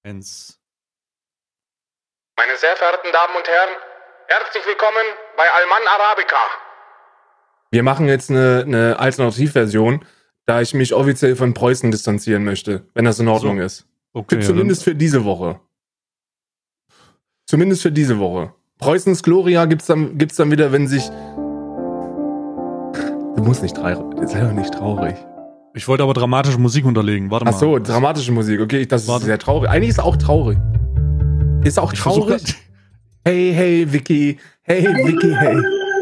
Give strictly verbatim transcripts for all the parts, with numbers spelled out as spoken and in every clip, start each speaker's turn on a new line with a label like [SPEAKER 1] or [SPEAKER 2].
[SPEAKER 1] Eins.
[SPEAKER 2] Meine sehr verehrten Damen und Herren, herzlich willkommen bei Alman Arabica.
[SPEAKER 3] Wir machen jetzt eine, eine Alternativversion, da ich mich offiziell von Preußen distanzieren möchte, wenn das in Ordnung so. ist.
[SPEAKER 1] Okay,
[SPEAKER 3] für, zumindest für diese Woche. Zumindest für diese Woche. Preußens Gloria gibt's dann, gibt's dann wieder, wenn sich... Du musst nicht traurig. Sei doch nicht traurig.
[SPEAKER 1] Ich wollte aber dramatische Musik unterlegen. Warte mal.
[SPEAKER 3] Ach so, dramatische Musik. Okay, das ist Warte. sehr traurig. Eigentlich ist es auch traurig. Ist auch
[SPEAKER 1] ich
[SPEAKER 3] traurig. Hey, hey, Vicky. Hey, Vicky, hey.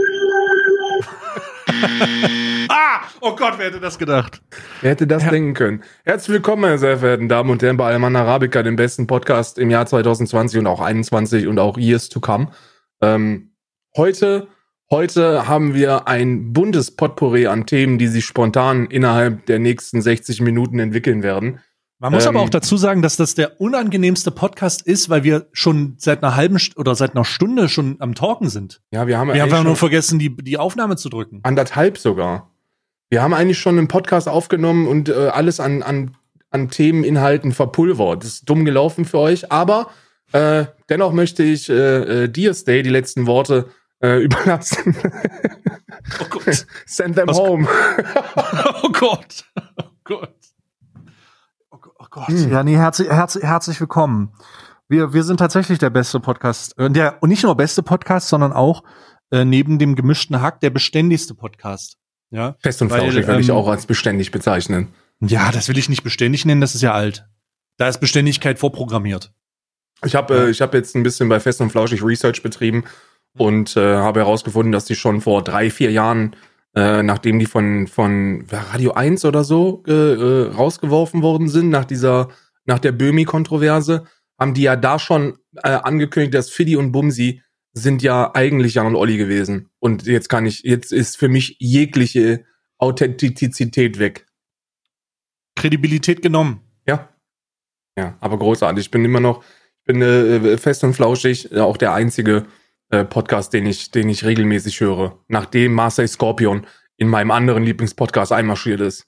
[SPEAKER 1] Ah! Oh Gott, wer hätte das gedacht?
[SPEAKER 3] Wer hätte das ja. denken können? Herzlich willkommen, meine sehr verehrten Damen und Herren, bei Alman Arabica, dem besten Podcast im Jahr zwanzig zwanzig und auch einundzwanzig und auch Years to come. Ähm, heute, heute haben wir ein buntes Potpourri an Themen, die sich spontan innerhalb der nächsten sechzig Minuten entwickeln werden.
[SPEAKER 1] Man muss
[SPEAKER 3] ähm,
[SPEAKER 1] aber auch dazu sagen, dass das der unangenehmste Podcast ist, weil wir schon seit einer halben St- oder seit einer Stunde schon am Talken sind.
[SPEAKER 3] Ja, wir haben
[SPEAKER 1] wir haben einfach nur vergessen, die, die Aufnahme zu drücken.
[SPEAKER 3] Anderthalb sogar. Wir haben eigentlich schon einen Podcast aufgenommen und äh, alles an, an, an Themeninhalten verpulvert. Das ist dumm gelaufen für euch, aber äh, dennoch möchte ich äh, äh, dir, Stay, die letzten Worte äh, überlassen.
[SPEAKER 1] Oh Gott.
[SPEAKER 3] Send them
[SPEAKER 1] Was
[SPEAKER 3] home.
[SPEAKER 1] Oh Gott. Oh Gott. Oh Gott.
[SPEAKER 4] Hm. Ja, nee, herzlich, herzlich, herzlich willkommen. Wir, wir sind tatsächlich der beste Podcast. Äh, der, und nicht nur beste Podcast, sondern auch äh, neben dem gemischten Hack der beständigste Podcast. Ja,
[SPEAKER 3] Fest und flauschig würde ähm, ich auch als beständig bezeichnen.
[SPEAKER 1] Ja, das will ich nicht beständig nennen, das ist ja alt. Da ist Beständigkeit vorprogrammiert.
[SPEAKER 3] Ich habe äh, ich hab jetzt ein bisschen bei Fest und Flauschig Research betrieben und äh, habe herausgefunden, dass die schon vor drei, vier Jahren, äh, nachdem die von, von Radio eins oder so äh, äh, rausgeworfen worden sind, nach dieser, nach der Böhmi-Kontroverse, haben die ja da schon äh, angekündigt, dass Fiddy und Bumsi sind ja eigentlich Jan und Olli gewesen. Und jetzt kann ich, jetzt ist für mich jegliche Authentizität weg.
[SPEAKER 1] Kredibilität genommen.
[SPEAKER 3] Ja. Ja, aber großartig. Ich bin immer noch, ich bin äh, fest und flauschig, äh, auch der einzige äh, Podcast, den ich, den ich regelmäßig höre. Nachdem Marseille Scorpion in meinem anderen Lieblingspodcast einmarschiert ist.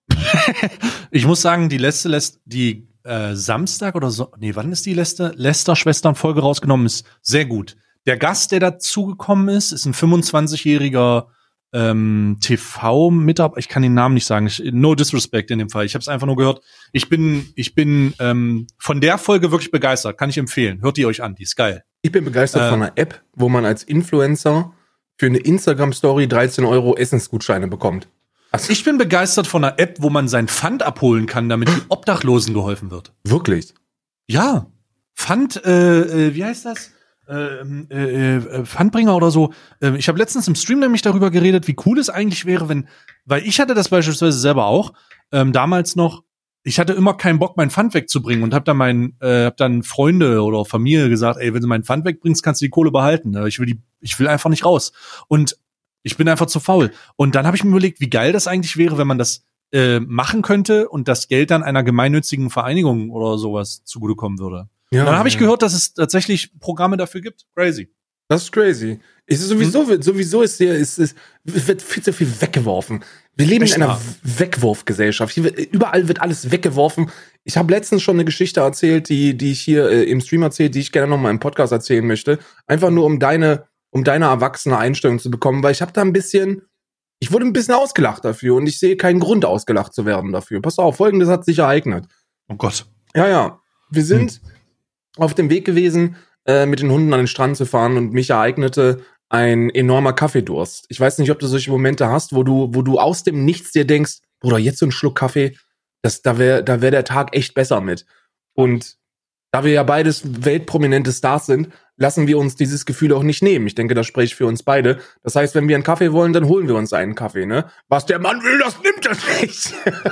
[SPEAKER 1] Ich muss sagen, die letzte, letzte die äh, Samstag oder so, nee, wann ist die letzte Lester-Schwestern-Folge rausgenommen? Ist sehr gut. Der Gast, der dazugekommen ist, ist ein fünfundzwanzigjähriger ähm, T V-Mitarbeiter. Ich kann den Namen nicht sagen. Ich, no disrespect in dem Fall. Ich habe es einfach nur gehört. Ich bin, ich bin ähm, von der Folge wirklich begeistert. Kann ich empfehlen. Hört die euch an. Die ist geil.
[SPEAKER 3] Ich bin begeistert äh, von einer App, wo man als Influencer für eine Instagram-Story dreizehn Euro Essensgutscheine bekommt.
[SPEAKER 1] Also ich bin begeistert von einer App, wo man sein Pfand abholen kann, damit die Obdachlosen geholfen wird.
[SPEAKER 3] Wirklich?
[SPEAKER 1] Ja. Pfand, äh, äh, wie heißt das? Äh, äh, äh, Pfandbringer oder so. Äh, ich habe letztens im Stream nämlich darüber geredet, wie cool es eigentlich wäre, wenn, weil ich hatte das beispielsweise selber auch, ähm, damals noch, ich hatte immer keinen Bock, mein Pfand wegzubringen und habe dann mein, äh, hab dann Freunde oder Familie gesagt, ey, wenn du mein Pfand wegbringst, kannst du die Kohle behalten. Ich will die, ich will einfach nicht raus. Und ich bin einfach zu faul. Und dann habe ich mir überlegt, wie geil das eigentlich wäre, wenn man das äh, machen könnte und das Geld dann einer gemeinnützigen Vereinigung oder sowas zugutekommen würde. Ja, dann habe ich ja. gehört, dass es tatsächlich Programme dafür gibt. Crazy.
[SPEAKER 3] Das ist crazy. Es ist sowieso, hm. sowieso ist der, ist, ist, wird viel zu viel weggeworfen. Wir leben Echt in einer wahr? Wegwurfgesellschaft. Hier wird, überall wird alles weggeworfen. Ich habe letztens schon eine Geschichte erzählt, die, die ich hier äh, im Stream erzählt, die ich gerne noch mal im Podcast erzählen möchte. Einfach nur, um deine, um deine erwachsene Einstellung zu bekommen, weil ich habe da ein bisschen, ich wurde ein bisschen ausgelacht dafür und ich sehe keinen Grund, ausgelacht zu werden dafür. Pass auf, Folgendes hat sich ereignet.
[SPEAKER 1] Oh Gott.
[SPEAKER 3] Ja, ja. Wir sind hm. auf dem Weg gewesen, äh, mit den Hunden an den Strand zu fahren und mich ereignete ein enormer Kaffeedurst. Ich weiß nicht, ob du solche Momente hast, wo du, wo du aus dem Nichts dir denkst, Bruder, jetzt so ein Schluck Kaffee, das, da wäre da wär der Tag echt besser mit. Und da wir ja beides weltprominente Stars sind, lassen wir uns dieses Gefühl auch nicht nehmen. Ich denke, das spricht für uns beide. Das heißt, wenn wir einen Kaffee wollen, dann holen wir uns einen Kaffee, ne? Was der Mann will, das nimmt er nicht.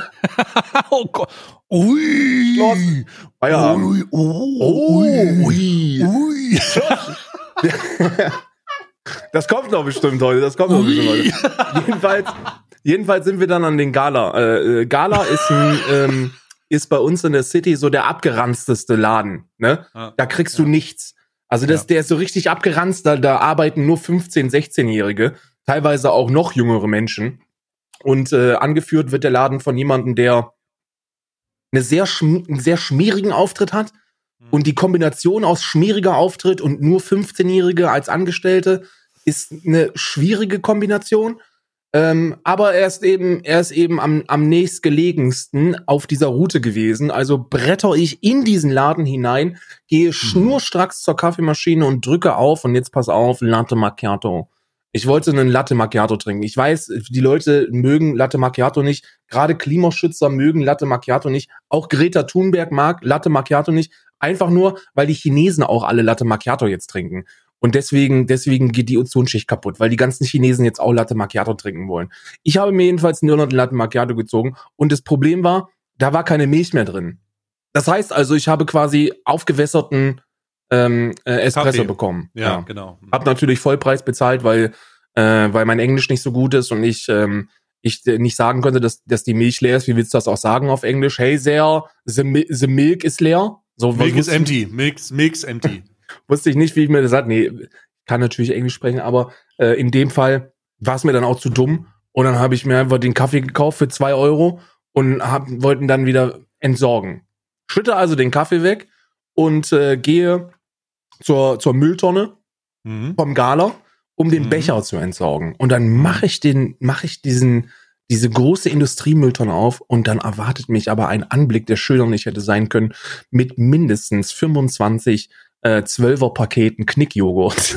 [SPEAKER 1] Oh Gott. Ui.
[SPEAKER 3] Schloss. Feierabend.
[SPEAKER 1] Ui. Oh. Ui. Ui. Ui.
[SPEAKER 3] Das kommt noch bestimmt heute. Das kommt noch bestimmt heute. Jedenfalls, jedenfalls sind wir dann an den Gala. Äh, Gala ist ein, ähm, ist bei uns in der City so der abgeranzteste Laden, ne? Ah, da kriegst ja. du nichts. Also das, ja. der ist so richtig abgeranzt, da, da arbeiten nur fünfzehn-, sechzehnjährige, teilweise auch noch jüngere Menschen. Und äh, angeführt wird der Laden von jemandem, der eine sehr schm- einen sehr schmierigen Auftritt hat, Und die Kombination aus schmieriger Auftritt und nur fünfzehnjährige als Angestellte ist eine schwierige Kombination. Ähm, aber er ist eben, er ist eben am, am nächstgelegensten auf dieser Route gewesen. Also bretter ich in diesen Laden hinein, gehe schnurstracks zur Kaffeemaschine und drücke auf. Und jetzt pass auf, Latte Macchiato. Ich wollte einen Latte Macchiato trinken. Ich weiß, die Leute mögen Latte Macchiato nicht. Gerade Klimaschützer mögen Latte Macchiato nicht. Auch Greta Thunberg mag Latte Macchiato nicht. Einfach nur, weil die Chinesen auch alle Latte Macchiato jetzt trinken. Und deswegen, deswegen geht die Ozonschicht kaputt, weil die ganzen Chinesen jetzt auch Latte Macchiato trinken wollen. Ich habe mir jedenfalls einen Irland Latte Macchiato gezogen und das Problem war, da war keine Milch mehr drin. Das heißt also, ich habe quasi aufgewässerten ähm, äh, Espresso
[SPEAKER 1] Kaffee.
[SPEAKER 3] bekommen.
[SPEAKER 1] Ja,
[SPEAKER 3] Ja,
[SPEAKER 1] genau.
[SPEAKER 3] Hab natürlich Vollpreis bezahlt, weil äh, weil mein Englisch nicht so gut ist und ich ähm, ich äh, nicht sagen könnte, dass dass die Milch leer ist. Wie willst du das auch sagen auf Englisch? Hey there, the, mi- the milk is leer. So,
[SPEAKER 1] Milk is
[SPEAKER 3] wusste-
[SPEAKER 1] empty. Milk, milk's empty.
[SPEAKER 3] Wusste ich nicht, wie ich mir das sage. Nee, kann natürlich Englisch sprechen, aber äh, in dem Fall war es mir dann auch zu dumm. Und dann habe ich mir einfach den Kaffee gekauft für zwei Euro und hab, wollten dann wieder entsorgen. Schütte also den Kaffee weg und äh, gehe zur, zur Mülltonne
[SPEAKER 1] Mhm.
[SPEAKER 3] vom Gala, um den
[SPEAKER 1] Mhm.
[SPEAKER 3] Becher zu entsorgen. Und dann mache ich den, mache ich diesen, diese große Industriemülltonne auf und dann erwartet mich aber ein Anblick, der schöner nicht hätte sein können, mit mindestens fünfundzwanzig äh, Zwölfer-Paketen Knickjoghurt.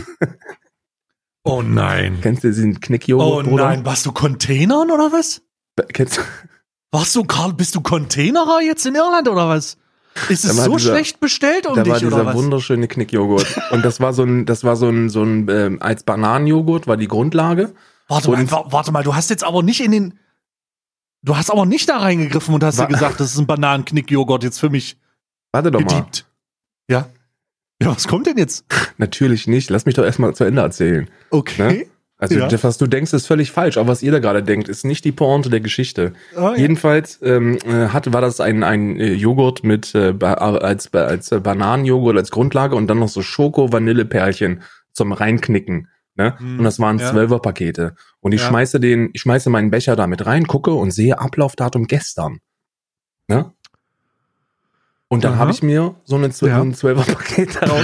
[SPEAKER 1] Oh nein.
[SPEAKER 3] Kennst du diesen
[SPEAKER 1] Oh
[SPEAKER 3] Knickjoghurt, Bruder?
[SPEAKER 1] nein. Warst du Containern oder was?
[SPEAKER 3] Kennst du?
[SPEAKER 1] Warst du, Karl, bist du Containerer jetzt in Irland oder was? Ist es
[SPEAKER 3] Da war
[SPEAKER 1] so
[SPEAKER 3] dieser-
[SPEAKER 1] schlecht bestellt um
[SPEAKER 3] Da war
[SPEAKER 1] dich oder
[SPEAKER 3] dieser
[SPEAKER 1] was?
[SPEAKER 3] wunderschöne Knickjoghurt. Und das war so ein, das war so ein, so ein, ähm, als Bananenjoghurt war die Grundlage.
[SPEAKER 1] Warte mal,
[SPEAKER 3] und-
[SPEAKER 1] wa- warte mal, du hast jetzt aber nicht in den, du hast aber nicht da reingegriffen und hast
[SPEAKER 3] Wa-
[SPEAKER 1] dir gesagt, das ist ein Bananenknickjoghurt jetzt für mich
[SPEAKER 3] Warte doch mal.
[SPEAKER 1] gediebt. Ja? Ja, was kommt denn jetzt?
[SPEAKER 3] Natürlich nicht. Lass mich doch erstmal zu Ende erzählen.
[SPEAKER 1] Okay.
[SPEAKER 3] Also,
[SPEAKER 1] Ja.
[SPEAKER 3] das, was du denkst, ist völlig falsch. Aber was ihr da gerade denkt, ist nicht die Pointe der Geschichte.
[SPEAKER 1] Ah, ja.
[SPEAKER 3] Jedenfalls ähm, äh, hat, war das ein, ein äh, Joghurt mit äh, ba- als, ba- als äh, Bananenjoghurt als Grundlage und dann noch so Schoko-Vanille-Perlchen zum Reinknicken. Ne?
[SPEAKER 1] Hm,
[SPEAKER 3] Und das waren
[SPEAKER 1] ja.
[SPEAKER 3] Zwölfer-Pakete. Und ich
[SPEAKER 1] Ja.
[SPEAKER 3] schmeiße den, ich schmeiße meinen Becher da mit rein, gucke und sehe Ablaufdatum gestern. Ne? Und dann
[SPEAKER 1] Aha.
[SPEAKER 3] habe ich mir so eine Zw-
[SPEAKER 1] Ja.
[SPEAKER 3] so ein Zwölfer-Paket daraus.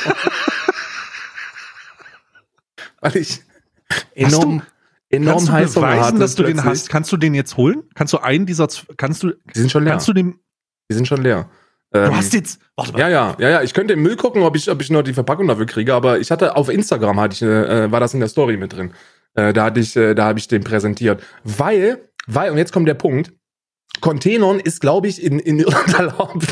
[SPEAKER 3] Weil ich enorm, enorm
[SPEAKER 1] Kannst du
[SPEAKER 3] heiß Hunger
[SPEAKER 1] beweisen,
[SPEAKER 3] hatte
[SPEAKER 1] dass du den
[SPEAKER 3] plötzlich.
[SPEAKER 1] hast? Kannst du den jetzt holen? Kannst du einen dieser, Z- kannst du,
[SPEAKER 3] Die sind schon leer.
[SPEAKER 1] kannst du den,
[SPEAKER 3] Die sind schon leer.
[SPEAKER 1] du
[SPEAKER 3] Ähm,
[SPEAKER 1] hast jetzt, warte mal.
[SPEAKER 3] Ja, ja, ja, ja. Ich könnte im Müll gucken, ob ich, ob ich noch die Verpackung dafür kriege, aber ich hatte auf Instagram hatte ich, äh, war das in der Story mit drin. Äh, da hatte ich, äh, da habe ich den präsentiert. Weil, weil, und jetzt kommt der Punkt, Containern ist, glaube ich, in, in Irland erlaubt.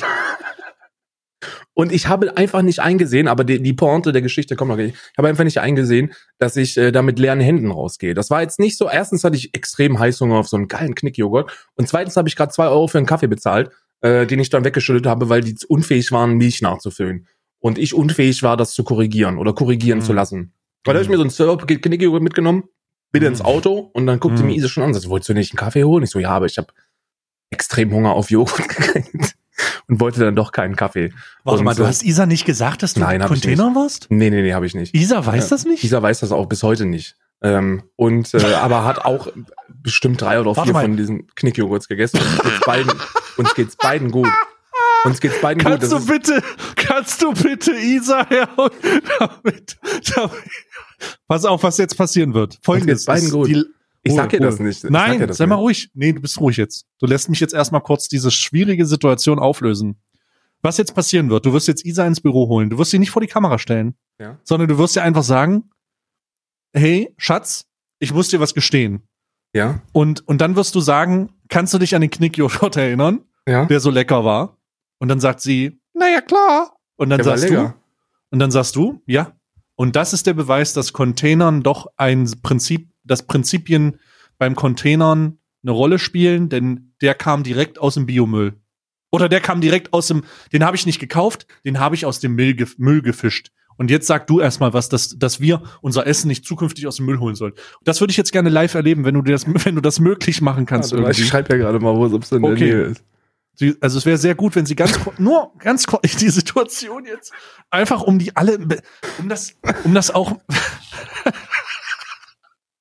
[SPEAKER 3] Und ich habe einfach nicht eingesehen, aber die, die Pointe der Geschichte kommt noch nicht. Ich habe einfach nicht eingesehen, dass ich äh, da mit leeren Händen rausgehe. Das war jetzt nicht so. Erstens hatte ich extrem Heißhunger auf so einen geilen Knickjoghurt. Und zweitens habe ich gerade zwei Euro für einen Kaffee bezahlt, äh, den ich dann weggeschüttet habe, weil die unfähig waren, Milch nachzufüllen. Und ich unfähig war, das zu korrigieren oder korrigieren
[SPEAKER 1] Mhm.
[SPEAKER 3] zu lassen. Weil da habe ich mir so ein Server-Paket Knickjoghurt mitgenommen, bitte
[SPEAKER 1] Mhm.
[SPEAKER 3] ins Auto und dann guckte
[SPEAKER 1] Mhm.
[SPEAKER 3] mir Isa schon an, sagt, wolltest du nicht einen Kaffee holen? Ich so, ja, aber ich habe extrem Hunger auf Joghurt gekriegt und wollte dann doch keinen Kaffee.
[SPEAKER 1] Warte
[SPEAKER 3] und
[SPEAKER 1] mal, du
[SPEAKER 3] so-
[SPEAKER 1] hast Isa nicht gesagt, dass du
[SPEAKER 3] Nein, hab ich
[SPEAKER 1] Container warst?
[SPEAKER 3] Nee, nee, nee, habe ich nicht.
[SPEAKER 1] Isa weiß
[SPEAKER 3] Ja.
[SPEAKER 1] das nicht?
[SPEAKER 3] Isa weiß das auch bis heute nicht. Ähm, und äh, aber hat auch bestimmt drei oder
[SPEAKER 1] Warte
[SPEAKER 3] vier
[SPEAKER 1] mal.
[SPEAKER 3] von diesen Knickjoghurts gegessen. Uns geht's beiden, uns geht's beiden gut. Uns geht's beiden gut.
[SPEAKER 1] Kannst du
[SPEAKER 3] ist-
[SPEAKER 1] bitte, kannst du bitte Isa herholen, damit, damit, pass auf, was jetzt passieren wird. Folgendes.
[SPEAKER 3] geht's beiden
[SPEAKER 1] ist
[SPEAKER 3] gut.
[SPEAKER 1] die-
[SPEAKER 3] Ich
[SPEAKER 1] Ruhe,
[SPEAKER 3] sag dir
[SPEAKER 1] Ruhe.
[SPEAKER 3] das nicht. Ich sag
[SPEAKER 1] Nein,
[SPEAKER 3] dir das
[SPEAKER 1] sei mal
[SPEAKER 3] nicht.
[SPEAKER 1] ruhig. Nee, du bist ruhig jetzt. Du lässt mich jetzt erstmal kurz diese schwierige Situation auflösen. Was jetzt passieren wird, du wirst jetzt Isa ins Büro holen. Du wirst sie nicht vor die Kamera stellen,
[SPEAKER 3] Ja.
[SPEAKER 1] sondern du wirst ihr einfach sagen, hey, Schatz, ich muss dir was gestehen.
[SPEAKER 3] Ja,
[SPEAKER 1] Und, und dann wirst du sagen, kannst du dich an den Knickjoghurt erinnern,
[SPEAKER 3] ja.
[SPEAKER 1] der so lecker war? Und dann sagt sie, naja, klar. Und dann
[SPEAKER 3] Der war
[SPEAKER 1] sagst
[SPEAKER 3] lecker.
[SPEAKER 1] du, und dann sagst du, ja. Und das ist der Beweis, dass Containern doch ein Prinzip, dass Prinzipien beim Containern eine Rolle spielen, denn der kam direkt aus dem Biomüll. Oder der kam direkt aus dem, den habe ich nicht gekauft, den habe ich aus dem Müll, gef- Müll gefischt. Und jetzt sag du erstmal was, dass, dass wir unser Essen nicht zukünftig aus dem Müll holen sollen. Und das würde ich jetzt gerne live erleben, wenn du dir das, wenn du das möglich machen kannst.
[SPEAKER 3] Ja, du weißt, ich
[SPEAKER 1] irgendwie.
[SPEAKER 3] schreibe ja gerade mal, wo es in der
[SPEAKER 1] Okay.
[SPEAKER 3] Nähe ist.
[SPEAKER 1] Sie, also es wäre sehr gut, wenn sie ganz kur- nur ganz kurz die Situation jetzt einfach um die alle um das um das auch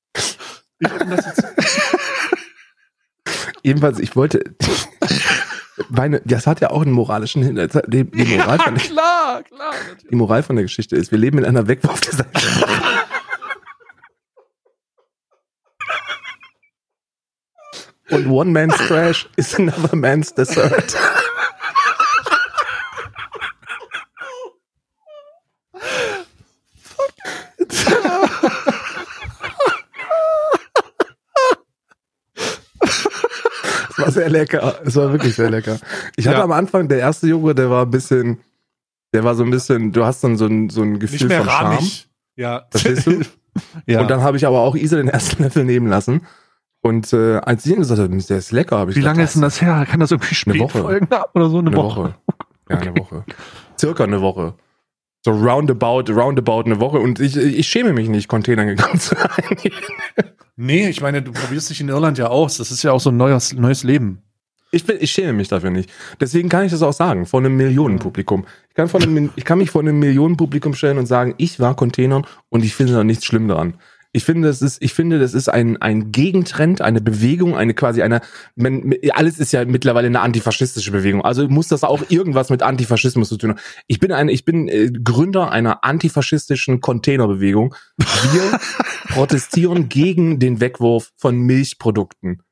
[SPEAKER 1] ich, um das jetzt,
[SPEAKER 3] Jedenfalls, ich wollte, Meine, das hat ja auch einen moralischen Hintergrund. Die, die, Moral
[SPEAKER 1] Ja,
[SPEAKER 3] von der-
[SPEAKER 1] klar, klar.
[SPEAKER 3] die Moral von der Geschichte ist, wir leben in einer Wegwurfgesellschaft. Und one man's trash is another man's dessert. Es war sehr lecker. Es war wirklich sehr lecker. Ich hatte
[SPEAKER 1] Ja.
[SPEAKER 3] am Anfang, der erste Joghurt, der war ein bisschen, der war so ein bisschen, du hast dann so ein, so ein
[SPEAKER 1] Nicht
[SPEAKER 3] Gefühl
[SPEAKER 1] mehr
[SPEAKER 3] von Charme.
[SPEAKER 1] rahmig. Ja.
[SPEAKER 3] Verstehst du?
[SPEAKER 1] Ja.
[SPEAKER 3] Und dann habe ich aber auch Isa den ersten Löffel nehmen lassen. Und äh, als sie ihm gesagt hat, der ist lecker, habe ich
[SPEAKER 4] Wie
[SPEAKER 3] gedacht,
[SPEAKER 4] lange ist denn das her? Kann das irgendwie spät
[SPEAKER 3] Woche.
[SPEAKER 4] folgen oder so? Eine,
[SPEAKER 3] Eine
[SPEAKER 4] Woche.
[SPEAKER 3] Woche. Ja, eine Woche. Circa eine Woche. So roundabout, roundabout eine Woche. Und ich, ich schäme mich nicht, Containern gegangen zu sein.
[SPEAKER 1] Nee, ich meine, du probierst dich in Irland ja aus. Das ist ja auch so ein neues, neues Leben.
[SPEAKER 3] Ich, bin, ich schäme mich dafür nicht. Deswegen kann ich das auch sagen, vor einem Millionenpublikum. Ich kann, vor einem, ich kann mich vor einem Millionenpublikum stellen und sagen, ich war Containern und ich finde da nichts schlimm daran. Ich finde, das ist, ich finde, das ist ein, ein Gegentrend, eine Bewegung, eine quasi eine, man, alles ist ja mittlerweile eine antifaschistische Bewegung. Also muss das auch irgendwas mit Antifaschismus zu tun haben. Ich bin ein, ich bin äh, Gründer einer antifaschistischen Containerbewegung. Wir protestieren gegen den Wegwurf von Milchprodukten.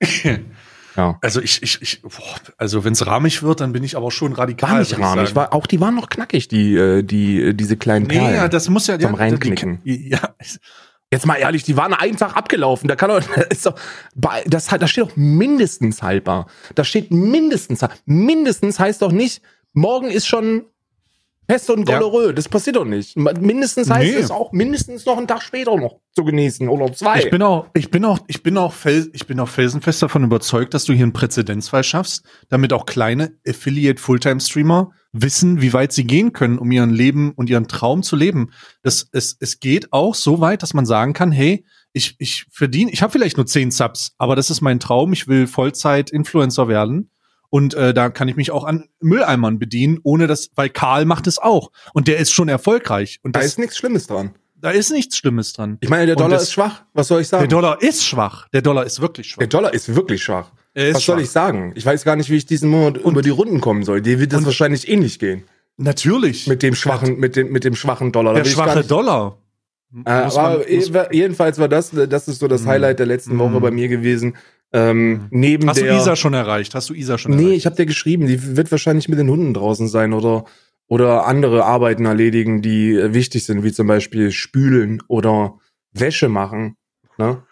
[SPEAKER 3] Ja.
[SPEAKER 1] Also ich, ich, ich, boah, also wenn es rahmig wird, dann bin ich aber schon radikal.
[SPEAKER 3] War nicht
[SPEAKER 1] würde ich
[SPEAKER 3] rahmig,
[SPEAKER 1] sagen.
[SPEAKER 3] war, auch die waren noch knackig, die, äh, die, äh, diese kleinen
[SPEAKER 1] Nee,
[SPEAKER 3] Perlen.
[SPEAKER 1] ja, das muss ja,
[SPEAKER 3] Zum
[SPEAKER 1] ja,
[SPEAKER 3] Reinknicken.
[SPEAKER 1] Die, ja,
[SPEAKER 3] Jetzt mal ehrlich, die waren einfach abgelaufen. Da kann doch, das ist doch, bei- das, da steht doch mindestens haltbar. Da steht mindestens, mindestens heißt doch nicht, morgen ist schon Peste und
[SPEAKER 1] Ja.
[SPEAKER 3] Golerö. Das passiert doch nicht. Mindestens heißt
[SPEAKER 1] Nee.
[SPEAKER 3] es auch mindestens noch einen Tag später noch zu genießen oder zwei.
[SPEAKER 1] ich bin auch, ich bin auch, ich bin auch, fel, ich bin auch felsenfest davon überzeugt, dass du hier einen Präzedenzfall schaffst, damit auch kleine Affiliate Fulltime-Streamer wissen, wie weit sie gehen können, um ihren Leben und ihren Traum zu leben. Das, es, es geht auch so weit, dass man sagen kann, hey, ich, ich verdiene, ich habe vielleicht nur zehn Subs, aber das ist mein Traum, ich will Vollzeit-Influencer werden. Und äh, da kann ich mich auch an Mülleimern bedienen, ohne dass, weil Karl macht es auch. Und der ist schon erfolgreich. Und
[SPEAKER 3] da
[SPEAKER 1] das,
[SPEAKER 3] ist nichts Schlimmes dran.
[SPEAKER 1] da ist nichts Schlimmes dran.
[SPEAKER 3] Ich meine, der
[SPEAKER 1] Und
[SPEAKER 3] Dollar
[SPEAKER 1] das-
[SPEAKER 3] ist schwach. Was soll ich sagen?
[SPEAKER 1] Der Dollar ist schwach. Der Dollar ist wirklich schwach.
[SPEAKER 3] Der Dollar ist wirklich schwach.
[SPEAKER 1] Er ist
[SPEAKER 3] Was soll
[SPEAKER 1] schwach.
[SPEAKER 3] ich sagen? Ich weiß gar nicht, wie ich diesen Monat über die Runden kommen soll. Dir wird das
[SPEAKER 1] und-
[SPEAKER 3] wahrscheinlich ähnlich gehen.
[SPEAKER 1] Natürlich.
[SPEAKER 3] Mit dem schwachen, mit dem, mit dem schwachen Dollar. Da
[SPEAKER 1] der
[SPEAKER 3] will ich gar
[SPEAKER 1] schwache
[SPEAKER 3] nicht-
[SPEAKER 1] Dollar.
[SPEAKER 3] Äh,
[SPEAKER 1] Muss man-
[SPEAKER 3] aber
[SPEAKER 1] muss-
[SPEAKER 3] je- jedenfalls war das, das ist so das
[SPEAKER 1] Mm.
[SPEAKER 3] Highlight der letzten Woche
[SPEAKER 1] Mm.
[SPEAKER 3] bei mir gewesen. Ähm, neben
[SPEAKER 1] Hast du
[SPEAKER 3] der,
[SPEAKER 1] Isa schon erreicht? Hast du Isa schon
[SPEAKER 3] nee,
[SPEAKER 1] erreicht?
[SPEAKER 3] ich habe dir geschrieben, die wird wahrscheinlich mit den Hunden draußen sein oder oder andere Arbeiten erledigen, die äh, wichtig sind, wie zum Beispiel spülen oder Wäsche machen. Ne?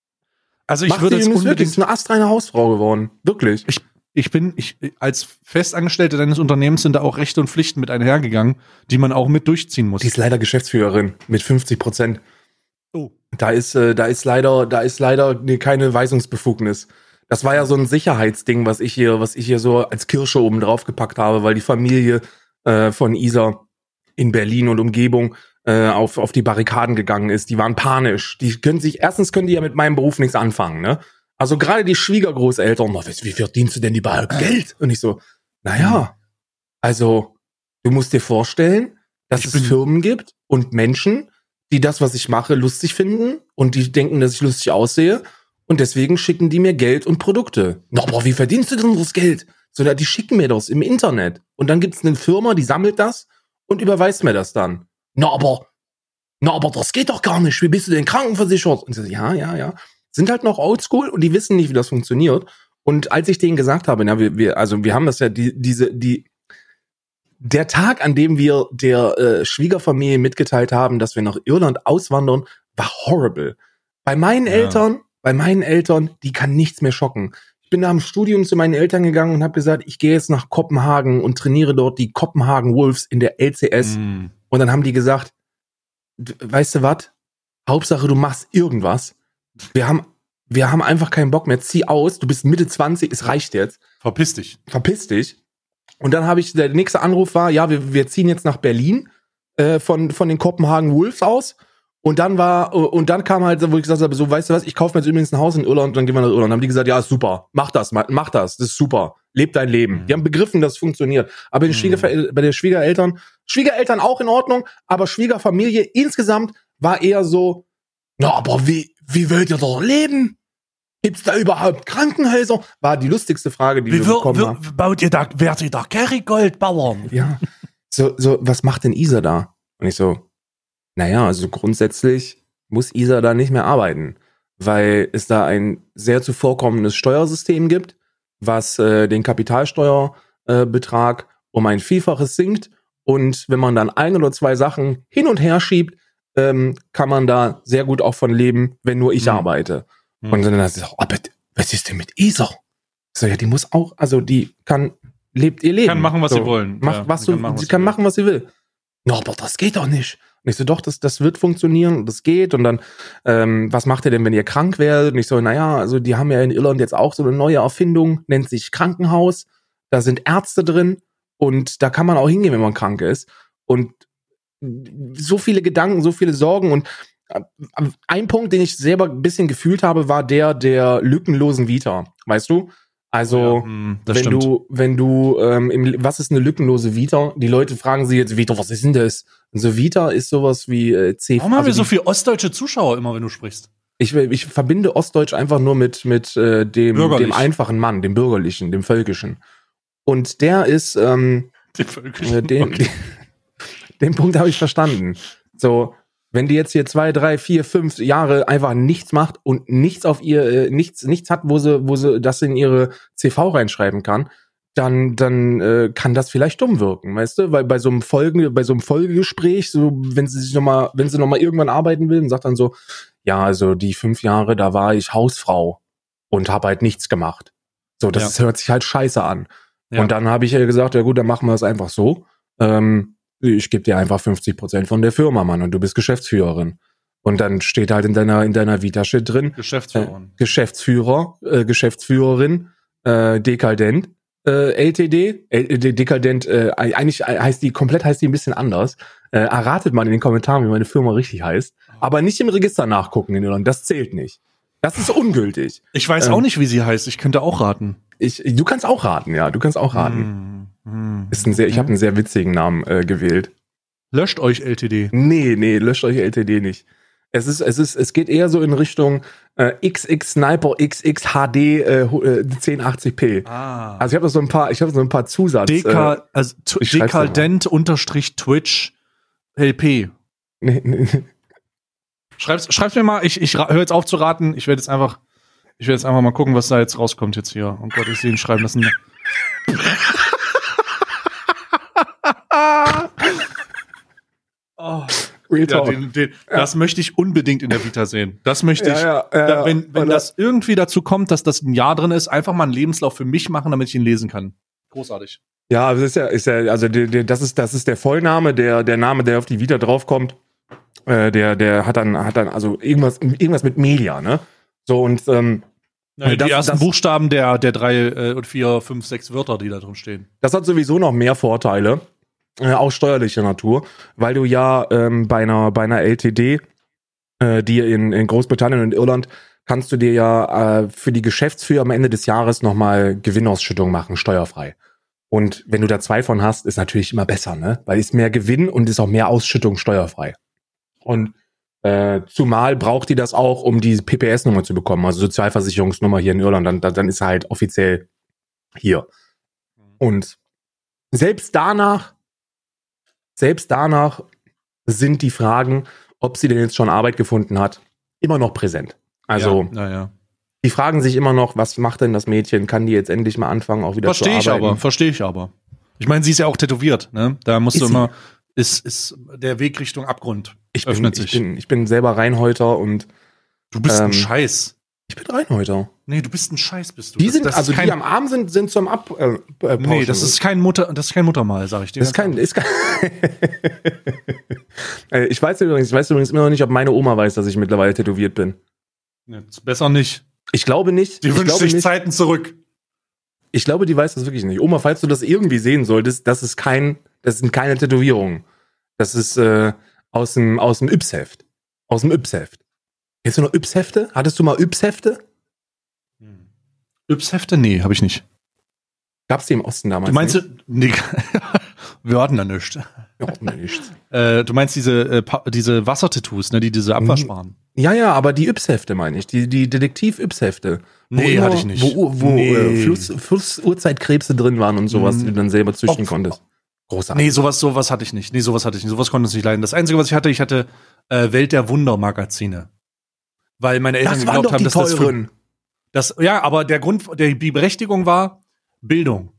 [SPEAKER 1] Also ich
[SPEAKER 3] Macht
[SPEAKER 1] würde
[SPEAKER 3] die
[SPEAKER 1] jetzt
[SPEAKER 3] übrigens wirklich,
[SPEAKER 1] unbedingt.
[SPEAKER 3] ist eine astreine Hausfrau geworden. Wirklich.
[SPEAKER 1] Ich, ich bin, ich, als Festangestellte deines Unternehmens sind da auch Rechte und Pflichten mit einhergegangen, die man auch mit durchziehen muss.
[SPEAKER 3] Die ist leider Geschäftsführerin mit fünfzig Prozent.
[SPEAKER 1] Oh.
[SPEAKER 3] Da ist, äh, da ist leider, da ist leider nee, keine Weisungsbefugnis. Das war ja so ein Sicherheitsding, was ich hier, was ich hier so als Kirsche oben drauf gepackt habe, weil die Familie äh, von Isa in Berlin und Umgebung äh, auf, auf die Barrikaden gegangen ist. Die waren panisch. Die können sich, erstens können die ja mit meinem Beruf nichts anfangen, ne? Also gerade die Schwiegergroßeltern, na, wie verdienst du denn überhaupt Geld? Und ich so, naja, also, du musst dir vorstellen, dass
[SPEAKER 1] Ich
[SPEAKER 3] es
[SPEAKER 1] bin-
[SPEAKER 3] Firmen gibt und Menschen, die das, was ich mache, lustig finden und die denken, dass ich lustig aussehe und deswegen schicken die mir Geld und Produkte. Na, aber wie verdienst du denn das Geld? So, die schicken mir das im Internet und dann gibt's eine Firma, die sammelt das und überweist mir das dann. Na, aber, na, aber das geht doch gar nicht. Wie bist du denn krankenversichert? Und ich so, ja, ja, ja. Sind halt noch oldschool und die wissen nicht, wie das funktioniert. Und als ich denen gesagt habe, na, wir, wir, also wir haben das ja, die, diese, die, der Tag, an dem wir der äh, Schwiegerfamilie mitgeteilt haben, dass wir nach Irland auswandern, war horrible. Bei meinen
[SPEAKER 1] Ja.
[SPEAKER 3] Eltern, bei meinen Eltern, die kann nichts mehr schocken. Ich bin nach dem Studium zu meinen Eltern gegangen und habe gesagt, ich gehe jetzt nach Kopenhagen und trainiere dort die Kopenhagen Wolves in der L C S.
[SPEAKER 1] Mm.
[SPEAKER 3] Und dann haben die gesagt, "D- weißt du was? Hauptsache, du machst irgendwas. Wir haben, wir haben einfach keinen Bock mehr. Zieh aus. Du bist Mitte zwanzig. Es reicht jetzt.
[SPEAKER 1] Verpiss dich.
[SPEAKER 3] Verpiss dich. Und dann habe ich, der nächste Anruf war, ja, wir, wir ziehen jetzt nach Berlin äh, von, von den Kopenhagen Wolves aus. Und dann war, und dann kam halt, wo ich gesagt habe, so, weißt du was, ich kaufe mir jetzt übrigens ein Haus in Irland und dann gehen wir nach Irland. Dann haben die gesagt, ja, ist super. Mach das, ma- mach das. Das ist super. Leb dein Leben.
[SPEAKER 1] Mhm.
[SPEAKER 3] Die haben begriffen, dass es funktioniert. Aber den
[SPEAKER 1] Mhm.
[SPEAKER 3] Schwiegerver- bei den Schwiegereltern, Schwiegereltern auch in Ordnung, aber Schwiegerfamilie insgesamt war eher so, na, aber wie, wie wollt ihr doch leben? Gibt's da überhaupt Krankenhäuser? War die lustigste Frage, die
[SPEAKER 1] Wie
[SPEAKER 3] wir
[SPEAKER 1] wir,
[SPEAKER 3] bekommen
[SPEAKER 1] wir,
[SPEAKER 3] haben.
[SPEAKER 1] baut ihr da, werdet ihr da Kerrygold-Bauern?
[SPEAKER 3] Ja, so, so, was macht denn Isa da? Und ich so, naja, also grundsätzlich muss Isa da nicht mehr arbeiten, weil es da ein sehr zuvorkommendes Steuersystem gibt, was äh, den Kapitalsteuerbetrag äh, um ein Vielfaches sinkt. Und wenn man dann ein oder zwei Sachen hin und her schiebt, ähm, kann man da sehr gut auch von leben, wenn nur ich
[SPEAKER 1] Mhm.
[SPEAKER 3] arbeite.
[SPEAKER 1] Mhm.
[SPEAKER 3] Und dann dachte ich so, aber was ist denn mit Isa? Ich so, ja, die muss auch, also die kann, lebt ihr Leben.
[SPEAKER 1] Kann machen, was
[SPEAKER 3] so,
[SPEAKER 1] sie wollen.
[SPEAKER 3] Macht,
[SPEAKER 1] Ja,
[SPEAKER 3] was
[SPEAKER 1] sie
[SPEAKER 3] du,
[SPEAKER 1] kann machen, was
[SPEAKER 3] sie
[SPEAKER 1] sie
[SPEAKER 3] kann
[SPEAKER 1] will.
[SPEAKER 3] machen, was sie will. No, aber das geht doch nicht. Und ich so, doch, das, das wird funktionieren, das geht. Und dann, ähm, was macht ihr denn, wenn ihr krank werdet? Und ich so, naja, also die haben ja in Irland jetzt auch so eine neue Erfindung, nennt sich Krankenhaus. Da sind Ärzte drin und da kann man auch hingehen, wenn man krank ist. Und so viele Gedanken, so viele Sorgen. Und äh, ein Punkt, den ich selber ein bisschen gefühlt habe, war der der lückenlosen Vita. Weißt du? Also,
[SPEAKER 1] Ja, hm, das
[SPEAKER 3] wenn
[SPEAKER 1] stimmt.
[SPEAKER 3] du, wenn du, ähm, im, was ist eine lückenlose Vita? Die Leute fragen sich jetzt, Vita, was ist denn das? Und so Vita ist sowas wie äh, C.
[SPEAKER 1] Warum haben wir
[SPEAKER 3] also
[SPEAKER 1] so
[SPEAKER 3] die-
[SPEAKER 1] viele ostdeutsche Zuschauer immer, wenn du sprichst?
[SPEAKER 3] ich, ich verbinde Ostdeutsch einfach nur mit, mit äh, dem,
[SPEAKER 1] Bürgerlich.
[SPEAKER 3] dem einfachen Mann, dem Bürgerlichen, dem Völkischen. Und der ist, ähm, äh, den,
[SPEAKER 1] Okay.
[SPEAKER 3] den Punkt habe ich verstanden. So, wenn die jetzt hier zwei, drei, vier, fünf Jahre einfach nichts macht und nichts auf ihr, äh, nichts, nichts hat, wo sie, wo sie das in ihre C V reinschreiben kann, dann, dann äh, kann das vielleicht dumm wirken, weißt du? Weil bei so einem Folge, bei so einem Folgegespräch, so, wenn sie sich noch mal, wenn sie noch mal irgendwann arbeiten will, und sagt dann so, ja, also die fünf Jahre, da war ich Hausfrau und habe halt nichts gemacht. So, das
[SPEAKER 1] Ja.
[SPEAKER 3] hört sich halt scheiße an.
[SPEAKER 1] Ja.
[SPEAKER 3] Und dann habe ich ja gesagt, ja gut, dann machen wir es einfach so. Ähm, ich gebe dir einfach fünfzig Prozent von der Firma, Mann, und du bist Geschäftsführerin. Und dann steht halt in deiner, in deiner Vita-Shit drin,
[SPEAKER 1] Geschäftsführer.
[SPEAKER 3] äh, Geschäftsführer, äh, Geschäftsführerin, äh, Dekadent, äh, L T D, äh, Dekadent, äh, eigentlich heißt die, komplett heißt die ein bisschen anders. Äh, erratet mal in den Kommentaren, wie meine Firma richtig heißt. Aber nicht im Register nachgucken in Irland, das zählt nicht. Das ist ungültig.
[SPEAKER 1] Ich weiß
[SPEAKER 3] ähm,
[SPEAKER 1] auch nicht, wie sie heißt. Ich könnte auch raten.
[SPEAKER 3] Ich, du kannst auch raten, ja, du kannst auch raten.
[SPEAKER 1] Hm, hm.
[SPEAKER 3] Ist ein sehr, ich habe einen sehr witzigen Namen äh, gewählt.
[SPEAKER 1] Löscht euch L T D.
[SPEAKER 3] Nee, nee, löscht euch L T D nicht. Es ist, es ist, es geht eher so in Richtung äh, X X Sniper X X H D äh, zehn achtzig p.
[SPEAKER 1] Ah.
[SPEAKER 3] Also ich habe da so ein paar, ich habe so ein paar Zusatz.
[SPEAKER 1] Deka, also tu-
[SPEAKER 3] ich schreib's
[SPEAKER 1] Dekadent unterstrich Twitch L P.
[SPEAKER 3] Äh, nee, nee, nee.
[SPEAKER 1] Schreib's, schreib's mir mal, ich, ich höre jetzt auf zu raten. Ich werde jetzt einfach, ich werde jetzt einfach mal gucken, was da jetzt rauskommt jetzt hier. Oh Gott, ich sehe ihn schreiben lassen. Oh.
[SPEAKER 3] Real
[SPEAKER 1] Ja,
[SPEAKER 3] Talk.
[SPEAKER 1] den, den, das möchte ich unbedingt in der Vita sehen. Das möchte ich.
[SPEAKER 3] Ja, ja, ja,
[SPEAKER 1] da, wenn wenn
[SPEAKER 3] oder-
[SPEAKER 1] das irgendwie dazu kommt, dass das ein Jahr drin ist, einfach mal einen Lebenslauf für mich machen, damit ich ihn lesen kann. Großartig.
[SPEAKER 3] Ja, das ist ja, ist ja, also der, der, das ist, das ist der Vollname, der, der Name, der auf die Vita draufkommt. Äh, der, der hat dann, hat dann, also irgendwas, irgendwas mit Media, ne? So und ähm,
[SPEAKER 1] Ja, die
[SPEAKER 3] das-
[SPEAKER 1] ersten
[SPEAKER 3] das-
[SPEAKER 1] Buchstaben der, der drei äh, und vier, fünf, sechs Wörter, die da drin stehen.
[SPEAKER 3] das hat sowieso noch mehr Vorteile, äh, auch steuerlicher Natur, weil du ja ähm, bei einer, bei einer L T D, äh, die in, in Großbritannien und Irland, kannst du dir ja äh, für die Geschäftsführer am Ende des Jahres nochmal Gewinnausschüttung machen, steuerfrei. Und wenn du da zwei von hast, ist natürlich immer besser, ne? Weil ist mehr Gewinn und ist auch mehr Ausschüttung steuerfrei. Und äh, zumal braucht die das auch, um die P P S-Nummer zu bekommen, also Sozialversicherungsnummer hier in Irland, dann, dann ist er halt offiziell hier. Und selbst danach, selbst danach sind die Fragen, ob sie denn jetzt schon Arbeit gefunden hat, immer noch präsent. Also
[SPEAKER 1] ja, naja.
[SPEAKER 3] die fragen sich immer noch, was macht denn das Mädchen? Kann die jetzt endlich mal anfangen, auch wieder
[SPEAKER 1] Verstehe ich
[SPEAKER 3] zu arbeiten?
[SPEAKER 1] aber, verstehe ich aber. Ich meine, sie ist ja auch tätowiert, ne? Da musst
[SPEAKER 3] Ist
[SPEAKER 1] du
[SPEAKER 3] sie?
[SPEAKER 1] immer, ist, ist der Weg Richtung Abgrund.
[SPEAKER 3] Ich bin,
[SPEAKER 1] öffnet
[SPEAKER 3] ich
[SPEAKER 1] sich.
[SPEAKER 3] bin, ich bin selber Reinhäuter und
[SPEAKER 1] Du bist
[SPEAKER 3] ähm,
[SPEAKER 1] ein Scheiß.
[SPEAKER 3] ich bin Reinhäuter.
[SPEAKER 1] Nee, du bist ein Scheiß, bist du.
[SPEAKER 3] Die
[SPEAKER 1] Das-
[SPEAKER 3] sind,
[SPEAKER 1] das ist
[SPEAKER 3] also
[SPEAKER 1] kein,
[SPEAKER 3] die am Arm sind, sind zum Ab, äh, äh,
[SPEAKER 1] Nee, das ist kein Mutter, das ist kein Muttermal, sag ich dir.
[SPEAKER 3] Das ist kein, ist kein Äh, ich weiß übrigens, ich weiß übrigens immer noch nicht, ob meine Oma weiß, dass ich mittlerweile tätowiert bin.
[SPEAKER 1] Nee, ist besser nicht.
[SPEAKER 3] Ich glaube nicht.
[SPEAKER 1] Die
[SPEAKER 3] ich
[SPEAKER 1] wünscht
[SPEAKER 3] glaube
[SPEAKER 1] sich
[SPEAKER 3] nicht.
[SPEAKER 1] Zeiten zurück.
[SPEAKER 3] Ich glaube, die weiß das wirklich nicht. Oma, falls du das irgendwie sehen solltest, das ist kein, das sind keine Tätowierungen. Das ist äh, aus dem aus dem Yps-Heft. Aus dem Yps-Heft. Kennst du noch Yps-Hefte? Hattest du mal Yps-Hefte?
[SPEAKER 1] Yps-Hefte? Nee, hab ich nicht.
[SPEAKER 3] Gab's die im Osten damals?
[SPEAKER 1] Du meinst,
[SPEAKER 3] nicht?
[SPEAKER 1] du, nee, wir hatten da nichts.
[SPEAKER 3] Ja, nichts.
[SPEAKER 1] Äh, du meinst diese, äh, Pa- diese Wassertattoos, ne, die diese Abwaschbaren.
[SPEAKER 3] Ja, ja, aber die Yps-Hefte meine ich. Die, die Detektiv-Yps-Hefte.
[SPEAKER 1] Nee,
[SPEAKER 3] immer,
[SPEAKER 1] hatte ich nicht.
[SPEAKER 3] Wo, wo
[SPEAKER 1] nee.
[SPEAKER 3] äh, Fluss, Fluss-Urzeitkrebse drin waren und sowas,
[SPEAKER 1] Mhm.
[SPEAKER 3] die du dann selber züchten
[SPEAKER 1] Ob-
[SPEAKER 3] konntest. Großartig.
[SPEAKER 1] Nee, sowas, sowas hatte ich nicht. Nee, sowas hatte ich nicht. Sowas konnte ich nicht leiden. Das Einzige, was ich hatte, ich hatte äh, Welt der Wunder-Magazine. Weil meine Eltern
[SPEAKER 3] das waren
[SPEAKER 1] geglaubt
[SPEAKER 3] doch
[SPEAKER 1] haben,
[SPEAKER 3] die
[SPEAKER 1] dass das für,
[SPEAKER 3] teuren.
[SPEAKER 1] das, ja, aber der Grund, der, die Berechtigung war Bildung.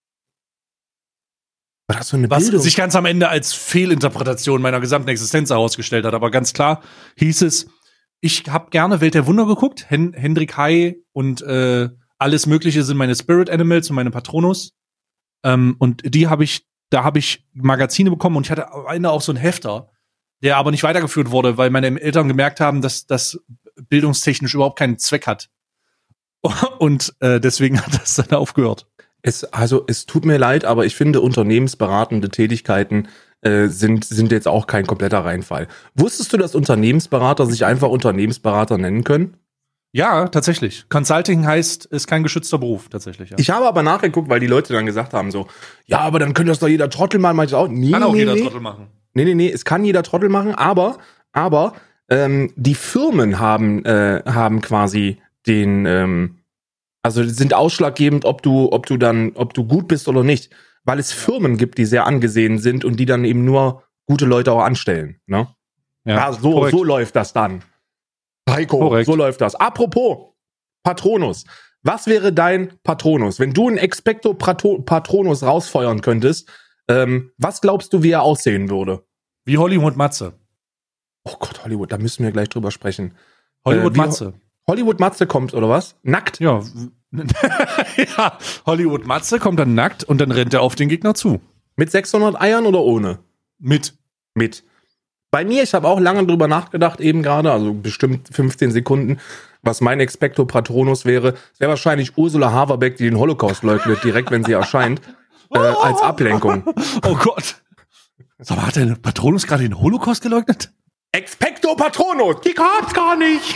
[SPEAKER 3] Was hast du eine
[SPEAKER 1] Was
[SPEAKER 3] Bildung?
[SPEAKER 1] sich ganz am Ende als Fehlinterpretation meiner gesamten Existenz herausgestellt hat. Aber ganz klar hieß es, ich habe gerne Welt der Wunder geguckt. Hen Hendrik Hai und äh, alles Mögliche sind meine Spirit Animals und meine Patronus. Ähm, und die habe ich, da habe ich Magazine bekommen und ich hatte am Ende auch so einen Hefter, der aber nicht weitergeführt wurde, weil meine Eltern gemerkt haben, dass das bildungstechnisch überhaupt keinen Zweck hat. Und äh, deswegen hat das dann aufgehört.
[SPEAKER 3] Es, also, es tut mir leid, aber ich finde, unternehmensberatende Tätigkeiten äh, sind, sind jetzt auch kein kompletter Reinfall. Wusstest du, dass Unternehmensberater sich einfach Unternehmensberater nennen können?
[SPEAKER 1] Ja, tatsächlich. Consulting heißt, ist kein geschützter Beruf, tatsächlich. Ja.
[SPEAKER 3] Ich habe aber nachgeguckt, weil die Leute dann gesagt haben so, ja, aber dann könnte das doch jeder Trottel machen. Meinte ich auch, nee,
[SPEAKER 1] Kann auch
[SPEAKER 3] nee,
[SPEAKER 1] jeder
[SPEAKER 3] nee.
[SPEAKER 1] Trottel machen.
[SPEAKER 3] Nee, nee, nee, es kann jeder Trottel machen, aber, aber ähm, die Firmen haben, äh, haben quasi den, ähm, also sind ausschlaggebend, ob du, ob du dann, ob du gut bist oder nicht, weil es Firmen gibt, die sehr angesehen sind und die dann eben nur gute Leute auch anstellen. Ne? Ja, so,
[SPEAKER 1] korrekt.
[SPEAKER 3] so läuft das dann. Heiko,
[SPEAKER 1] Korrekt.
[SPEAKER 3] so läuft das. Apropos Patronus. Was wäre dein Patronus? Wenn du einen Expecto Prato- Patronus rausfeuern könntest, ähm, was glaubst du, wie er aussehen würde?
[SPEAKER 1] Wie Hollywood Matze.
[SPEAKER 3] Oh Gott, Hollywood, da müssen wir gleich drüber sprechen.
[SPEAKER 1] Hollywood
[SPEAKER 3] Äh, wie-
[SPEAKER 1] Matze.
[SPEAKER 3] Hollywood Matze kommt, oder was? Nackt?
[SPEAKER 1] Ja. Ja, Hollywood Matze kommt dann nackt und dann rennt er auf den Gegner zu.
[SPEAKER 3] Mit sechshundert Eiern oder ohne?
[SPEAKER 1] Mit.
[SPEAKER 3] Mit. Bei mir, ich habe auch lange drüber nachgedacht, eben gerade, also bestimmt fünfzehn Sekunden, was mein Expecto Patronus wäre. Es wäre wahrscheinlich Ursula Haverbeck, die den Holocaust leugnet, direkt, wenn sie erscheint, äh, als Ablenkung.
[SPEAKER 1] Oh Gott. Sag mal, hat der Patronus gerade den Holocaust geleugnet?
[SPEAKER 3] Expecto Patronus! Die gab's gar nicht!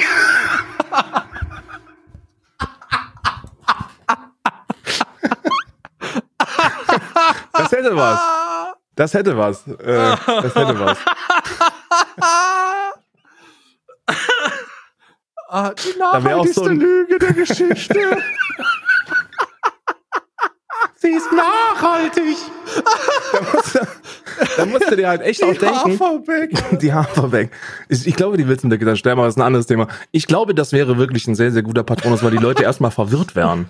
[SPEAKER 3] Das hätte was. Das hätte was. Äh, das hätte was.
[SPEAKER 1] Ah, die
[SPEAKER 3] Da wär auch so ein-
[SPEAKER 1] Lüge der Geschichte.
[SPEAKER 3] Sie ist nachhaltig! Da musste, da musste der halt echt auch denken.
[SPEAKER 1] Haferbeck.
[SPEAKER 3] Die Haferbeck. Ich, ich glaube, die willst mit der Gitter sterben, aber das ist ein anderes Thema. Ich glaube, das wäre wirklich ein sehr, sehr guter Patronus, weil die Leute erstmal verwirrt wären.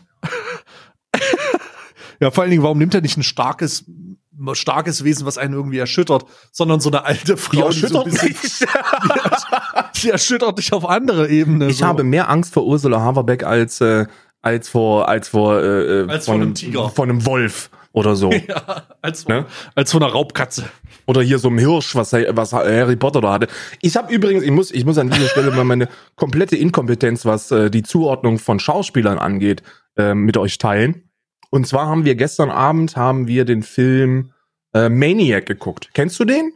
[SPEAKER 1] Ja, vor allen Dingen, warum nimmt er nicht ein starkes, starkes Wesen, was einen irgendwie erschüttert, sondern so eine alte Frau,
[SPEAKER 3] Die
[SPEAKER 1] die, so ein
[SPEAKER 3] erschüttert
[SPEAKER 1] bisschen,
[SPEAKER 3] mich.
[SPEAKER 1] die erschüttert dich auf andere Ebene.
[SPEAKER 3] Ich
[SPEAKER 1] so.
[SPEAKER 3] habe mehr Angst vor Ursula Haverbeck als, äh, als vor, als vor, äh,
[SPEAKER 1] Als vor einem Tiger.
[SPEAKER 3] Von einem Wolf oder so.
[SPEAKER 1] ja, als,
[SPEAKER 3] Ne?
[SPEAKER 1] als von einer Raubkatze.
[SPEAKER 3] Oder hier so einem Hirsch, was, was Harry Potter da hatte. Ich habe übrigens, ich muss, ich muss an dieser Stelle mal meine komplette Inkompetenz, was äh, die Zuordnung von Schauspielern angeht, äh, mit euch teilen. Und zwar haben wir gestern Abend haben wir den Film äh, Maniac geguckt. Kennst du den?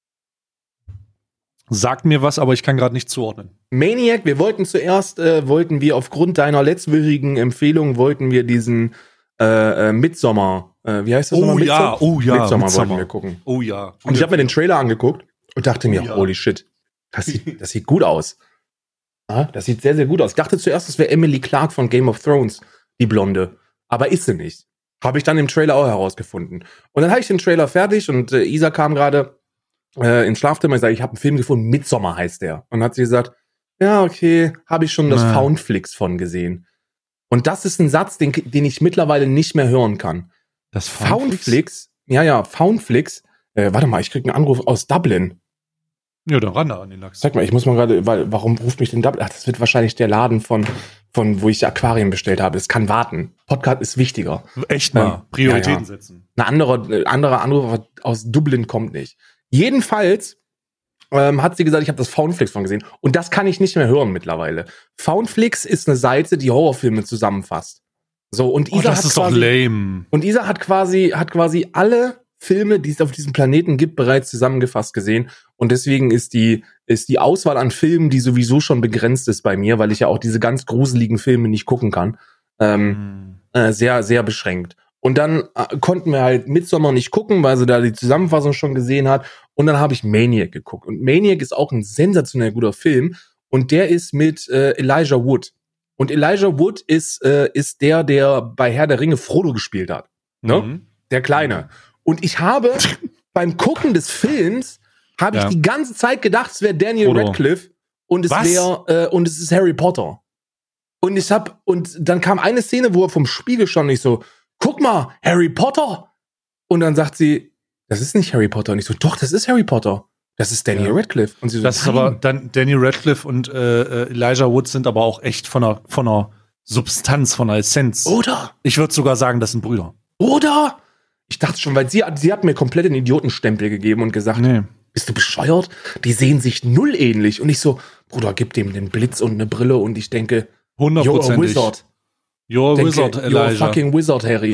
[SPEAKER 1] Sagt mir was, aber ich kann gerade nicht zuordnen.
[SPEAKER 3] Maniac, wir wollten zuerst, äh, wollten wir aufgrund deiner letztwöchigen Empfehlung, wollten wir diesen äh, äh, Midsommar, äh, wie heißt das
[SPEAKER 1] Oh
[SPEAKER 3] nochmal?
[SPEAKER 1] ja, oh ja,
[SPEAKER 3] Midsommar,
[SPEAKER 1] Midsommar.
[SPEAKER 3] wollten wir gucken.
[SPEAKER 1] Oh ja.
[SPEAKER 3] Und ich habe mir den Trailer angeguckt und dachte mir,
[SPEAKER 1] Oh ja.
[SPEAKER 3] holy shit, das sieht, das sieht gut aus. Ja, das sieht sehr, sehr gut aus. Ich dachte zuerst, es wäre Emily Clark von Game of Thrones, die Blonde. Aber ist sie nicht. Habe ich dann im Trailer auch herausgefunden. Und dann habe ich den Trailer fertig und äh, Isa kam gerade äh, ins Schlafzimmer. Ich sage, ich habe einen Film gefunden, Midsommar heißt der. Und hat sie gesagt, ja, okay, habe ich schon das
[SPEAKER 1] Na.
[SPEAKER 3] Foundflix von gesehen. Und das ist ein Satz, den, den ich mittlerweile nicht mehr hören kann.
[SPEAKER 1] Das
[SPEAKER 3] Foundflix, ja, ja, Foundflix. Äh, warte mal, ich krieg einen Anruf aus Dublin.
[SPEAKER 1] Ja, dann ran da an den Lachs.
[SPEAKER 3] Sag mal, ich muss mal gerade, weil, warum ruft mich denn Dublin? Ach, das wird wahrscheinlich der Laden von, von, wo ich Aquarien bestellt habe. Es kann warten. Podcast ist wichtiger.
[SPEAKER 1] Echt mal.
[SPEAKER 3] Ähm,
[SPEAKER 1] Prioritäten
[SPEAKER 3] ja, ja.
[SPEAKER 1] setzen.
[SPEAKER 3] Ein anderer, ein anderer Anruf aus Dublin kommt nicht. Jedenfalls ähm, hat sie gesagt, ich habe das Foundflix von gesehen. Und das kann ich nicht mehr hören mittlerweile. Foundflix ist eine Seite, die Horrorfilme zusammenfasst. So, und
[SPEAKER 1] Oh,
[SPEAKER 3] Isa
[SPEAKER 1] das
[SPEAKER 3] hat
[SPEAKER 1] ist doch
[SPEAKER 3] quasi,
[SPEAKER 1] lame.
[SPEAKER 3] und Isa hat quasi, hat quasi alle Filme, die es auf diesem Planeten gibt, bereits zusammengefasst gesehen. Und deswegen ist die, ist die Auswahl an Filmen, die sowieso schon begrenzt ist bei mir, weil ich ja auch diese ganz gruseligen Filme nicht gucken kann, ähm,
[SPEAKER 1] Hm.
[SPEAKER 3] äh, sehr, sehr beschränkt. Und dann äh, konnten wir halt Midsommar nicht gucken, weil sie da die Zusammenfassung schon gesehen hat. Und dann habe ich Maniac geguckt. Und Maniac ist auch ein sensationell guter Film. Und der ist mit äh, Elijah Wood. Und Elijah Wood ist, äh, ist der, der bei Herr der Ringe Frodo gespielt hat. Ne?
[SPEAKER 1] Mhm.
[SPEAKER 3] Der Kleine. Und ich habe beim Gucken des Films habe ich
[SPEAKER 1] Ja.
[SPEAKER 3] die ganze Zeit gedacht, es wäre Daniel
[SPEAKER 1] Frodo.
[SPEAKER 3] Radcliffe und es
[SPEAKER 1] Was?
[SPEAKER 3] wäre äh, und es ist Harry Potter. Und ich hab und dann kam eine Szene, wo er vom Spiegel stand und ich so, guck mal, Harry Potter. Und dann sagt sie, das ist nicht Harry Potter. Und ich so, doch, das ist Harry Potter. Das ist Daniel
[SPEAKER 1] Ja.
[SPEAKER 3] Radcliffe. Und sie so,
[SPEAKER 1] Das ist
[SPEAKER 3] nein.
[SPEAKER 1] aber dann Daniel Radcliffe und äh, äh, Elijah Wood sind aber auch echt von einer von einer Substanz, von einer Essenz.
[SPEAKER 3] Oder?
[SPEAKER 1] Ich würde sogar sagen, das sind Brüder.
[SPEAKER 3] Oder? Ich dachte schon, weil sie, sie hat mir komplett den Idiotenstempel gegeben und gesagt,
[SPEAKER 1] Nee.
[SPEAKER 3] bist du bescheuert? Die sehen sich null ähnlich. Und ich so, Bruder, gib dem den Blitz und eine Brille. Und ich denke, you're a
[SPEAKER 1] Hundertprozentig.
[SPEAKER 3] wizard.
[SPEAKER 1] You're a
[SPEAKER 3] Denke,
[SPEAKER 1] wizard,
[SPEAKER 3] you're a
[SPEAKER 1] Elijah.
[SPEAKER 3] fucking wizard, Harry.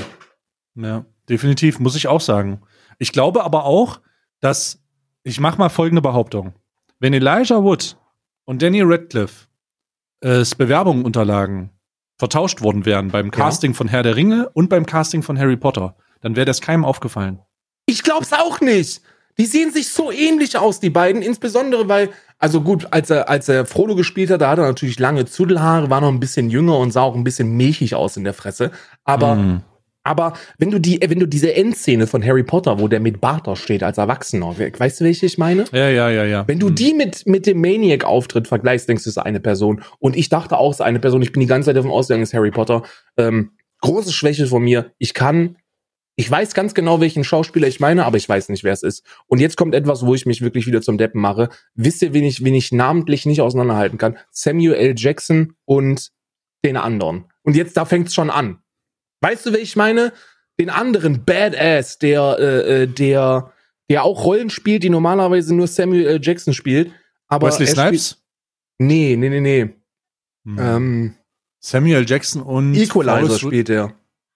[SPEAKER 1] Ja, definitiv, muss ich auch sagen. Ich glaube aber auch, dass, ich mache mal folgende Behauptung. Wenn Elijah Wood und Daniel Radcliffe äh, Bewerbungsunterlagen vertauscht worden wären beim Casting von Herr der Ringe und beim Casting von Harry Potter, dann wäre das keinem aufgefallen.
[SPEAKER 3] Ich glaub's auch nicht. Die sehen sich so ähnlich aus, die beiden. Insbesondere, weil, also gut, als er, als er Frodo gespielt hat, da hat er natürlich lange Zudelhaare, war noch ein bisschen jünger und sah auch ein bisschen milchig aus in der Fresse. Aber,
[SPEAKER 1] Mm.
[SPEAKER 3] aber wenn du die, wenn du diese Endszene von Harry Potter, wo der mit Bart da steht als Erwachsener, weißt du, welche ich meine?
[SPEAKER 1] Ja, ja, ja, ja.
[SPEAKER 3] Wenn du die mit, mit dem Maniac-Auftritt vergleichst, denkst du, es ist eine Person. Und ich dachte auch, es ist eine Person. Ich bin die ganze Zeit davon ausgegangen, es ist Harry Potter. Ähm, große Schwäche von mir. Ich kann, ich weiß ganz genau, welchen Schauspieler ich meine, aber ich weiß nicht, wer es ist. Und jetzt kommt etwas, wo ich mich wirklich wieder zum Deppen mache. Wisst ihr, wen ich, wen ich namentlich nicht auseinanderhalten kann? Samuel L. Jackson und den anderen. Und jetzt, da fängt's schon an. Weißt du, wer ich meine? Den anderen Badass, der, äh, äh, der, der auch Rollen spielt, die normalerweise nur Samuel L. Jackson spielt. Aber
[SPEAKER 1] Wesley
[SPEAKER 3] er
[SPEAKER 1] Snipes?
[SPEAKER 3] Spielt, nee, nee, nee, nee.
[SPEAKER 1] Hm.
[SPEAKER 3] Ähm,
[SPEAKER 1] Samuel Jackson und
[SPEAKER 3] Equalizer
[SPEAKER 1] Forrest-
[SPEAKER 3] spielt er.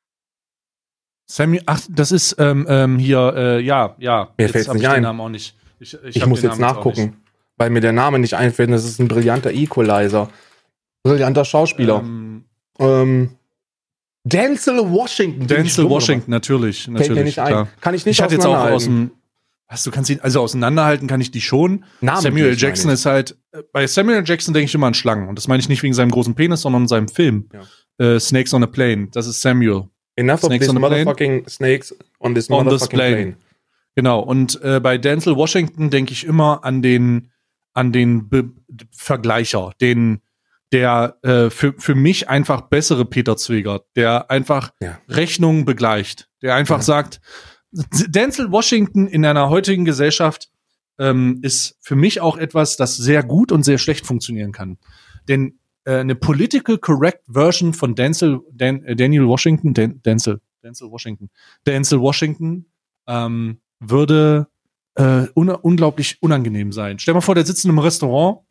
[SPEAKER 1] Samuel, ach, das ist ähm, ähm, hier, äh, ja, ja.
[SPEAKER 3] Mir
[SPEAKER 1] Jetzt
[SPEAKER 3] fällt's
[SPEAKER 1] hab
[SPEAKER 3] nicht
[SPEAKER 1] ich
[SPEAKER 3] ein.
[SPEAKER 1] den Namen auch nicht. Ich, ich,
[SPEAKER 3] Ich
[SPEAKER 1] hab
[SPEAKER 3] muss
[SPEAKER 1] den
[SPEAKER 3] jetzt
[SPEAKER 1] Namen auch nicht.
[SPEAKER 3] nachgucken, weil mir der Name nicht einfällt. Das ist ein brillanter Equalizer. Brillanter Schauspieler.
[SPEAKER 1] Ähm,
[SPEAKER 3] Ähm, Denzel Washington. Bin ich
[SPEAKER 1] Denzel
[SPEAKER 3] dumm,
[SPEAKER 1] Washington, natürlich,
[SPEAKER 3] oder was? Fällt mir
[SPEAKER 1] natürlich,
[SPEAKER 3] nicht
[SPEAKER 1] klar.
[SPEAKER 3] ein. Kann ich nicht
[SPEAKER 1] Ich hatte jetzt auch aus
[SPEAKER 3] auseinanderhalten.
[SPEAKER 1] dem, was, du kannst ihn, also auseinanderhalten kann ich die schon.
[SPEAKER 3] Namentlich,
[SPEAKER 1] Samuel
[SPEAKER 3] meine
[SPEAKER 1] Jackson
[SPEAKER 3] ich.
[SPEAKER 1] ist halt, äh, bei Samuel Jackson denke ich immer an Schlangen. Und das meine ich nicht wegen seinem großen Penis, sondern seinem Film. Äh, Snakes on a Plane. Das ist Samuel.
[SPEAKER 3] Enough of
[SPEAKER 1] Snakes
[SPEAKER 3] this
[SPEAKER 1] on a plane?
[SPEAKER 3] motherfucking snakes on this
[SPEAKER 1] On this
[SPEAKER 3] motherfucking
[SPEAKER 1] plane.
[SPEAKER 3] plane.
[SPEAKER 1] Genau. Und äh, bei Denzel Washington denke ich immer an den, an den Be Vergleicher, den, der äh, für, für mich einfach bessere Peter Zwegert, der einfach
[SPEAKER 3] Ja.
[SPEAKER 1] Rechnungen begleicht, der einfach
[SPEAKER 3] Ja.
[SPEAKER 1] sagt, Denzel Washington in einer heutigen Gesellschaft ähm, ist für mich auch etwas, das sehr gut und sehr schlecht funktionieren kann. Denn äh, eine political correct Version von Denzel, Dan, äh, Daniel Washington, Dan, Denzel, Denzel Washington, Denzel Washington ähm, würde äh, un unglaublich unangenehm sein. Stell dir mal vor, der sitzt in einem Restaurant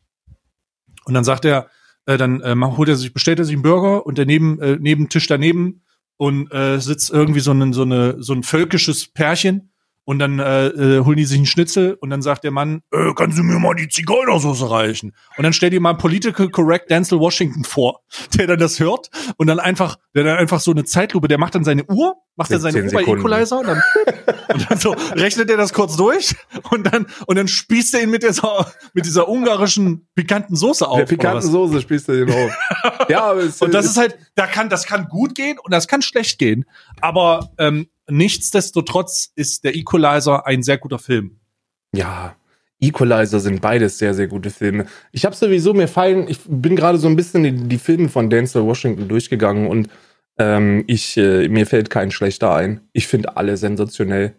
[SPEAKER 1] und dann sagt er, äh, dann äh, holt er sich, bestellt er sich einen Burger und der neben, äh, neben Tisch daneben und äh, sitzt irgendwie so ein, so eine, so ein völkisches Pärchen und dann äh, äh, holen die sich einen Schnitzel und dann sagt der Mann, äh, kannst du mir mal die Zigeunersoße reichen? Und dann stell dir mal political correct Denzel Washington vor, der dann das hört und dann einfach, der dann einfach so eine Zeitlupe, der macht dann seine Uhr, macht dann seine
[SPEAKER 3] zehn
[SPEAKER 1] Uhr bei
[SPEAKER 3] Sekunden.
[SPEAKER 1] Equalizer und dann, und dann so rechnet er das kurz durch und dann, und dann spießt er ihn mit dieser, mit dieser ungarischen pikanten Soße auf.
[SPEAKER 3] Der
[SPEAKER 1] oder
[SPEAKER 3] pikanten
[SPEAKER 1] was?
[SPEAKER 3] Soße spielst du den auf. Ja, aber es,
[SPEAKER 1] Und das ist halt, da kann, das kann gut gehen und das kann schlecht gehen. Aber ähm, nichtsdestotrotz ist der Equalizer ein sehr guter Film.
[SPEAKER 3] Ja, Equalizer sind beides sehr, sehr gute Filme. Ich habe sowieso, mir fallen, ich bin gerade so ein bisschen die, die Filme von Denzel Washington durchgegangen und ähm, ich, äh, mir fällt kein schlechter ein. Ich finde alle sensationell.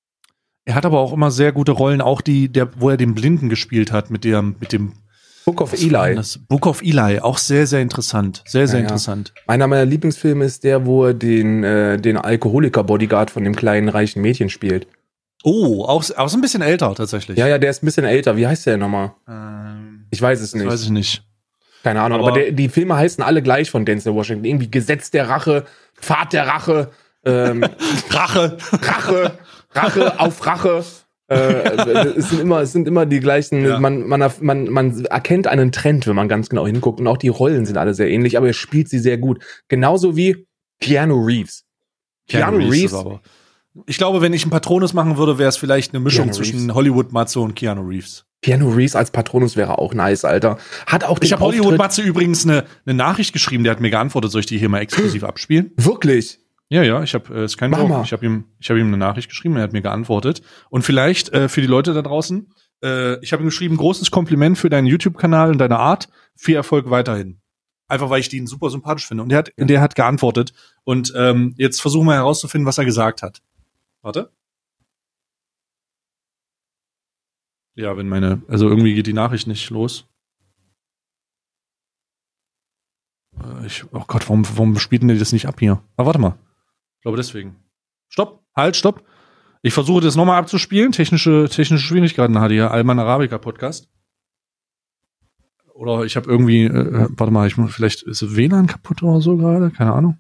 [SPEAKER 1] Er hat aber auch immer sehr gute Rollen, auch die, der, wo er den Blinden gespielt hat, mit dem, mit dem
[SPEAKER 3] Book of
[SPEAKER 1] was war denn
[SPEAKER 3] Eli.
[SPEAKER 1] das? Book of Eli, auch sehr, sehr interessant. Sehr, sehr
[SPEAKER 3] Ja, ja.
[SPEAKER 1] interessant.
[SPEAKER 3] Einer meiner Lieblingsfilme ist der, wo er den, äh, den Alkoholiker-Bodyguard von dem kleinen reichen Mädchen spielt.
[SPEAKER 1] Oh, auch, auch so ein bisschen älter tatsächlich.
[SPEAKER 3] Ja, ja, der ist ein bisschen älter. Wie heißt der nochmal?
[SPEAKER 1] Ähm,
[SPEAKER 3] Ich weiß es
[SPEAKER 1] das
[SPEAKER 3] nicht.
[SPEAKER 1] weiß ich nicht.
[SPEAKER 3] Keine Ahnung, aber,
[SPEAKER 1] Aber-
[SPEAKER 3] der, die Filme heißen alle gleich von Denzel Washington. Irgendwie Gesetz der Rache, Pfad der Rache, ähm,
[SPEAKER 1] Rache.
[SPEAKER 3] Rache, Rache auf Rache. Äh, es sind immer, es sind immer die gleichen.
[SPEAKER 1] Ja.
[SPEAKER 3] Man, man, man, man erkennt einen Trend, wenn man ganz genau hinguckt. Und auch die Rollen sind alle sehr ähnlich, aber er spielt sie sehr gut. Genauso wie Keanu Reeves. Keanu, Reeves.
[SPEAKER 1] ist aber. Ich glaube, wenn ich einen Patronus machen würde, wäre es vielleicht eine Mischung
[SPEAKER 3] Keanu
[SPEAKER 1] zwischen
[SPEAKER 3] Reeves.
[SPEAKER 1] Hollywood-Matze und Keanu Reeves.
[SPEAKER 3] Keanu Reeves als Patronus wäre auch nice, Alter. Hat auch den
[SPEAKER 1] Ich habe
[SPEAKER 3] Auftritt-
[SPEAKER 1] Hollywood Matze übrigens eine eine Nachricht geschrieben, der hat mir geantwortet, soll ich die hier mal exklusiv abspielen?
[SPEAKER 3] Wirklich?
[SPEAKER 1] Ja, ja, ich habe äh, ist kein
[SPEAKER 3] Mach
[SPEAKER 1] Joke.
[SPEAKER 3] mal.
[SPEAKER 1] Ich habe ihm ich habe ihm eine Nachricht geschrieben, er hat mir geantwortet und vielleicht äh, für die Leute da draußen, äh, ich habe ihm geschrieben, großes Kompliment für deinen YouTube-Kanal und deine Art, viel Erfolg weiterhin. Einfach weil ich den super sympathisch finde und der hat der hat geantwortet und ähm, jetzt versuchen wir herauszufinden, was er gesagt hat. Warte. Ja, wenn meine, also irgendwie geht die Nachricht nicht los. Äh, Ich, oh Gott, warum, warum spielt denn die das nicht ab hier? Ah, warte mal. Ich glaube deswegen. Stopp, halt, stopp. Ich versuche das nochmal abzuspielen. Technische, technische Schwierigkeiten hatte hier Alman Arabica Podcast. Oder ich habe irgendwie, äh, warte mal, ich muss, vielleicht ist W L A N kaputt oder so gerade, keine Ahnung.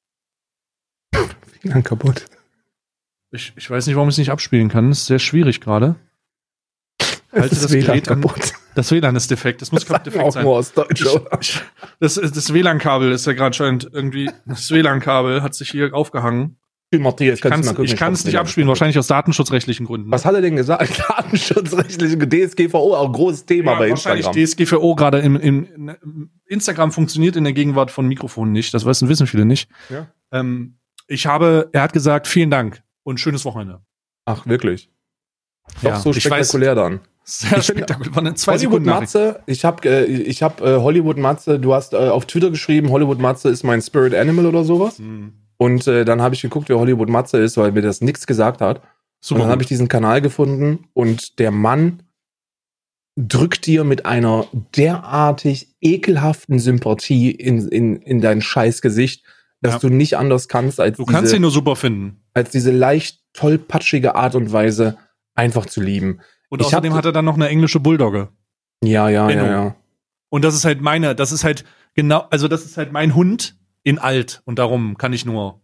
[SPEAKER 3] W L A N kaputt.
[SPEAKER 1] Ich, ich weiß nicht, warum ich es nicht abspielen kann. Das ist sehr schwierig gerade. Halte das
[SPEAKER 3] W L A N
[SPEAKER 1] Gerät an.
[SPEAKER 3] kaputt.
[SPEAKER 1] Das W L A N ist defekt. Das muss
[SPEAKER 3] Das
[SPEAKER 1] defekt
[SPEAKER 3] auch
[SPEAKER 1] sein.
[SPEAKER 3] nur aus Deutsch,
[SPEAKER 1] Ich,
[SPEAKER 3] oder?
[SPEAKER 1] ich, das das W L A N-Kabel ist ja gerade scheint irgendwie. Das W L A N-Kabel hat sich hier aufgehangen.
[SPEAKER 3] Matthias,
[SPEAKER 1] Ich kann
[SPEAKER 3] kannst
[SPEAKER 1] es
[SPEAKER 3] du mal gucken,
[SPEAKER 1] ich kann's
[SPEAKER 3] hab's
[SPEAKER 1] nicht
[SPEAKER 3] wieder.
[SPEAKER 1] abspielen, wahrscheinlich aus datenschutzrechtlichen Gründen.
[SPEAKER 3] Was hat er denn gesagt? Datenschutzrechtliche D S G V O, auch ein großes Thema
[SPEAKER 1] ja,
[SPEAKER 3] bei
[SPEAKER 1] wahrscheinlich
[SPEAKER 3] Instagram.
[SPEAKER 1] D S G V O gerade im, im, im Instagram funktioniert in der Gegenwart von Mikrofonen nicht. Das wissen, wissen viele nicht.
[SPEAKER 3] Ja.
[SPEAKER 1] Ähm, ich habe, er hat gesagt, vielen Dank und schönes Wochenende.
[SPEAKER 3] Ach, wirklich? Doch
[SPEAKER 1] Ja,
[SPEAKER 3] so
[SPEAKER 1] ich
[SPEAKER 3] spektakulär dann.
[SPEAKER 1] Sehr
[SPEAKER 3] Ich find-
[SPEAKER 1] spektakulär. War eine zwei
[SPEAKER 3] Hollywood
[SPEAKER 1] Sekunden Nachricht.
[SPEAKER 3] Matze, ich hab, äh, ich hab äh, Hollywood Matze, du hast äh, auf Twitter geschrieben, Hollywood Matze ist mein Spirit Animal oder sowas.
[SPEAKER 1] Hm.
[SPEAKER 3] Und äh, dann habe ich geguckt, wer Hollywood Matze ist, weil mir das nichts gesagt hat. Und
[SPEAKER 1] Super.
[SPEAKER 3] dann habe
[SPEAKER 1] gut.
[SPEAKER 3] ich diesen Kanal gefunden und der Mann drückt dir mit einer derartig ekelhaften Sympathie in, in, in dein Scheißgesicht, dass
[SPEAKER 1] Ja.
[SPEAKER 3] du nicht anders kannst, als
[SPEAKER 1] Du kannst
[SPEAKER 3] diese,
[SPEAKER 1] ihn nur super finden.
[SPEAKER 3] als diese leicht tollpatschige Art und Weise einfach zu lieben.
[SPEAKER 1] Und
[SPEAKER 3] Ich
[SPEAKER 1] außerdem
[SPEAKER 3] hab-
[SPEAKER 1] hat er dann noch eine englische Bulldogge.
[SPEAKER 3] Ja, ja,
[SPEAKER 1] Benno.
[SPEAKER 3] ja, ja.
[SPEAKER 1] Und das ist halt meine, das ist halt genau, also das ist halt mein Hund in alt und darum kann ich nur.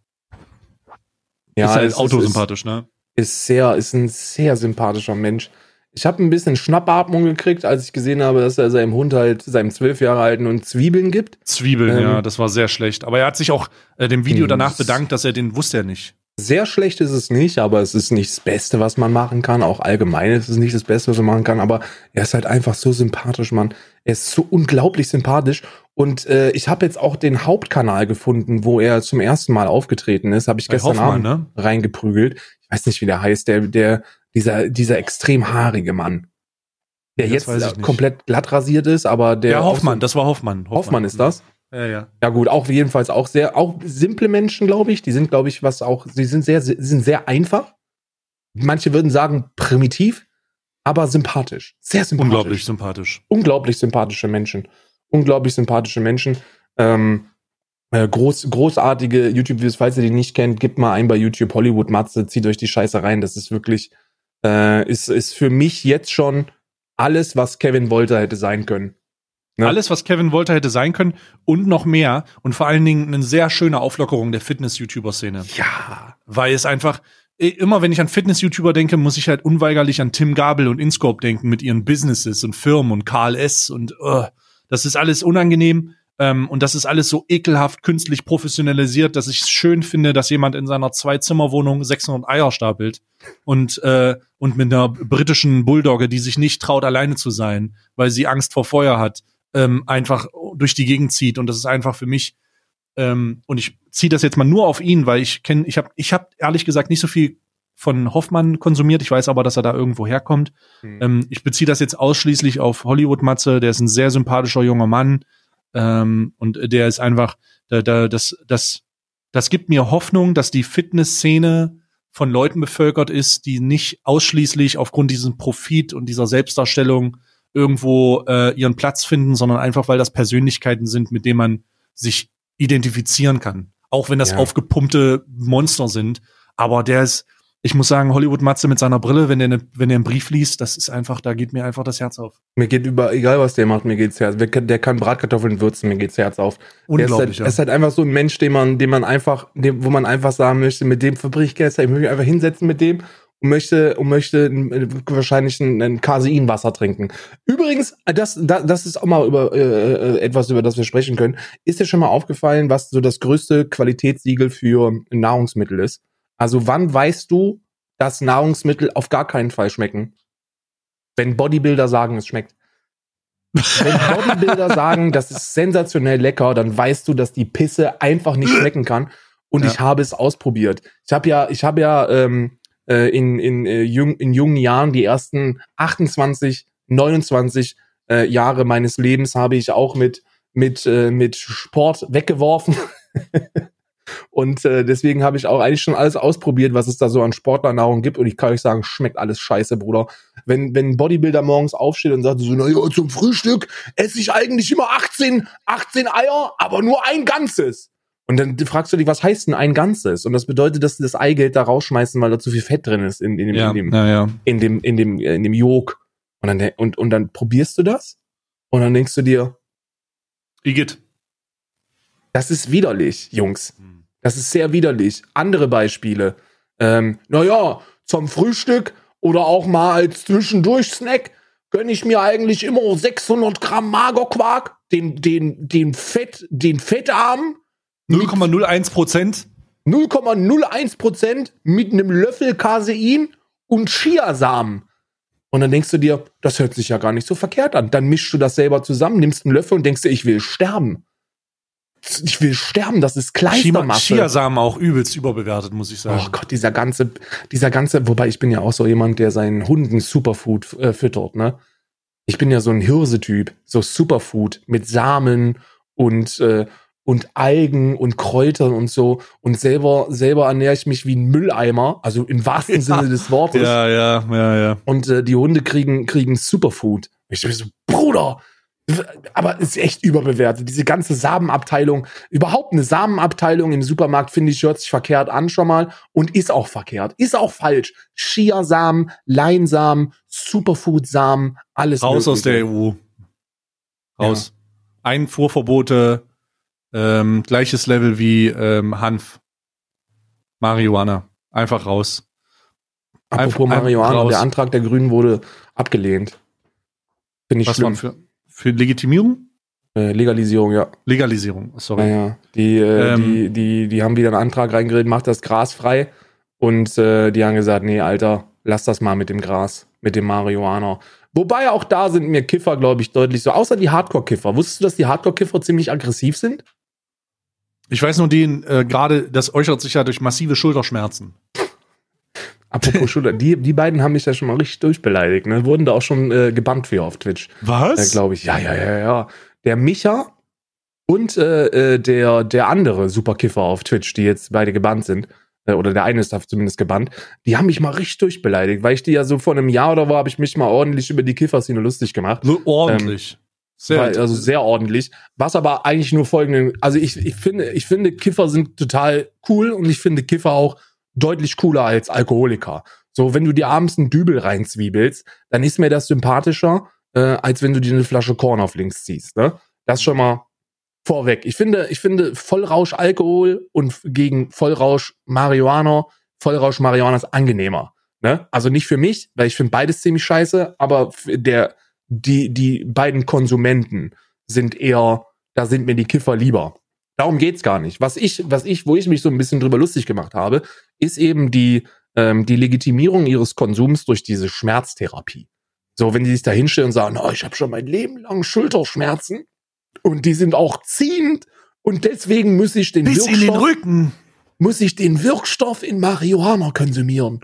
[SPEAKER 3] Ja,
[SPEAKER 1] ist halt
[SPEAKER 3] es
[SPEAKER 1] autosympathisch, ne?
[SPEAKER 3] Ist sehr, ist ein sehr sympathischer Mensch. Ich habe ein bisschen Schnappatmung gekriegt, als ich gesehen habe, dass er seinem Hund halt, seinem zwölf Jahre alten Hund Zwiebeln gibt.
[SPEAKER 1] Zwiebeln,
[SPEAKER 3] Ähm,
[SPEAKER 1] ja, das war sehr schlecht. Aber er hat sich auch äh, dem Video
[SPEAKER 3] Hm,
[SPEAKER 1] danach
[SPEAKER 3] das-
[SPEAKER 1] bedankt, dass er den wusste er nicht.
[SPEAKER 3] Sehr schlecht ist es nicht, aber es ist nicht das Beste, was man machen kann. Auch allgemein ist es nicht das Beste, was man machen kann. Aber er ist halt einfach so sympathisch, Mann. Er ist so unglaublich sympathisch. Und äh, ich habe jetzt auch den Hauptkanal gefunden, wo er zum ersten Mal aufgetreten ist. Habe ich
[SPEAKER 1] Bei
[SPEAKER 3] gestern
[SPEAKER 1] Hoffmann,
[SPEAKER 3] Abend
[SPEAKER 1] ne?
[SPEAKER 3] reingeprügelt. Ich weiß nicht, wie der heißt. Der, der, dieser, dieser extrem haarige Mann. Der
[SPEAKER 1] Das
[SPEAKER 3] jetzt
[SPEAKER 1] weiß ich
[SPEAKER 3] äh,
[SPEAKER 1] nicht.
[SPEAKER 3] komplett glatt rasiert ist, aber der.
[SPEAKER 1] Ja,
[SPEAKER 3] auch
[SPEAKER 1] Hoffmann,
[SPEAKER 3] so-
[SPEAKER 1] das war Hoffmann. Hoffmann,
[SPEAKER 3] Hoffmann ist das?
[SPEAKER 1] Ja, ja.
[SPEAKER 3] Ja gut, auch jedenfalls auch sehr, auch simple Menschen, glaube ich. Die sind, glaube ich, was auch, sie sind sehr, sie sind sehr einfach. Manche würden sagen primitiv, aber sympathisch. Sehr sympathisch.
[SPEAKER 1] Unglaublich sympathisch.
[SPEAKER 3] Unglaublich sympathische Menschen. Unglaublich sympathische Menschen. Ähm, äh, groß, großartige YouTube-Videos, falls ihr die nicht kennt, gebt mal ein bei YouTube Hollywood Matze, zieht euch die Scheiße rein. Das ist wirklich, äh, ist, ist für mich jetzt schon alles, was Kevin Wolter hätte sein können. Ne?
[SPEAKER 1] Alles, was Kevin Wolter hätte sein können und noch mehr und vor allen Dingen eine sehr schöne Auflockerung der Fitness-YouTuber-Szene.
[SPEAKER 3] Ja.
[SPEAKER 1] Weil es einfach, immer wenn ich an Fitness-YouTuber denke, muss ich halt unweigerlich an Tim Gabel und InScope denken mit ihren Businesses und Firmen und K L S und uh, das ist alles unangenehm ähm, und das ist alles so ekelhaft künstlich professionalisiert, dass ich es schön finde, dass jemand in seiner Zwei-Zimmer-Wohnung sechshundert Eier stapelt und äh, und mit einer britischen Bulldogge, die sich nicht traut, alleine zu sein, weil sie Angst vor Feuer hat, ähm, einfach durch die Gegend zieht und das ist einfach für mich ähm, und ich ziehe das jetzt mal nur auf ihn, weil ich kenne, ich habe ich hab ehrlich gesagt nicht so viel von Hoffmann konsumiert, ich weiß aber, dass er da irgendwo herkommt.
[SPEAKER 3] Hm.
[SPEAKER 1] Ähm, ich beziehe das jetzt ausschließlich auf Hollywood Matze, der ist ein sehr sympathischer junger Mann ähm, und der ist einfach, da, da, das, das, das gibt mir Hoffnung, dass die Fitnessszene von Leuten bevölkert ist, die nicht ausschließlich aufgrund diesem Profit und dieser Selbstdarstellung irgendwo äh, ihren Platz finden, sondern einfach, weil das Persönlichkeiten sind, mit denen man sich identifizieren kann. Auch wenn das
[SPEAKER 3] Ja.
[SPEAKER 1] aufgepumpte Monster sind. Aber der ist, ich muss sagen, Hollywood Matze mit seiner Brille, wenn der, ne, wenn der einen Brief liest, das ist einfach, da geht mir einfach das Herz auf.
[SPEAKER 3] Mir geht über, egal was der macht, mir geht's Herz. Wer kann- Der kann Bratkartoffeln würzen, mir geht's Herz auf. Der ist halt,
[SPEAKER 1] Unglaublich, ja.
[SPEAKER 3] ist halt einfach so ein Mensch, den man, den man einfach, dem, wo man einfach sagen möchte, mit dem verbringe ich Geld, ich möchte mich einfach hinsetzen mit dem und möchte, und möchte äh, wahrscheinlich ein, ein Caseinwasser trinken. Übrigens, das, das, das ist auch mal über äh, äh, etwas, über das wir sprechen können. Ist dir schon mal aufgefallen, was so das größte Qualitätssiegel für Nahrungsmittel ist? Also wann weißt du, dass Nahrungsmittel auf gar keinen Fall schmecken? Wenn Bodybuilder sagen, es schmeckt. Wenn Bodybuilder sagen, das ist sensationell lecker, dann weißt du, dass die Pisse einfach nicht schmecken kann. Und ja. ich habe es ausprobiert. Ich habe ja, ich habe ja ähm, äh, in in, äh, jung, in jungen Jahren die ersten achtundzwanzig, neunundzwanzig äh, Jahre meines Lebens habe ich auch mit mit äh, mit Sport weggeworfen. Und äh, deswegen habe ich auch eigentlich schon alles ausprobiert, was es da so an Sportlernahrung gibt. Und ich kann euch sagen, schmeckt alles scheiße, Bruder. Wenn wenn ein Bodybuilder morgens aufsteht und sagt so, na ja, zum Frühstück esse ich eigentlich immer achtzehn Eier, aber nur ein ganzes. Und dann fragst du dich, was heißt denn ein ganzes? Und das bedeutet, dass sie das Eigelb da rausschmeißen, weil da zu viel Fett drin ist in, in dem
[SPEAKER 1] ja,
[SPEAKER 3] in dem
[SPEAKER 1] ja, ja.
[SPEAKER 3] in dem in dem in dem Yolk. Und dann und und dann probierst du das und dann denkst du dir,
[SPEAKER 1] Igitt.
[SPEAKER 3] Das ist widerlich, Jungs. Das ist sehr widerlich. Andere Beispiele. Ähm, naja, zum Frühstück oder auch mal als Zwischendurch-Snack gönne ich mir eigentlich immer sechshundert Gramm Magerquark, den, den, den Fett, den Fettarm.
[SPEAKER 1] null Komma null eins Prozent.
[SPEAKER 3] null Komma null eins Prozent mit einem Löffel Casein und Chiasamen. Und dann denkst du dir, das hört sich ja gar nicht so verkehrt an. Dann mischst du das selber zusammen, nimmst einen Löffel und denkst dir, ich will sterben. Ich will sterben, das ist Kleistermasse.
[SPEAKER 1] Chiasamen auch übelst überbewertet, muss ich sagen.
[SPEAKER 3] Oh Gott, dieser ganze, dieser ganze, wobei ich bin ja auch so jemand, der seinen Hunden Superfood äh, füttert, ne? Ich bin ja so ein Hirse-Typ, so Superfood mit Samen und äh, und Algen und Kräutern und so und selber selber ernähre ich mich wie ein Mülleimer, also im wahrsten ja. Sinne des Wortes.
[SPEAKER 1] Ja, ja, ja, ja.
[SPEAKER 3] Und äh, die Hunde kriegen kriegen Superfood. Ich bin so, Bruder, aber ist echt überbewertet. Diese ganze Samenabteilung, überhaupt eine Samenabteilung im Supermarkt, finde ich, hört sich verkehrt an schon mal und ist auch verkehrt, ist auch falsch. Chiasamen, Leinsamen, Superfood-Samen, alles
[SPEAKER 1] Raus
[SPEAKER 3] mögliche.
[SPEAKER 1] Aus der E U. Raus. Ja. Einfuhrverbote, ähm, gleiches Level wie ähm, Hanf. Marihuana. Einfach raus.
[SPEAKER 3] Apropos
[SPEAKER 1] Einfach,
[SPEAKER 3] Marihuana, der Antrag der Grünen wurde abgelehnt. Finde ich
[SPEAKER 1] Was
[SPEAKER 3] schlimm.
[SPEAKER 1] war für, für Legitimierung?
[SPEAKER 3] Äh, Legalisierung, ja.
[SPEAKER 1] Legalisierung, sorry.
[SPEAKER 3] Naja, die, äh,
[SPEAKER 1] Ähm,
[SPEAKER 3] die, die, die haben wieder einen Antrag reingeredet, macht das Gras frei. Und äh, die haben gesagt, nee, Alter, lass das mal mit dem Gras, mit dem Marihuana. Wobei auch da sind mir Kiffer, glaube ich, deutlich so. Außer die Hardcore-Kiffer. Wusstest du, dass die Hardcore-Kiffer ziemlich aggressiv sind?
[SPEAKER 1] Ich weiß nur, den äh, gerade, das äußert sich ja durch massive Schulterschmerzen.
[SPEAKER 3] Apropos Schulter, die, die beiden haben mich ja schon mal richtig durchbeleidigt, ne? Wurden da auch schon äh, gebannt für auf Twitch.
[SPEAKER 1] Was?
[SPEAKER 3] Äh, glaube ich. Ja, ja, ja, ja. Der Micha und äh, äh, der, der andere Superkiffer auf Twitch, die jetzt beide gebannt sind, äh, oder der eine ist da zumindest gebannt, die haben mich mal richtig durchbeleidigt, weil ich die ja so vor einem Jahr oder war, habe ich mich mal ordentlich über die Kiffer-Szene lustig gemacht.
[SPEAKER 1] So ordentlich. Ähm,
[SPEAKER 3] sehr weil, also sehr ordentlich. Was aber eigentlich nur folgenden, also ich, ich finde, ich finde, Kiffer sind total cool und ich finde Kiffer auch deutlich cooler als Alkoholiker. So, wenn du dir abends einen Dübel reinzwiebelst, dann ist mir das sympathischer, äh, als wenn du dir eine Flasche Korn auf links ziehst, ne? Das schon mal vorweg. Ich finde, ich finde Vollrausch Alkohol und gegen Vollrausch Marihuana, Vollrausch Marihuana ist angenehmer, ne? Also nicht für mich, weil ich finde beides ziemlich scheiße, aber der, die, die beiden Konsumenten sind eher, da sind mir die Kiffer lieber. Darum geht's gar nicht. Was ich, was ich, wo ich mich so ein bisschen drüber lustig gemacht habe, ist eben die, ähm, die Legitimierung ihres Konsums durch diese Schmerztherapie. So, wenn die sich da hinstellen und sagen, oh, ich habe schon mein Leben lang Schulterschmerzen und die sind auch ziehend und deswegen muss ich den
[SPEAKER 1] Bis
[SPEAKER 3] Wirkstoff,
[SPEAKER 1] in den Rücken.
[SPEAKER 3] muss ich den Wirkstoff in Marihuana konsumieren.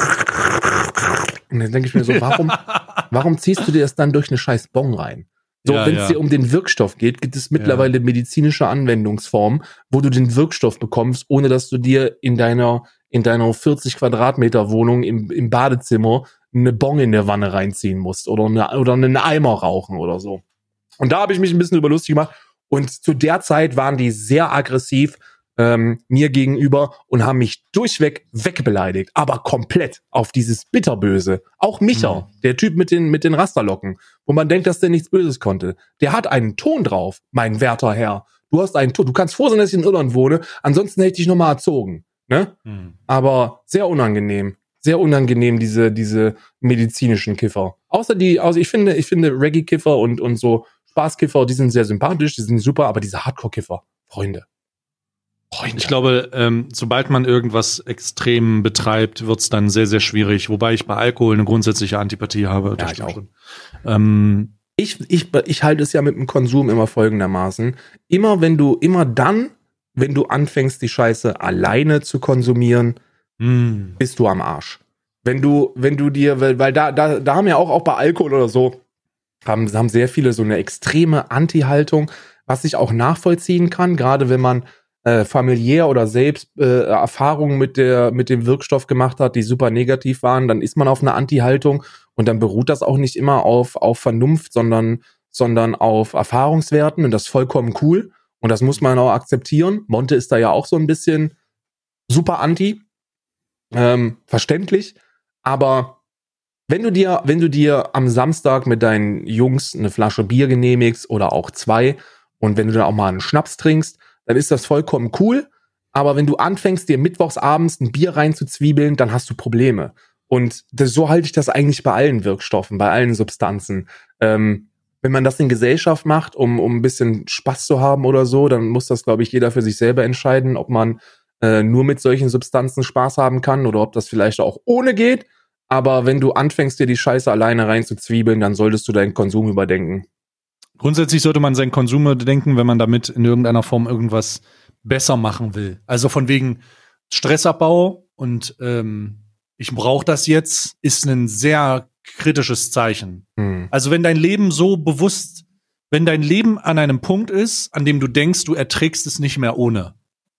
[SPEAKER 3] Und dann denke ich mir so, warum, warum ziehst du dir das dann durch eine scheiß Bong rein? So,
[SPEAKER 1] ja,
[SPEAKER 3] wenn es
[SPEAKER 1] ja.
[SPEAKER 3] dir um den Wirkstoff geht, gibt es mittlerweile ja. medizinische Anwendungsformen, wo du den Wirkstoff bekommst, ohne dass du dir in deiner in deiner vierzig Quadratmeter Wohnung im, im Badezimmer eine Bong in der Wanne reinziehen musst oder eine, oder einen Eimer rauchen oder so. Und da habe ich mich ein bisschen über lustig gemacht. Und zu der Zeit waren die sehr aggressiv ähm, mir gegenüber und haben mich durchweg wegbeleidigt, aber komplett auf dieses Bitterböse. Auch Micha, mhm. der Typ mit den mit den Rasterlocken, wo man denkt, dass der nichts Böses konnte. Der hat einen Ton drauf, mein werter Herr. Du hast einen Ton. Du kannst froh sein, dass ich in Irland wohne. Ansonsten hätte ich dich nochmal erzogen. Ne? Mhm. Aber sehr unangenehm. Sehr unangenehm, diese diese medizinischen Kiffer. Außer die, also ich finde, ich finde Reggae-Kiffer und und so Spaßkiffer, die sind sehr sympathisch, die sind super, aber diese Hardcore-Kiffer, Freunde.
[SPEAKER 1] Ich glaube, ähm, sobald man irgendwas extrem betreibt, wird's dann sehr, sehr schwierig. Wobei ich bei Alkohol eine grundsätzliche Antipathie habe.
[SPEAKER 3] Ja, ich auch.
[SPEAKER 1] Schon. Ähm,
[SPEAKER 3] ich, ich, ich halte es ja mit dem Konsum immer folgendermaßen. Immer wenn du, immer dann, wenn du anfängst, die Scheiße alleine zu konsumieren,
[SPEAKER 1] mh.
[SPEAKER 3] bist du am Arsch. Wenn du, wenn du dir, weil, weil da, da, da haben ja auch, auch bei Alkohol oder so, haben, haben sehr viele so eine extreme Anti-Haltung, was ich auch nachvollziehen kann, gerade wenn man äh, familiär oder selbst äh, Erfahrungen mit der, mit dem Wirkstoff gemacht hat, die super negativ waren, dann ist man auf einer Anti-Haltung und dann beruht das auch nicht immer auf, auf Vernunft, sondern, sondern auf Erfahrungswerten und das ist vollkommen cool und das muss man auch akzeptieren. Monte ist da ja auch so ein bisschen super anti, ähm, verständlich, aber wenn du dir, wenn du dir am Samstag mit deinen Jungs eine Flasche Bier genehmigst oder auch zwei und wenn du dann auch mal einen Schnaps trinkst, dann ist das vollkommen cool. Aber wenn du anfängst, dir mittwochs abends ein Bier reinzuzwiebeln, dann hast du Probleme. Und das, so halte ich das eigentlich bei allen Wirkstoffen, bei allen Substanzen. Ähm, wenn man das in Gesellschaft macht, um, um ein bisschen Spaß zu haben oder so, dann muss das, glaube ich, jeder für sich selber entscheiden, ob man äh, nur mit solchen Substanzen Spaß haben kann oder ob das vielleicht auch ohne geht. Aber wenn du anfängst, dir die Scheiße alleine reinzuzwiebeln, dann solltest du deinen Konsum überdenken.
[SPEAKER 1] Grundsätzlich sollte man seinen Konsum überdenken, wenn man damit in irgendeiner Form irgendwas besser machen will. Also von wegen Stressabbau und ähm, ich brauche das jetzt, ist ein sehr kritisches Zeichen.
[SPEAKER 3] Hm.
[SPEAKER 1] Also wenn dein Leben so bewusst, wenn dein Leben an einem Punkt ist, an dem du denkst, du erträgst es nicht mehr ohne,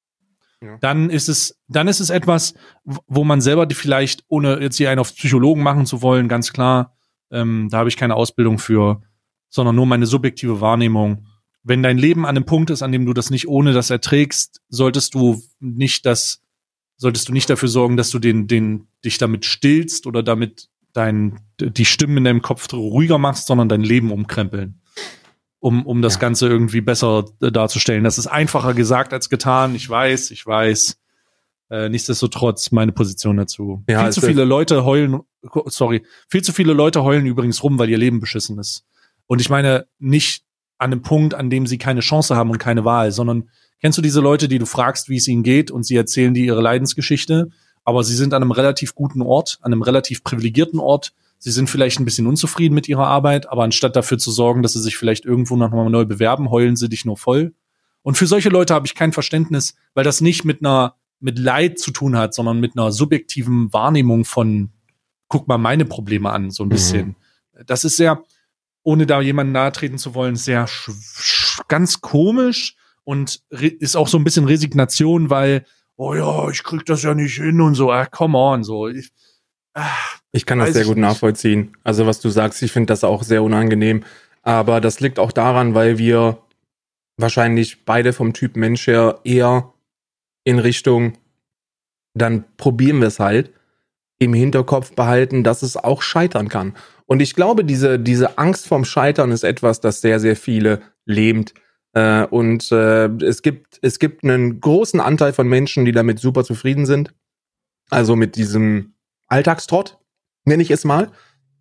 [SPEAKER 1] ja. dann ist es, dann ist es etwas, wo man selber die vielleicht, ohne jetzt hier einen auf Psychologen machen zu wollen, ganz klar, ähm, da habe ich keine Ausbildung für, sondern nur meine subjektive Wahrnehmung. Wenn dein Leben an einem Punkt ist, an dem du das nicht ohne das erträgst, solltest du nicht das, solltest du nicht dafür sorgen, dass du den, den, dich damit stillst oder damit dein, die Stimmen in deinem Kopf ruhiger machst, sondern dein Leben umkrempeln. Um, um das ja. Ganze irgendwie besser darzustellen. Das ist einfacher gesagt als getan. Ich weiß, ich weiß. Äh, nichtsdestotrotz meine Position dazu.
[SPEAKER 3] Ja,
[SPEAKER 1] viel zu viele Leute heulen, sorry, viel zu viele Leute heulen übrigens rum, weil ihr Leben beschissen ist. Und ich meine nicht an einem Punkt, an dem sie keine Chance haben und keine Wahl, sondern kennst du diese Leute, die du fragst, wie es ihnen geht und sie erzählen dir ihre Leidensgeschichte, aber sie sind an einem relativ guten Ort, an einem relativ privilegierten Ort, sie sind vielleicht ein bisschen unzufrieden mit ihrer Arbeit, aber anstatt dafür zu sorgen, dass sie sich vielleicht irgendwo noch mal neu bewerben, heulen sie dich nur voll. Und für solche Leute habe ich kein Verständnis, weil das nicht mit einer mit Leid zu tun hat, sondern mit einer subjektiven Wahrnehmung von guck mal meine Probleme an, so ein bisschen. Mhm. Das ist sehr, ohne da jemanden nahe treten zu wollen, sehr sch- sch- ganz komisch und re- ist auch so ein bisschen Resignation, weil, oh ja, ich krieg das ja nicht hin und so, ah, come on, so. Ich, ah,
[SPEAKER 3] ich kann das sehr gut nicht. nachvollziehen. Also was du sagst, ich finde das auch sehr unangenehm. Aber das liegt auch daran, weil wir wahrscheinlich beide vom Typ Mensch her eher in Richtung, dann probieren wir es halt, im Hinterkopf behalten, dass es auch scheitern kann. Und ich glaube, diese, diese Angst vorm Scheitern ist etwas, das sehr, sehr viele lähmt. Äh, und äh, es gibt, es gibt einen großen Anteil von Menschen, die damit super zufrieden sind. Also mit diesem Alltagstrott, nenne ich es mal.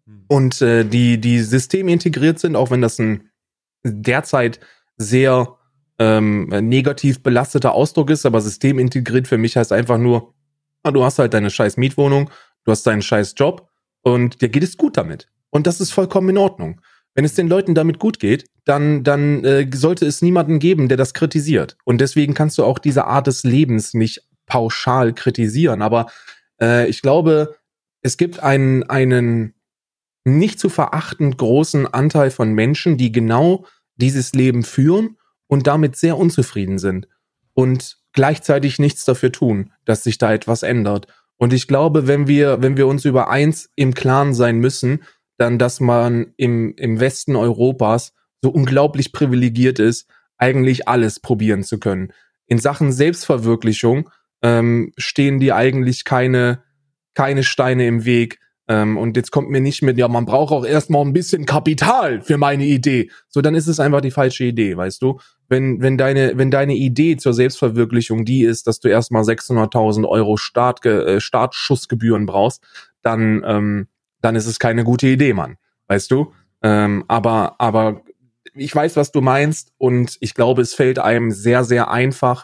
[SPEAKER 3] Und äh, die, die systemintegriert sind, auch wenn das ein derzeit sehr ähm, negativ belasteter Ausdruck ist, aber systemintegriert für mich heißt einfach nur, ah, du hast halt deine scheiß Mietwohnung, du hast deinen scheiß Job und dir geht es gut damit. Und das ist vollkommen in Ordnung. Wenn es den Leuten damit gut geht, dann, dann äh, sollte es niemanden geben, der das kritisiert. Und deswegen kannst du auch diese Art des Lebens nicht pauschal kritisieren. Aber äh, ich glaube, es gibt einen, einen nicht zu verachtend großen Anteil von Menschen, die genau dieses Leben führen und damit sehr unzufrieden sind und gleichzeitig nichts dafür tun, dass sich da etwas ändert. Und ich glaube, wenn wir, wenn wir uns über eins im Klaren sein müssen, dann, dass man im, im Westen Europas so unglaublich privilegiert ist, eigentlich alles probieren zu können. In Sachen Selbstverwirklichung ähm, stehen dir eigentlich keine, keine Steine im Weg. Ähm, und jetzt kommt mir nicht mit, ja, man braucht auch erstmal ein bisschen Kapital für meine Idee. So, dann ist es einfach die falsche Idee, weißt du? Wenn, wenn deine, wenn deine Idee zur Selbstverwirklichung die ist, dass du erstmal sechshunderttausend Euro Start, äh, Startschussgebühren brauchst, dann, ähm, dann ist es keine gute Idee, Mann. Weißt du? Ähm, aber, aber ich weiß, was du meinst und ich glaube, es fällt einem sehr, sehr einfach,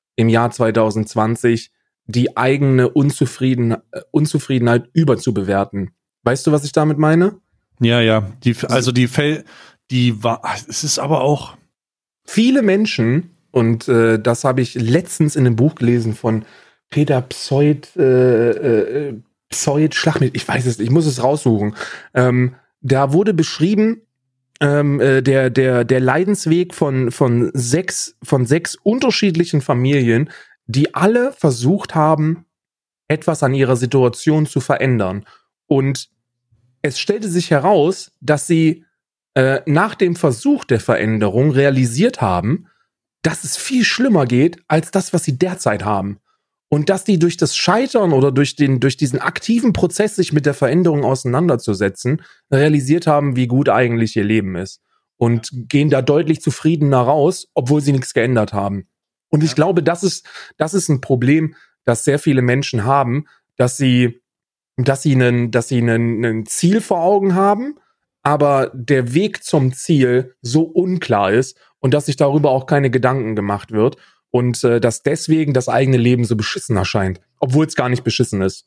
[SPEAKER 3] im Jahr zwanzig zwanzig die eigene Unzufrieden, äh, Unzufriedenheit überzubewerten. Weißt du, was ich damit meine?
[SPEAKER 1] Ja, ja. Die, also die Fäll, die war, es ist aber auch.
[SPEAKER 3] Viele Menschen, und äh, das habe ich letztens in einem Buch gelesen von Peter Pseud, äh, äh, Pseud, Schlag mich, ich weiß es nicht, ich muss es raussuchen. Ähm, da wurde beschrieben, ähm, äh, der, der, der Leidensweg von, von sechs, von sechs unterschiedlichen Familien, die alle versucht haben, etwas an ihrer Situation zu verändern. Und es stellte sich heraus, dass sie äh, nach dem Versuch der Veränderung realisiert haben, dass es viel schlimmer geht als das, was sie derzeit haben. Und dass die durch das Scheitern oder durch den, durch diesen aktiven Prozess, sich mit der Veränderung auseinanderzusetzen, realisiert haben, wie gut eigentlich ihr Leben ist. Und gehen da deutlich zufriedener raus, obwohl sie nichts geändert haben. Und ich ja. glaube, das ist, das ist ein Problem, das sehr viele Menschen haben, dass sie, dass sie einen, dass sie einen, einen Ziel vor Augen haben, aber der Weg zum Ziel so unklar ist und dass sich darüber auch keine Gedanken gemacht wird. Und äh, dass deswegen das eigene Leben so beschissen erscheint, obwohl es gar nicht beschissen ist.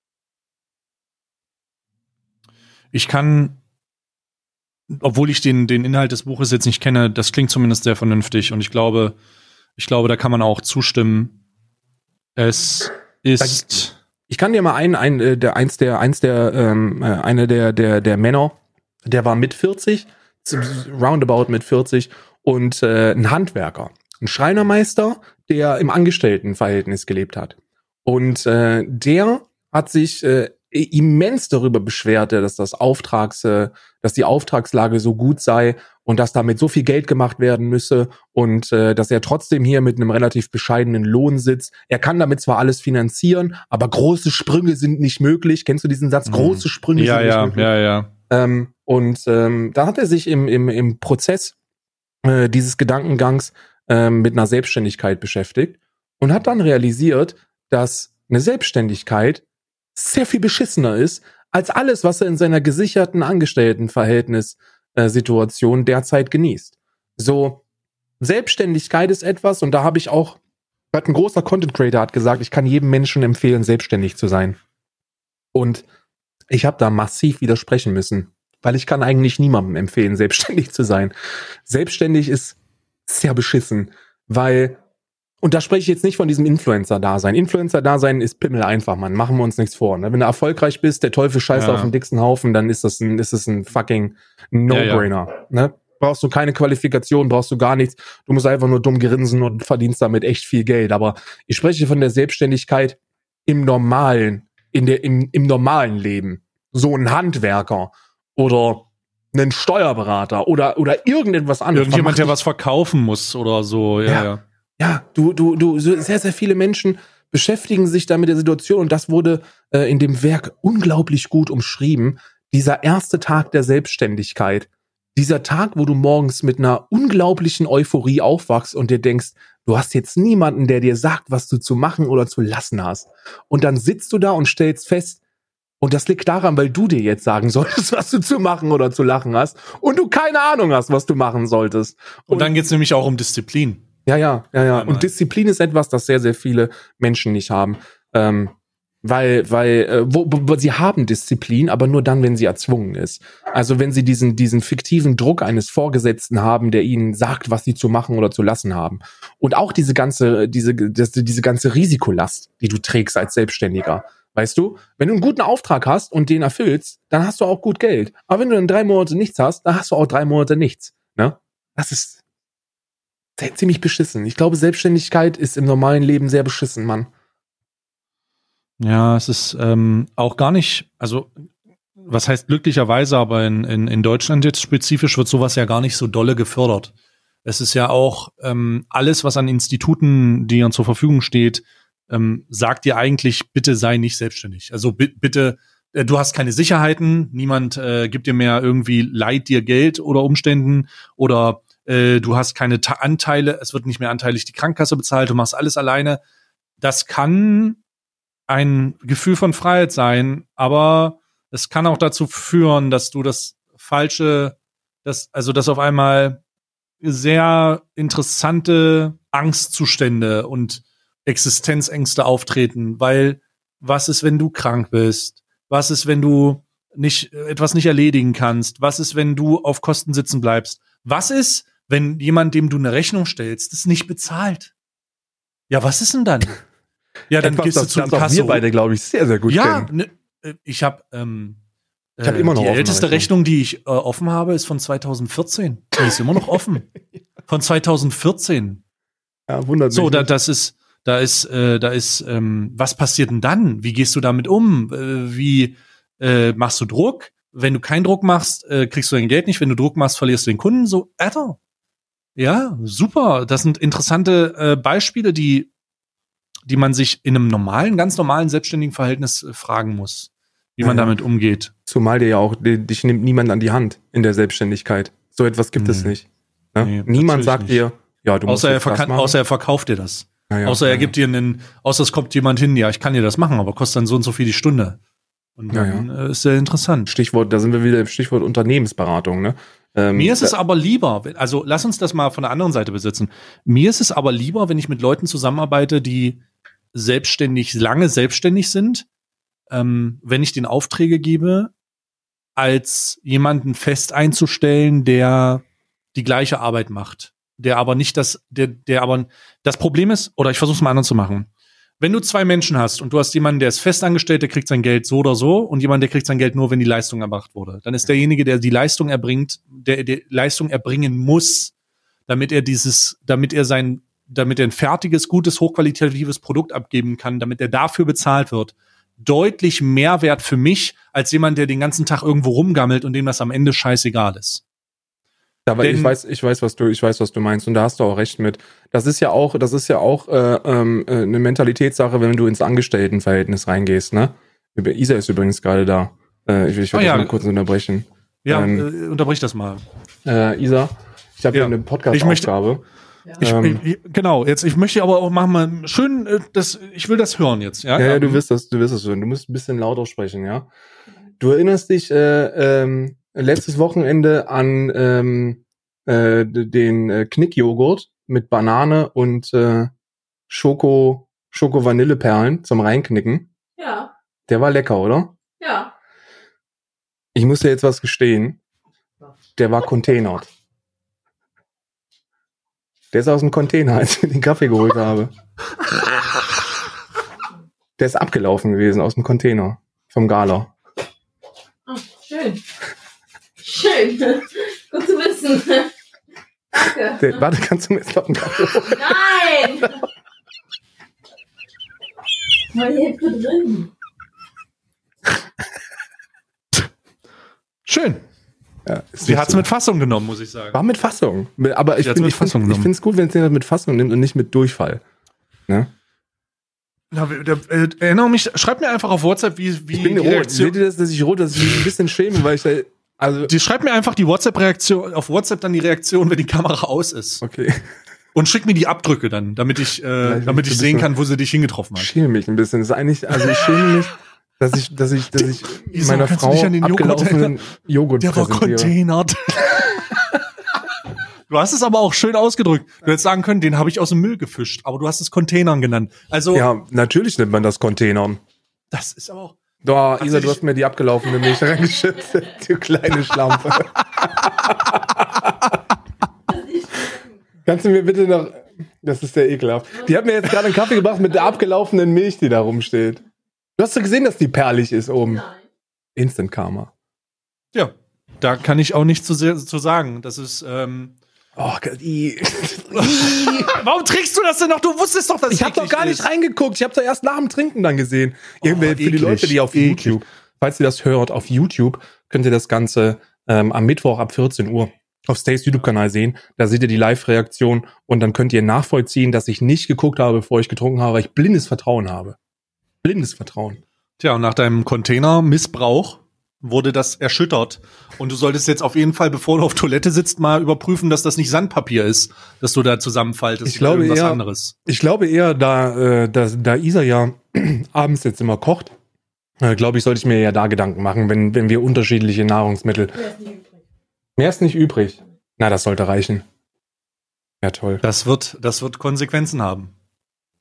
[SPEAKER 1] Ich kann, obwohl ich den, den Inhalt des Buches jetzt nicht kenne, das klingt zumindest sehr vernünftig. Und ich glaube, ich glaube, da kann man auch zustimmen. Es ist.
[SPEAKER 3] Ich kann dir mal ein, ein äh, der eins der eins der ähm, äh, eine der der der Männer, der war mit vierzig, roundabout mit vierzig und äh, ein Handwerker. Ein Schreinermeister, der im Angestelltenverhältnis gelebt hat. Und äh, der hat sich äh, immens darüber beschwert, dass das Auftrags, äh, dass die Auftragslage so gut sei und dass damit so viel Geld gemacht werden müsse und äh, dass er trotzdem hier mit einem relativ bescheidenen Lohn sitzt. Er kann damit zwar alles finanzieren, aber große Sprünge sind nicht möglich. Kennst du diesen Satz? Mhm. Große Sprünge
[SPEAKER 1] ja,
[SPEAKER 3] sind
[SPEAKER 1] ja,
[SPEAKER 3] nicht möglich.
[SPEAKER 1] Ja, ja, ja.
[SPEAKER 3] Ähm, und ähm, da hat er sich im, im, im Prozess äh, dieses Gedankengangs mit einer Selbstständigkeit beschäftigt und hat dann realisiert, dass eine Selbstständigkeit sehr viel beschissener ist als alles, was er in seiner gesicherten Angestelltenverhältnis-Situation derzeit genießt. So, Selbstständigkeit ist etwas, und da habe ich auch, hat ein großer Content Creator hat gesagt, ich kann jedem Menschen empfehlen, selbstständig zu sein. Und ich habe da massiv widersprechen müssen, weil ich kann eigentlich niemandem empfehlen, selbstständig zu sein. Selbstständig ist sehr beschissen, weil, und da spreche ich jetzt nicht von diesem Influencer-Dasein. Influencer-Dasein ist Pimmel einfach, Mann. Machen wir uns nichts vor. Ne? Wenn du erfolgreich bist, der Teufel scheißt ja. auf den dicksten Haufen, dann ist das ein, ist das ein fucking No-Brainer. Ja, ja. Ne? Brauchst du keine Qualifikation, brauchst du gar nichts. Du musst einfach nur dumm grinsen und verdienst damit echt viel Geld. Aber ich spreche von der Selbstständigkeit im normalen, in der, im, im normalen Leben. So ein Handwerker oder einen Steuerberater oder oder irgendetwas anderes.
[SPEAKER 1] Irgendjemand, der was verkaufen muss oder so. Ja,
[SPEAKER 3] ja. ja. ja du, du, du, sehr, sehr viele Menschen beschäftigen sich da mit der Situation und das wurde äh, in dem Werk unglaublich gut umschrieben. Dieser erste Tag der Selbstständigkeit. Dieser Tag, wo du morgens mit einer unglaublichen Euphorie aufwachst und dir denkst, du hast jetzt niemanden, der dir sagt, was du zu machen oder zu lassen hast. Und dann sitzt du da und stellst fest, und das liegt daran, weil du dir jetzt sagen solltest, was du zu machen oder zu lachen hast und du keine Ahnung hast, was du machen solltest.
[SPEAKER 1] Und, und dann geht's nämlich auch um Disziplin.
[SPEAKER 3] Ja, ja, ja, ja. Einmal. Und Disziplin ist etwas, das sehr, sehr viele Menschen nicht haben. Ähm, weil, weil, äh, wo, wo, sie haben Disziplin, aber nur dann, wenn sie erzwungen ist. Also wenn sie diesen, diesen fiktiven Druck eines Vorgesetzten haben, der ihnen sagt, was sie zu machen oder zu lassen haben. Und auch diese ganze, diese, das, diese ganze Risikolast, die du trägst als Selbstständiger. Weißt du, wenn du einen guten Auftrag hast und den erfüllst, dann hast du auch gut Geld. Aber wenn du dann drei Monate nichts hast, dann hast du auch drei Monate nichts. Ne? Das ist sehr, ziemlich beschissen. Ich glaube, Selbstständigkeit ist im normalen Leben sehr beschissen, Mann.
[SPEAKER 1] Ja, es ist ähm, auch gar nicht, also was heißt glücklicherweise, aber in, in, in Deutschland jetzt spezifisch wird sowas ja gar nicht so dolle gefördert. Es ist ja auch ähm, alles, was an Instituten, die uns zur Verfügung steht, Ähm, sagt dir eigentlich, bitte sei nicht selbstständig. Also bi- bitte, äh, du hast keine Sicherheiten, niemand äh, gibt dir mehr irgendwie, leiht dir Geld oder Umständen oder äh, du hast keine Ta- Anteile, es wird nicht mehr anteilig die Krankenkasse bezahlt, du machst alles alleine. Das kann ein Gefühl von Freiheit sein, aber es kann auch dazu führen, dass du das falsche, das, also dass auf einmal sehr interessante Angstzustände und Existenzängste auftreten, weil was ist, wenn du krank bist? Was ist, wenn du nicht etwas nicht erledigen kannst? Was ist, wenn du auf Kosten sitzen bleibst? Was ist, wenn jemand, dem du eine Rechnung stellst, das nicht bezahlt? Ja, was ist denn dann? Ja, dann
[SPEAKER 3] Etwas,
[SPEAKER 1] gehst du
[SPEAKER 3] das,
[SPEAKER 1] zum
[SPEAKER 3] das auch wir
[SPEAKER 1] Kasso.
[SPEAKER 3] beide, glaube ich, sehr, sehr gut
[SPEAKER 1] Ja,
[SPEAKER 3] kennen.
[SPEAKER 1] ne, ich habe ähm,
[SPEAKER 3] Ich hab immer noch
[SPEAKER 1] die
[SPEAKER 3] offene
[SPEAKER 1] älteste
[SPEAKER 3] Rechnung.
[SPEAKER 1] Rechnung, die ich äh, offen habe, ist von zweitausendvierzehn. Die ist immer noch offen. Von zweitausendvierzehn.
[SPEAKER 3] Ja, wundert
[SPEAKER 1] So,
[SPEAKER 3] mich
[SPEAKER 1] da,
[SPEAKER 3] nicht.
[SPEAKER 1] das ist, da ist, äh, da ist, ähm, was passiert denn dann? Wie gehst du damit um? Äh, wie äh, machst du Druck? Wenn du keinen Druck machst, äh, kriegst du dein Geld nicht. Wenn du Druck machst, verlierst du den Kunden. So, Alter. Ja, super. Das sind interessante äh, Beispiele, die, die man sich in einem normalen, ganz normalen selbstständigen Verhältnis äh, fragen muss, wie man
[SPEAKER 3] Ja, ja.
[SPEAKER 1] damit umgeht.
[SPEAKER 3] Zumal dir ja auch, di- dich nimmt niemand an die Hand in der Selbstständigkeit. So etwas gibt es
[SPEAKER 1] Nee.
[SPEAKER 3] nicht. Ne?
[SPEAKER 1] Nee,
[SPEAKER 3] Niemand
[SPEAKER 1] natürlich
[SPEAKER 3] sagt
[SPEAKER 1] nicht.
[SPEAKER 3] dir, ja, du musst
[SPEAKER 1] Außer er,
[SPEAKER 3] jetzt das
[SPEAKER 1] verka-
[SPEAKER 3] machen.
[SPEAKER 1] außer er verkauft dir das.
[SPEAKER 3] Ja, ja,
[SPEAKER 1] außer er
[SPEAKER 3] ja,
[SPEAKER 1] gibt dir einen, außer es kommt jemand hin, ja, ich kann dir das machen, aber kostet dann so und so viel die Stunde. Und
[SPEAKER 3] Ja,
[SPEAKER 1] dann äh, ist sehr interessant.
[SPEAKER 3] Stichwort, da sind wir wieder im Stichwort Unternehmensberatung. Ne? Ähm,
[SPEAKER 1] Mir ist es
[SPEAKER 3] da-
[SPEAKER 1] aber lieber, wenn- also lass uns das mal von der anderen Seite besitzen. Mir ist es aber lieber, wenn ich mit Leuten zusammenarbeite, die selbstständig, lange selbstständig sind, ähm, wenn ich den Aufträge gebe, als jemanden fest einzustellen, der die gleiche Arbeit macht. Der aber nicht das, der, der aber, das Problem ist, oder ich versuche es mal anders zu machen. Wenn du zwei Menschen hast und du hast jemanden, der ist festangestellt, der kriegt sein Geld so oder so, und jemand, der kriegt sein Geld nur, wenn die Leistung erbracht wurde, dann ist derjenige, der die Leistung erbringt, der die Leistung erbringen muss, damit er dieses, damit er sein, damit er ein fertiges, gutes, hochqualitatives Produkt abgeben kann, damit er dafür bezahlt wird, deutlich mehr wert für mich, als jemand, der den ganzen Tag irgendwo rumgammelt und dem das am Ende scheißegal ist.
[SPEAKER 3] Aber
[SPEAKER 1] Denn-
[SPEAKER 3] ich weiß, ich weiß, was du, ich weiß, was du meinst, und da hast du auch recht mit. Das ist ja auch, das ist ja auch äh, ähm, äh, eine Mentalitätssache, wenn du ins Angestelltenverhältnis reingehst, ne? Über- Isa ist übrigens gerade da. Äh, ich ich werde
[SPEAKER 1] Ah, ja.
[SPEAKER 3] das mal kurz unterbrechen.
[SPEAKER 1] Ja,
[SPEAKER 3] Ähm,
[SPEAKER 1] äh, unterbrich das mal.
[SPEAKER 3] Äh, Isa, ich habe
[SPEAKER 1] Ja.
[SPEAKER 3] hier eine
[SPEAKER 1] Ich
[SPEAKER 3] Podcast-Aufgabe.
[SPEAKER 1] Ich,
[SPEAKER 3] Ähm,
[SPEAKER 1] ich, genau, jetzt, ich möchte aber auch machen mal schön, äh, das, ich will das hören jetzt, ja?
[SPEAKER 3] Ja, ja, du wirst das, du wirst das hören. Du musst ein bisschen lauter sprechen, ja. Du erinnerst dich äh, ähm, letztes Wochenende an ähm, äh, d- den äh, Knickjoghurt mit Banane und äh, Schoko, Schoko-Vanilleperlen zum Reinknicken.
[SPEAKER 5] Ja,
[SPEAKER 3] Der war lecker, oder?
[SPEAKER 5] ja.
[SPEAKER 3] Ich muss dir jetzt was gestehen. Der war containert. Der ist aus dem Container, als ich den Kaffee geholt habe. Der ist abgelaufen gewesen aus dem Container vom Gala.
[SPEAKER 5] Oh, schön. Schön. Gut zu wissen. Danke.
[SPEAKER 3] Der, warte, kannst du mir jetzt noch einen Kaffee holen?
[SPEAKER 5] Nein! Mal hier drin.
[SPEAKER 1] Schön.
[SPEAKER 3] Ja, ist
[SPEAKER 1] Sie
[SPEAKER 3] nicht
[SPEAKER 1] hat's
[SPEAKER 3] so.
[SPEAKER 1] mit Fassung genommen, muss ich sagen.
[SPEAKER 3] War mit Fassung. Aber ich
[SPEAKER 1] Sie hat's
[SPEAKER 3] finde
[SPEAKER 1] mit
[SPEAKER 3] ich
[SPEAKER 1] Fassung
[SPEAKER 3] find, ich
[SPEAKER 1] genommen.
[SPEAKER 3] find's gut, wenn es jemand mit Fassung nimmt und nicht mit Durchfall. Ne?
[SPEAKER 1] Na, der, äh, erinnere mich, schreib mir einfach auf WhatsApp, wie, wie
[SPEAKER 3] Ich bin
[SPEAKER 1] die
[SPEAKER 3] rot.
[SPEAKER 1] Reaktion.
[SPEAKER 3] Seht ihr das, dass ich rot, dass ich mich ein bisschen schäme, weil ich da, also,
[SPEAKER 1] Die schreibt mir einfach die WhatsApp-Reaktion, auf WhatsApp dann die Reaktion, wenn die Kamera aus ist.
[SPEAKER 3] okay.
[SPEAKER 1] Und schick mir die Abdrücke dann, damit ich, äh,
[SPEAKER 3] ich
[SPEAKER 1] damit
[SPEAKER 3] bin
[SPEAKER 1] ich
[SPEAKER 3] ein
[SPEAKER 1] sehen
[SPEAKER 3] bisschen-
[SPEAKER 1] kann, wo sie dich hingetroffen
[SPEAKER 3] Ich
[SPEAKER 1] hat.
[SPEAKER 3] schäme mich ein bisschen. Das ist eigentlich, also ich schäme mich, dass ich, dass ich, dass ich
[SPEAKER 1] Wieso?
[SPEAKER 3] meiner
[SPEAKER 1] Kannst du
[SPEAKER 3] Frau
[SPEAKER 1] dich an den Joghurt
[SPEAKER 3] abgelaufenen Joghurt
[SPEAKER 1] Der war
[SPEAKER 3] präsentiere.
[SPEAKER 1] containert. Du hast es aber auch schön ausgedrückt. Du hättest sagen können, den habe ich aus dem Müll gefischt, aber du hast es Containern genannt. Also,
[SPEAKER 3] Ja, natürlich nennt man das Containern.
[SPEAKER 1] das ist aber auch.
[SPEAKER 3] Da, Isa,
[SPEAKER 1] Tatsächlich-
[SPEAKER 3] du hast mir die abgelaufene Milch reingeschüttet, du kleine Schlampe. Kannst du mir bitte noch, das ist sehr ekelhaft. Die hat mir jetzt gerade einen Kaffee gebracht mit der abgelaufenen Milch, die da rumsteht. Du hast doch gesehen, dass die perlig ist oben.
[SPEAKER 5] Nein.
[SPEAKER 3] Instant Karma.
[SPEAKER 1] Ja, da kann ich auch nichts zu, sehr, zu sagen. Das ist. Ähm,
[SPEAKER 3] Oh, i-
[SPEAKER 1] Warum trinkst du das denn noch? Du wusstest doch, dass
[SPEAKER 3] ich habe doch gar nicht reingeguckt. Ich habe doch erst nach dem Trinken dann gesehen. Ihr,
[SPEAKER 1] Oh,
[SPEAKER 3] für die
[SPEAKER 1] eklig,
[SPEAKER 3] Leute, die auf
[SPEAKER 1] eklig.
[SPEAKER 3] YouTube, falls ihr das hört, auf YouTube, könnt ihr das Ganze ähm, am Mittwoch ab vierzehn Uhr auf Stays YouTube-Kanal sehen. Da seht ihr die Live-Reaktion und dann könnt ihr nachvollziehen, dass ich nicht geguckt habe, bevor ich getrunken habe, weil ich blindes Vertrauen habe. Blindes Vertrauen.
[SPEAKER 1] Tja, und nach deinem Container-Missbrauch wurde das erschüttert. Und du solltest jetzt auf jeden Fall, bevor du auf Toilette sitzt, mal überprüfen, dass das nicht Sandpapier ist, dass du da zusammenfaltest.
[SPEAKER 3] Ich glaube
[SPEAKER 1] oder irgendwas
[SPEAKER 3] eher-
[SPEAKER 1] anderes.
[SPEAKER 3] Ich glaube eher, da, äh, da, da Isa ja abends jetzt immer kocht, äh, glaube ich, sollte ich mir ja da Gedanken machen, wenn, wenn wir unterschiedliche Nahrungsmittel.
[SPEAKER 5] Wer ist nicht übrig?
[SPEAKER 3] Mehr ist nicht übrig. Na, das sollte reichen. Ja, toll.
[SPEAKER 1] Das wird, das wird Konsequenzen haben.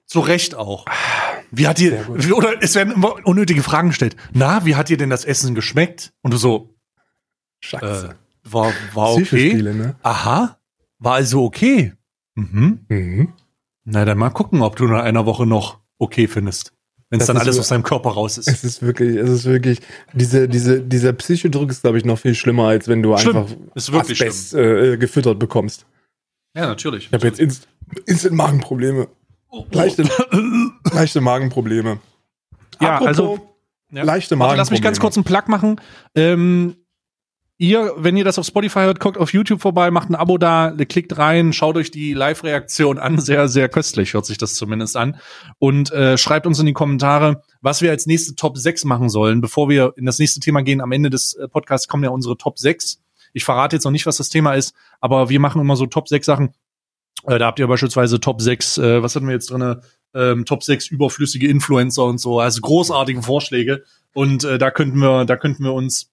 [SPEAKER 1] Zu Recht auch. Wie hat dir, wie, oder es werden immer unnötige Fragen gestellt. Na, wie hat dir denn das Essen geschmeckt? Und du so,
[SPEAKER 3] Scheiße.
[SPEAKER 1] äh, war, war okay.
[SPEAKER 3] Psychospiele, ne?
[SPEAKER 1] Aha, war also okay. Mhm.
[SPEAKER 3] Mhm.
[SPEAKER 1] Na, dann mal gucken, ob du nach einer Woche noch okay findest. Wenn es
[SPEAKER 3] Das
[SPEAKER 1] dann
[SPEAKER 3] ist
[SPEAKER 1] alles
[SPEAKER 3] so-
[SPEAKER 1] aus deinem Körper raus ist.
[SPEAKER 3] Es ist wirklich, es ist wirklich, diese, diese, dieser Psychodruck ist, glaube ich, noch viel schlimmer, als wenn du
[SPEAKER 1] Schlimm.
[SPEAKER 3] einfach
[SPEAKER 1] Ist wirklich
[SPEAKER 3] Asbest äh, gefüttert bekommst.
[SPEAKER 1] Ja, natürlich.
[SPEAKER 3] Ich habe jetzt Inst Instant Magenprobleme. Leichte, leichte Magenprobleme.
[SPEAKER 1] Ja,
[SPEAKER 3] Apropos
[SPEAKER 1] also- Ja.
[SPEAKER 3] leichte
[SPEAKER 1] Warte,
[SPEAKER 3] Magenprobleme.
[SPEAKER 1] lass mich ganz kurz einen Plug machen. Ähm, ihr, wenn ihr das auf Spotify hört, guckt auf YouTube vorbei, macht ein Abo da, klickt rein, schaut euch die Live-Reaktion an. Sehr, sehr köstlich hört sich das zumindest an. Und äh, schreibt uns in die Kommentare, was wir als nächste Top sechs machen sollen. Bevor wir in das nächste Thema gehen, am Ende des äh, Podcasts kommen ja unsere Top sechs. Ich verrate jetzt noch nicht, was das Thema ist, aber wir machen immer so Top sechs Sachen. Äh, da habt ihr beispielsweise Top sechs, äh, was hatten wir jetzt drinne? Ähm, Top sechs überflüssige Influencer und so, also großartige Vorschläge. Und äh, da könnten wir, da könnten wir uns,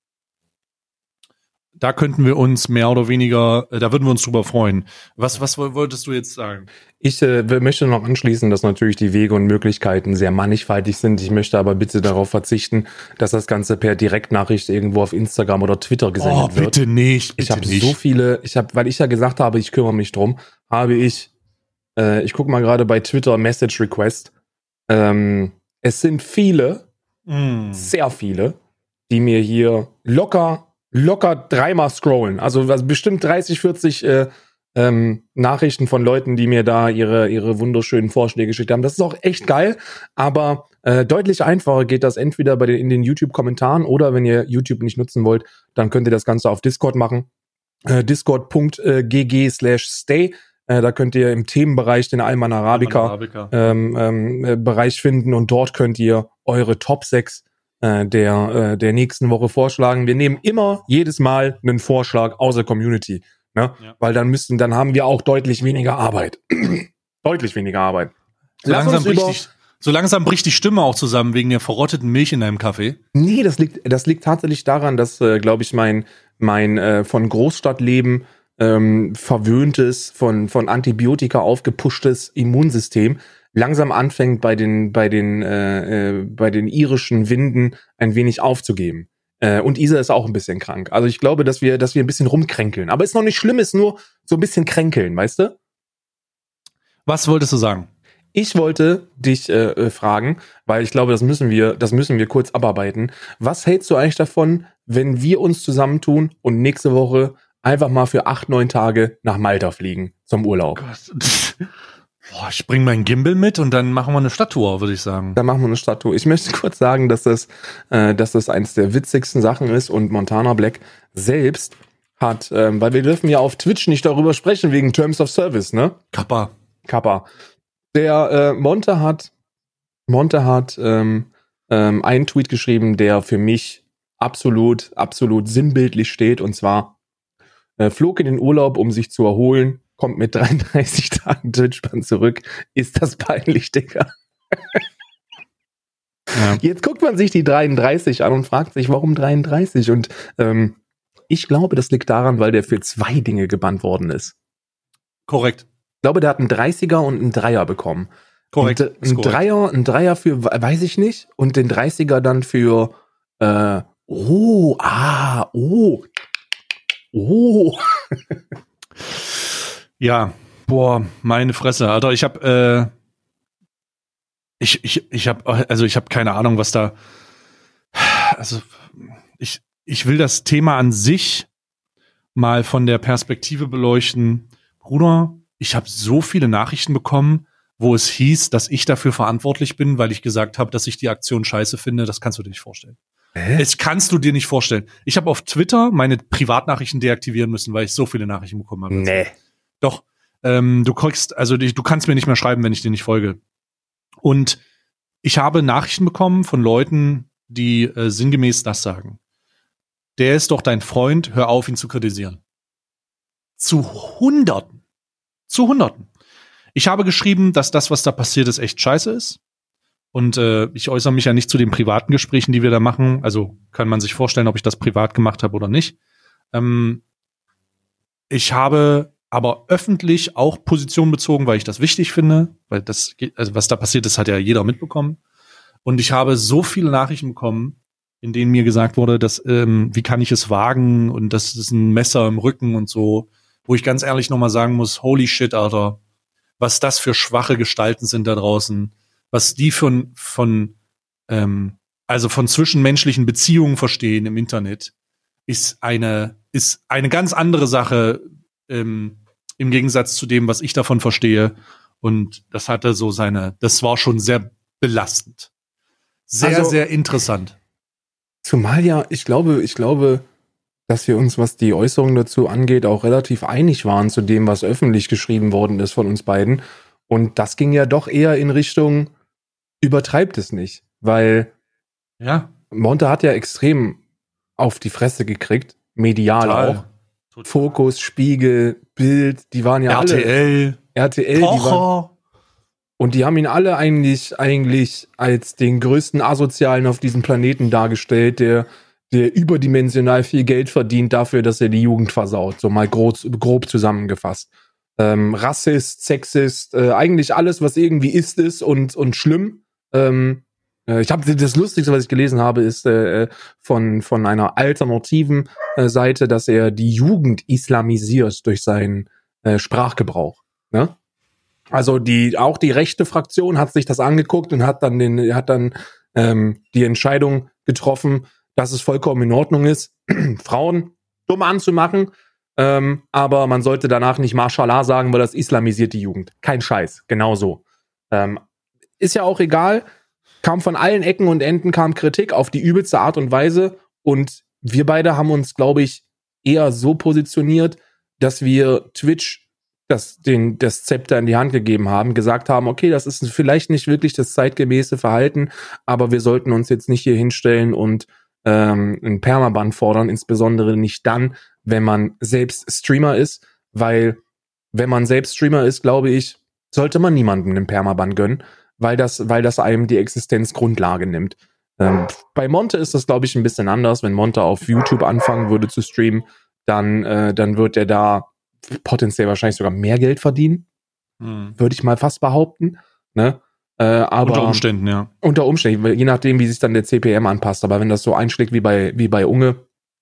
[SPEAKER 1] da könnten wir uns mehr oder weniger, äh, da würden wir uns drüber freuen. Was, was woll- wolltest du jetzt sagen?
[SPEAKER 3] Ich äh, möchte noch anschließen, dass natürlich die Wege und Möglichkeiten sehr mannigfaltig sind. Ich möchte aber bitte darauf verzichten, dass das Ganze per Direktnachricht irgendwo auf Instagram oder Twitter gesendet
[SPEAKER 1] Oh,
[SPEAKER 3] wird.
[SPEAKER 1] bitte nicht, bitte
[SPEAKER 3] Ich habe
[SPEAKER 1] nicht.
[SPEAKER 3] so viele, ich habe, weil ich ja gesagt habe, ich kümmere mich drum, habe ich, äh, ich gucke mal gerade bei Twitter Message Request. Ähm, es sind viele,
[SPEAKER 1] Mm.
[SPEAKER 3] sehr viele, die mir hier locker, locker dreimal scrollen. Also was, bestimmt dreißig, vierzig äh, ähm, Nachrichten von Leuten, die mir da ihre, ihre wunderschönen Vorschläge geschickt haben. Das ist auch echt geil, aber äh, deutlich einfacher geht das entweder bei den, in den YouTube-Kommentaren oder wenn ihr YouTube nicht nutzen wollt, dann könnt ihr das Ganze auf Discord machen. Äh, discord.gg slash stay. Äh, da könnt ihr im Themenbereich den Alman Arabica
[SPEAKER 1] Arabica.
[SPEAKER 3] ähm, ähm, äh, Bereich finden und dort könnt ihr eure Top sechs äh, der, äh, der nächsten Woche vorschlagen. Wir nehmen immer jedes Mal einen Vorschlag aus der Community, ne?
[SPEAKER 1] Ja.
[SPEAKER 3] Weil dann müssten, dann haben wir auch deutlich weniger Arbeit. deutlich weniger Arbeit.
[SPEAKER 1] So
[SPEAKER 3] Lass
[SPEAKER 1] langsam,
[SPEAKER 3] uns
[SPEAKER 1] bricht
[SPEAKER 3] über-
[SPEAKER 1] die, so langsam bricht die Stimme auch zusammen wegen der verrotteten Milch in deinem Kaffee.
[SPEAKER 3] Nee, das liegt, das liegt tatsächlich daran, dass, äh, glaube ich, mein, mein äh, von Großstadtleben ähm, verwöhntes, von, von Antibiotika aufgepushtes Immunsystem langsam anfängt bei den, bei den, äh, äh, bei den irischen Winden ein wenig aufzugeben. Äh, und Isa ist auch ein bisschen krank. Also ich glaube, dass wir, dass wir ein bisschen rumkränkeln. Aber ist noch nicht schlimm, ist nur so ein bisschen kränkeln, weißt du?
[SPEAKER 1] Was wolltest du sagen?
[SPEAKER 3] Ich wollte dich äh, äh, fragen, weil ich glaube, das müssen wir, das müssen wir kurz abarbeiten. Was hältst du eigentlich davon, wenn wir uns zusammentun und nächste Woche einfach mal für acht, neun Tage nach Malta fliegen zum Urlaub?
[SPEAKER 1] Boah, ich bring meinen Gimbal mit und dann machen wir eine Stadttour, würde ich sagen.
[SPEAKER 3] Da machen wir eine Stadttour. Ich möchte kurz sagen, dass das, äh, dass das eins der witzigsten Sachen ist und Montana Black selbst hat, ähm, weil wir dürfen ja auf Twitch nicht darüber sprechen wegen Terms of Service, ne?
[SPEAKER 1] Kappa.
[SPEAKER 3] Kappa. Der äh, Monte hat, Monte hat ähm, ähm, einen Tweet geschrieben, der für mich absolut, absolut sinnbildlich steht. Und zwar äh, flog in den Urlaub, um sich zu erholen, kommt mit dreiunddreißig Tagen Twitch-Ban zurück. Ist das peinlich, Digga?
[SPEAKER 1] Ja.
[SPEAKER 3] Jetzt guckt man sich die dreiunddreißig an und fragt sich, warum dreiunddreißig? Und ähm, ich glaube, das liegt daran, weil der für zwei Dinge gebannt worden ist.
[SPEAKER 1] Korrekt.
[SPEAKER 3] Ich glaube, der hat einen dreißiger und einen Dreier bekommen.
[SPEAKER 1] Korrekt.
[SPEAKER 3] Ein,
[SPEAKER 1] Ist
[SPEAKER 3] ein
[SPEAKER 1] korrekt.
[SPEAKER 3] Dreier, ein Dreier für, weiß ich nicht, und den dreißiger dann für, äh, oh, ah, oh, oh.
[SPEAKER 1] Ja, boah, meine Fresse, Alter. Ich hab, äh, ich, ich, ich hab, also ich hab keine Ahnung, was da, also ich, ich will das Thema an sich mal von der Perspektive beleuchten. Bruder, ich habe so viele Nachrichten bekommen, wo es hieß, dass ich dafür verantwortlich bin, weil ich gesagt habe, dass ich die Aktion scheiße finde. Das kannst du dir nicht vorstellen.
[SPEAKER 3] Hä?
[SPEAKER 1] Das kannst du dir nicht vorstellen. Ich habe auf Twitter meine Privatnachrichten deaktivieren müssen, weil ich so viele Nachrichten bekommen habe.
[SPEAKER 3] Nee.
[SPEAKER 1] Doch, ähm, du kriegst, also die, du kannst mir nicht mehr schreiben, wenn ich dir nicht folge. Und ich habe Nachrichten bekommen von Leuten, die äh, sinngemäß das sagen. Der ist doch dein Freund, hör auf, ihn zu kritisieren. Zu Hunderten. Zu Hunderten. Ich habe geschrieben, dass das, was da passiert ist, echt scheiße ist. Und äh, ich äußere mich ja nicht zu den privaten Gesprächen, die wir da machen. Also kann man sich vorstellen, ob ich das privat gemacht habe oder nicht. Ähm, ich habe aber öffentlich auch Position bezogen, weil ich das wichtig finde, weil das, also was da passiert ist, hat ja jeder mitbekommen. Und ich habe so viele Nachrichten bekommen, in denen mir gesagt wurde, dass, ähm, wie kann ich es wagen und das ist ein Messer im Rücken und so, wo ich ganz ehrlich nochmal sagen muss, holy shit, Alter, was das für schwache Gestalten sind da draußen, was die von, von, ähm, also von zwischenmenschlichen Beziehungen verstehen im Internet, ist eine, ist eine ganz andere Sache, ähm, im Gegensatz zu dem, was ich davon verstehe. Und das hatte so seine, das war schon sehr belastend. Sehr,
[SPEAKER 3] Also,
[SPEAKER 1] sehr interessant.
[SPEAKER 3] Zumal ja, ich glaube, ich glaube, dass wir uns, was die Äußerungen dazu angeht, auch relativ einig waren zu dem, was öffentlich geschrieben worden ist von uns beiden. Und das ging ja doch eher in Richtung, übertreibt es nicht. Weil
[SPEAKER 1] Ja.
[SPEAKER 3] Monte hat ja extrem auf die Fresse gekriegt, medial
[SPEAKER 1] Total.
[SPEAKER 3] auch. Fokus, Spiegel, Bild, die waren ja
[SPEAKER 1] R T
[SPEAKER 3] alle
[SPEAKER 1] L,
[SPEAKER 3] R T L, die waren,
[SPEAKER 1] Pocher.
[SPEAKER 3] und die haben ihn alle eigentlich eigentlich als den größten Asozialen auf diesem Planeten dargestellt, der der überdimensional viel Geld verdient dafür, dass er die Jugend versaut, so mal grob, grob zusammengefasst. Ähm, Rassist, Sexist, äh, eigentlich alles, was irgendwie ist, ist und und schlimm. Ähm, äh, ich habe das Lustigste, was ich gelesen habe, ist äh, von von einer alternativen äh, Seite, dass er die Jugend islamisiert durch seinen äh, Sprachgebrauch. Ne? Also die auch die rechte Fraktion hat sich das angeguckt und hat dann den hat dann ähm, die Entscheidung getroffen, dass es vollkommen in Ordnung ist, Frauen dumm anzumachen, ähm, aber man sollte danach nicht Mashallah sagen, weil das islamisiert die Jugend. Kein Scheiß, genau so. Ähm, ist ja auch egal, kam von allen Ecken und Enden kam Kritik auf die übelste Art und Weise und wir beide haben uns, glaube ich, eher so positioniert, dass wir Twitch das, den, das Zepter in die Hand gegeben haben, gesagt haben, okay, das ist vielleicht nicht wirklich das zeitgemäße Verhalten, aber wir sollten uns jetzt nicht hier hinstellen und ähm, ein Permaban fordern, insbesondere nicht dann, wenn man selbst Streamer ist, weil wenn man selbst Streamer ist, glaube ich, sollte man niemandem einen Permaban gönnen, weil das, weil das einem die Existenzgrundlage nimmt. Ähm, bei Monte ist das, glaube ich, ein bisschen anders. Wenn Monte auf YouTube anfangen würde zu streamen, dann, äh, dann wird er da potenziell wahrscheinlich sogar mehr Geld verdienen,
[SPEAKER 1] Hm.
[SPEAKER 3] würde ich mal fast behaupten. Ne? Äh, aber
[SPEAKER 1] Unter Umständen, ja.
[SPEAKER 3] Unter Umständen, je nachdem, wie sich dann der C P M anpasst. Aber wenn das so einschlägt wie bei, wie bei Unge,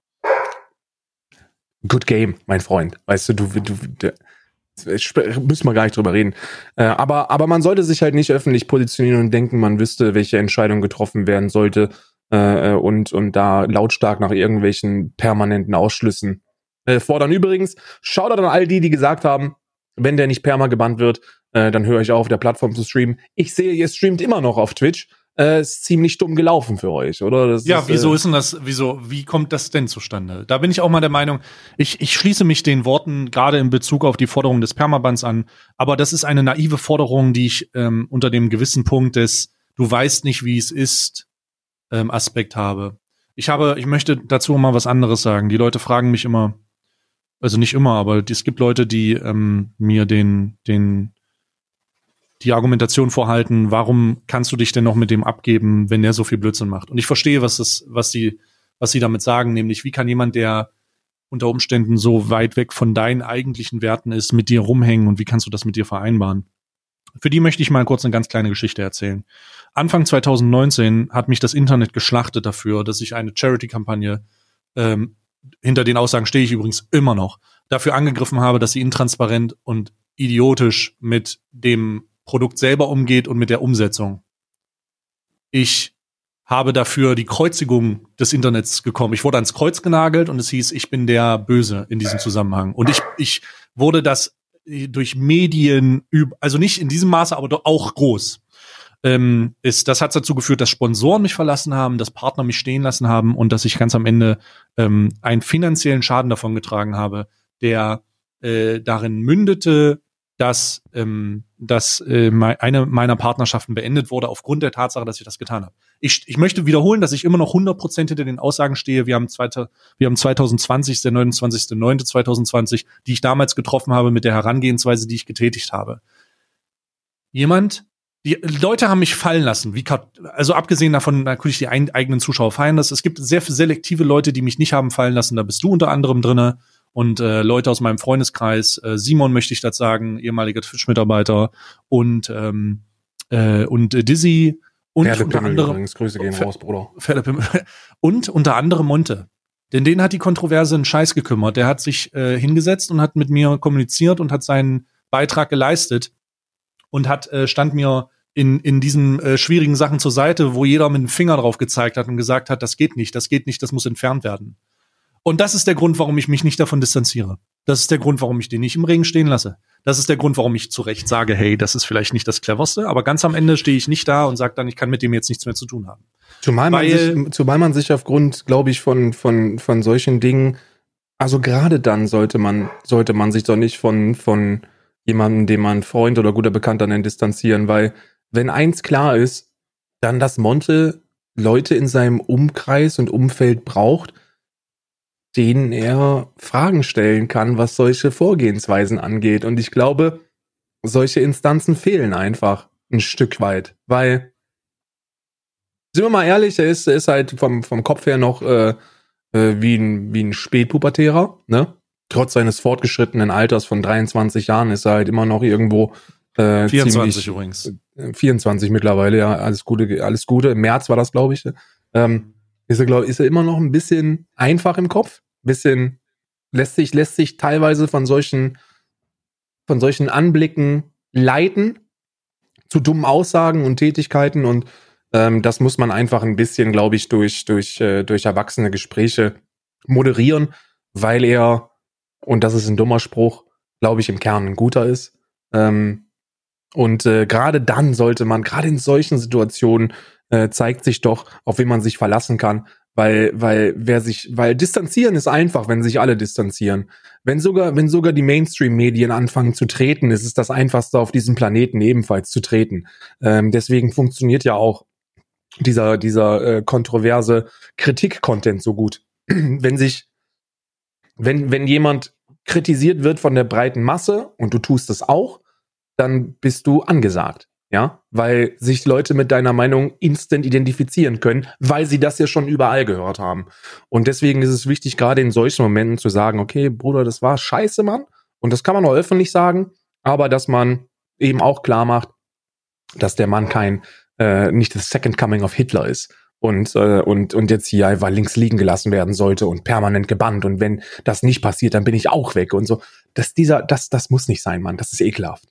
[SPEAKER 3] good game, mein Freund. Weißt du, du, du, du müssen wir gar nicht drüber reden. Äh, aber, aber man sollte sich halt nicht öffentlich positionieren und denken, man wüsste, welche Entscheidung getroffen werden sollte äh, und, und da lautstark nach irgendwelchen permanenten Ausschlüssen äh, fordern. Übrigens, Shoutout an all die, die gesagt haben, wenn der nicht perma gebannt wird, äh, dann höre ich auf, auf der Plattform zu streamen. Ich sehe, ihr streamt immer noch auf Twitch. Äh, ist ziemlich dumm gelaufen für euch, oder? Das
[SPEAKER 1] Ja,
[SPEAKER 3] ist,
[SPEAKER 1] wieso
[SPEAKER 3] äh,
[SPEAKER 1] ist denn das, wieso, wie kommt das denn zustande? Da bin ich auch mal der Meinung, ich, ich schließe mich den Worten gerade in Bezug auf die Forderung des Permabans an, aber das ist eine naive Forderung, die ich ähm, unter dem gewissen Punkt des du weißt nicht, wie es ist, ähm, Aspekt habe. Ich habe, ich möchte dazu mal was anderes sagen. Die Leute fragen mich immer, also nicht immer, aber es gibt Leute, die ähm, mir den, den die Argumentation vorhalten, warum kannst du dich denn noch mit dem abgeben, wenn der so viel Blödsinn macht? Und ich verstehe, was das, was die, was sie damit sagen, nämlich wie kann jemand, der unter Umständen so weit weg von deinen eigentlichen Werten ist, mit dir rumhängen und wie kannst du das mit dir vereinbaren? Für die möchte ich mal kurz eine ganz kleine Geschichte erzählen. Anfang zwanzig neunzehn hat mich das Internet geschlachtet dafür, dass ich eine Charity-Kampagne, ähm, hinter den Aussagen stehe ich übrigens immer noch, dafür angegriffen habe, dass sie intransparent und idiotisch mit dem Produkt selber umgeht und mit der Umsetzung. Ich habe dafür die Kreuzigung des Internets gekommen. Ich wurde ans Kreuz genagelt und es hieß, ich bin der Böse in diesem Zusammenhang. Und ich, ich wurde das durch Medien, also nicht in diesem Maße, aber doch auch groß. Ähm, ist, das hat dazu geführt, dass Sponsoren mich verlassen haben, dass Partner mich stehen lassen haben und dass ich ganz am Ende ähm, einen finanziellen Schaden davon getragen habe, der äh, darin mündete, dass, ähm, dass äh, eine meiner Partnerschaften beendet wurde aufgrund der Tatsache, dass ich das getan habe. Ich, ich möchte wiederholen, dass ich immer noch hundert Prozent hinter den Aussagen stehe. Wir haben, zweite, wir haben zwanzig zwanzig, der neunundzwanzigster neunter zweitausendzwanzig, die ich damals getroffen habe mit der Herangehensweise, die ich getätigt habe. Jemand, die Leute haben mich fallen lassen, wie, also abgesehen davon, natürlich die ein, eigenen Zuschauer feiern das. Es gibt sehr selektive Leute, die mich nicht haben fallen lassen, da bist du unter anderem drinne. und äh, Leute aus meinem Freundeskreis, äh, Simon möchte ich das sagen, ehemaliger Twitch-Mitarbeiter und ähm, äh, und äh, Dizzy und unter anderem
[SPEAKER 3] übrigens, Grüße gehen raus, Bruder.
[SPEAKER 1] und unter anderem Monte. Denn den hat die Kontroverse einen Scheiß gekümmert. Der hat sich äh, hingesetzt und hat mit mir kommuniziert und hat seinen Beitrag geleistet und hat äh, stand mir in in diesen äh, schwierigen Sachen zur Seite, wo jeder mit dem Finger drauf gezeigt hat und gesagt hat, das geht nicht, das geht nicht, das muss entfernt werden. Und das ist der Grund, warum ich mich nicht davon distanziere. Das ist der Grund, warum ich den nicht im Regen stehen lasse. Das ist der Grund, warum ich zu Recht sage, hey, das ist vielleicht nicht das Cleverste, aber ganz am Ende stehe ich nicht da und sage dann, ich kann mit dem jetzt nichts mehr zu tun haben.
[SPEAKER 3] Zumal man,
[SPEAKER 1] Weil,
[SPEAKER 3] sich, zumal man sich aufgrund, glaube ich, von, von, von solchen Dingen, also gerade dann sollte man, sollte man sich doch nicht von, von jemandem, den man Freund oder guter Bekannter nennt, distanzieren, weil wenn eins klar ist, dann, dass Monte Leute in seinem Umkreis und Umfeld braucht, denen er Fragen stellen kann, was solche Vorgehensweisen angeht. Und ich glaube, solche Instanzen fehlen einfach ein Stück weit, weil, sind wir mal ehrlich, er ist, er ist halt vom, vom Kopf her noch äh, äh, wie ein, wie ein Spätpubertärer, ne? Trotz seines fortgeschrittenen Alters von dreiundzwanzig Jahren ist er halt immer noch irgendwo äh,
[SPEAKER 1] vierundzwanzig
[SPEAKER 3] ziemlich,
[SPEAKER 1] übrigens.
[SPEAKER 3] Äh, vierundzwanzig mittlerweile, ja, alles Gute, alles Gute. Im März war das, glaube ich. Ähm, ist er, glaube ist er immer noch ein bisschen einfach im Kopf, bisschen lässt sich lässt sich teilweise von solchen von solchen Anblicken leiten zu dummen Aussagen und Tätigkeiten und ähm, das muss man einfach ein bisschen, glaube ich, durch durch äh, durch erwachsene Gespräche moderieren, weil er, und das ist ein dummer Spruch, glaube ich, im Kern ein guter ist. Ähm, und äh, gerade dann sollte man, gerade in solchen Situationen, äh, zeigt sich doch, auf wen man sich verlassen kann, weil, weil, wer sich, weil distanzieren ist einfach, wenn sich alle distanzieren. Wenn sogar, wenn sogar die Mainstream-Medien anfangen zu treten, ist es das Einfachste auf diesem Planeten ebenfalls zu treten. Ähm, deswegen funktioniert ja auch dieser, dieser äh, kontroverse Kritik-Content so gut. Wenn sich, wenn, wenn jemand kritisiert wird von der breiten Masse und du tust es auch, dann bist du angesagt, ja, weil sich Leute mit deiner Meinung instant identifizieren können, weil sie das ja schon überall gehört haben. Und deswegen ist es wichtig, gerade in solchen Momenten zu sagen, okay, Bruder, das war scheiße, Mann. Und das kann man auch öffentlich sagen, aber dass man eben auch klar macht, dass der Mann kein, äh, nicht das Second Coming of Hitler ist. Und, äh, und, und jetzt hier einfach links liegen gelassen werden sollte und permanent gebannt. Und wenn das nicht passiert, dann bin ich auch weg und so. Das, dieser, das, das muss nicht sein, Mann. Das ist ekelhaft.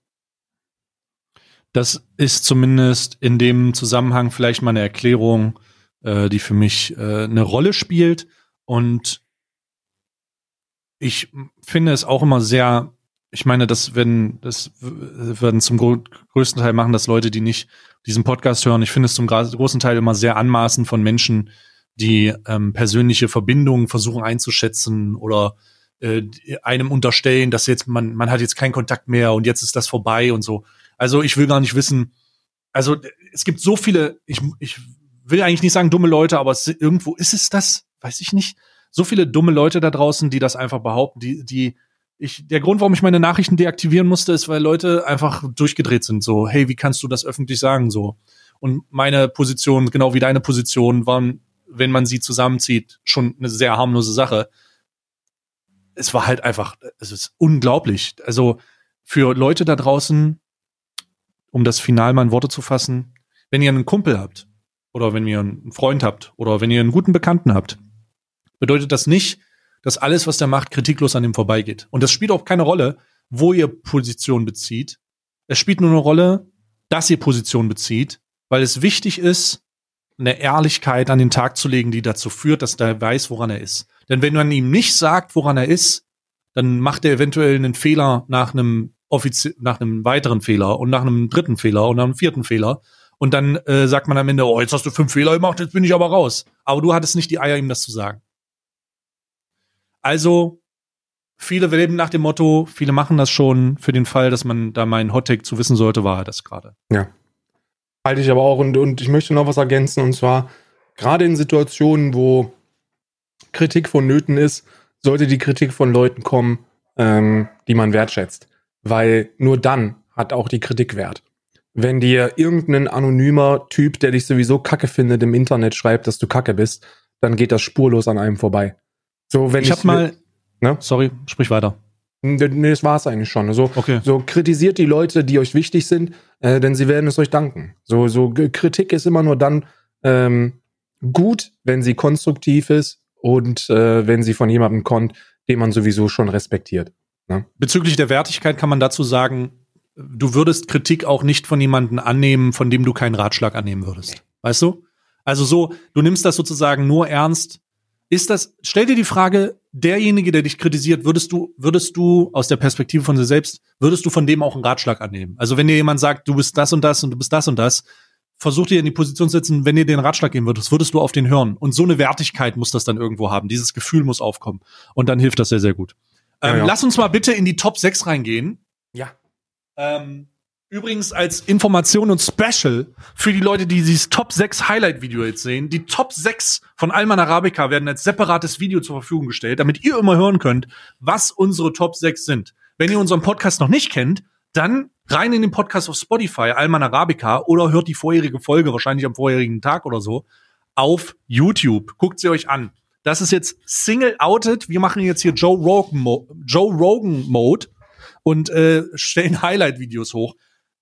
[SPEAKER 1] Das ist zumindest in dem Zusammenhang vielleicht mal eine Erklärung, äh, die für mich äh, eine Rolle spielt. Und ich finde es auch immer sehr, ich meine, das werden, das werden zum gro- größten Teil machen, dass Leute, die nicht diesen Podcast hören, ich finde es zum gra- großen Teil immer sehr anmaßend von Menschen, die ähm, persönliche Verbindungen versuchen einzuschätzen oder äh, einem unterstellen, dass jetzt man, man hat jetzt keinen Kontakt mehr und jetzt ist das vorbei und so. Also ich will gar nicht wissen, also es gibt so viele, ich, ich will eigentlich nicht sagen dumme Leute, aber es, irgendwo ist es das, weiß ich nicht, so viele dumme Leute da draußen, die das einfach behaupten, die, die, ich, der Grund, warum ich meine Nachrichten deaktivieren musste, ist, weil Leute einfach durchgedreht sind, so, hey, wie kannst du das öffentlich sagen, so. Und meine Position, genau wie deine Position, waren, wenn man sie zusammenzieht, schon eine sehr harmlose Sache. Es war halt einfach, es ist unglaublich. Also für Leute da draußen, um das final mal in Worte zu fassen, wenn ihr einen Kumpel habt oder wenn ihr einen Freund habt oder wenn ihr einen guten Bekannten habt, bedeutet das nicht, dass alles, was der macht, kritiklos an ihm vorbeigeht. Und das spielt auch keine Rolle, wo ihr Position bezieht. Es spielt nur eine Rolle, dass ihr Position bezieht, weil es wichtig ist, eine Ehrlichkeit an den Tag zu legen, die dazu führt, dass der weiß, woran er ist. Denn wenn man ihm nicht sagt, woran er ist, dann macht er eventuell einen Fehler nach einem offizie- nach einem weiteren Fehler und nach einem dritten Fehler und nach einem vierten Fehler. Und dann äh, sagt man am Ende, oh, jetzt hast du fünf Fehler gemacht, jetzt bin ich aber raus. Aber du hattest nicht die Eier, ihm das zu sagen. Also, viele leben nach dem Motto, viele machen das schon für den Fall, dass man da meinen Hottake zu wissen sollte, war er das gerade.
[SPEAKER 3] Ja. Halte ich aber auch. Und, und ich möchte noch was ergänzen. Und zwar, gerade in Situationen, wo Kritik vonnöten ist, sollte die Kritik von Leuten kommen, ähm, die man wertschätzt. Weil nur dann hat auch die Kritik Wert. Wenn dir irgendein anonymer Typ, der dich sowieso kacke findet, im Internet schreibt, dass du kacke bist, dann geht das spurlos an einem vorbei. So, wenn
[SPEAKER 1] Ich hab mal,
[SPEAKER 3] Ne?
[SPEAKER 1] Sorry, sprich weiter.
[SPEAKER 3] Nee, das war's eigentlich schon. Also,
[SPEAKER 1] Okay.
[SPEAKER 3] so kritisiert die Leute, die euch wichtig sind, äh, denn sie werden es euch danken. So, so G- Kritik ist immer nur dann ähm, gut, wenn sie konstruktiv ist und äh, wenn sie von jemandem kommt, den man sowieso schon respektiert.
[SPEAKER 1] Bezüglich der Wertigkeit kann man dazu sagen, du würdest Kritik auch nicht von jemandem annehmen, von dem du keinen Ratschlag annehmen würdest. Weißt du? Also so, du nimmst das sozusagen nur ernst. Ist das, stell dir die Frage, derjenige, der dich kritisiert, würdest du, würdest du aus der Perspektive von dir selbst, würdest du von dem auch einen Ratschlag annehmen? Also wenn dir jemand sagt, du bist das und das und du bist das und das, versuch dir in die Position zu setzen, wenn dir den Ratschlag geben würdest, würdest du auf den hören. Und so eine Wertigkeit muss das dann irgendwo haben. Dieses Gefühl muss aufkommen. Und dann hilft das sehr, sehr gut. Ähm,
[SPEAKER 3] Ja, ja.
[SPEAKER 1] Lass uns mal bitte in die Top sechs reingehen.
[SPEAKER 3] Ja.
[SPEAKER 1] Ähm, übrigens als Information und Special für die Leute, die dieses Top sechs Highlight-Video jetzt sehen. Die Top sechs von Alman Arabica werden als separates Video zur Verfügung gestellt, damit ihr immer hören könnt, was unsere Top sechs sind. Wenn ihr unseren Podcast noch nicht kennt, dann rein in den Podcast auf Spotify, Alman Arabica, oder hört die vorherige Folge, wahrscheinlich am vorherigen Tag oder so, auf YouTube. Guckt sie euch an. Das ist jetzt Single-Outed. Wir machen jetzt hier Joe Rogan, Mo- Joe Rogan Mode und äh, stellen Highlight-Videos hoch.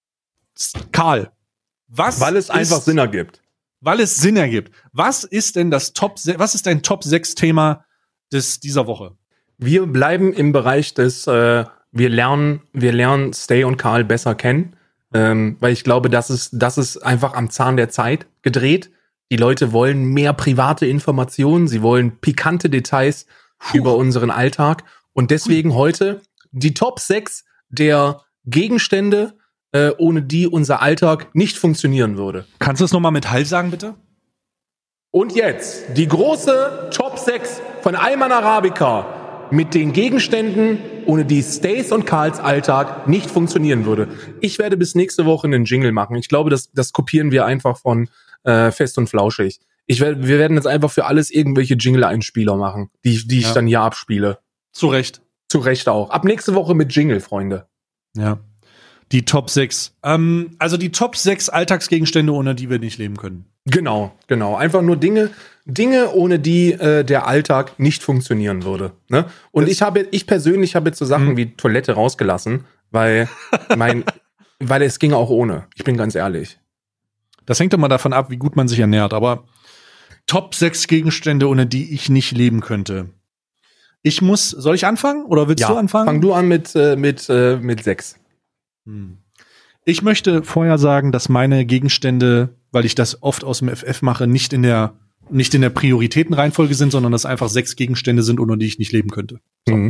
[SPEAKER 1] Karl, was
[SPEAKER 3] Weil es
[SPEAKER 1] ist,
[SPEAKER 3] einfach Sinn ergibt.
[SPEAKER 1] weil es Sinn ergibt. Was ist denn das Top, se- was ist dein Top sechs Thema des dieser Woche?
[SPEAKER 3] Wir bleiben im Bereich des, äh, wir lernen, wir lernen Stay und Karl besser kennen, ähm, weil ich glaube, das ist, das ist einfach am Zahn der Zeit gedreht. Die Leute wollen mehr private Informationen, sie wollen pikante Details über unseren Alltag und deswegen heute die Top sechs der Gegenstände, äh, ohne die unser Alltag nicht funktionieren würde.
[SPEAKER 1] Kannst du es nochmal mit Hall sagen, bitte?
[SPEAKER 3] Und jetzt die große Top sechs von Alman Arabica mit den Gegenständen, ohne die Stays und Karls Alltag nicht funktionieren würde. Ich werde bis nächste Woche einen Jingle machen. Ich glaube, das, das kopieren wir einfach von äh, Fest und Flauschig. Ich werd, wir werden jetzt einfach für alles irgendwelche Jingle-Einspieler machen, die, die ich
[SPEAKER 1] Ja.
[SPEAKER 3] dann hier abspiele.
[SPEAKER 1] Zu Recht.
[SPEAKER 3] Zu Recht auch. Ab nächste Woche mit Jingle, Freunde.
[SPEAKER 1] Ja. Die Top sechs. Ähm, also die Top sechs Alltagsgegenstände, ohne die wir nicht leben können.
[SPEAKER 3] Genau, genau. Einfach nur Dinge, Dinge, ohne die äh, der Alltag nicht funktionieren würde. Ne? Und
[SPEAKER 1] Das-
[SPEAKER 3] ich habe, ich persönlich habe jetzt so Sachen
[SPEAKER 1] Mhm.
[SPEAKER 3] wie Toilette rausgelassen, weil mein, weil es ging auch ohne. Ich bin ganz ehrlich.
[SPEAKER 1] Das hängt immer davon ab, wie gut man sich ernährt. Aber Top sechs Gegenstände, ohne die ich nicht leben könnte. Ich muss, soll ich anfangen oder willst du anfangen?
[SPEAKER 3] Fang du an mit äh, mit äh, mit sechs.
[SPEAKER 1] Hm. Ich möchte vorher sagen, dass meine Gegenstände, weil ich das oft aus dem F F mache, nicht in der nicht in der Prioritätenreihenfolge sind, sondern dass einfach sechs Gegenstände sind, ohne die ich nicht leben könnte.
[SPEAKER 3] Mhm.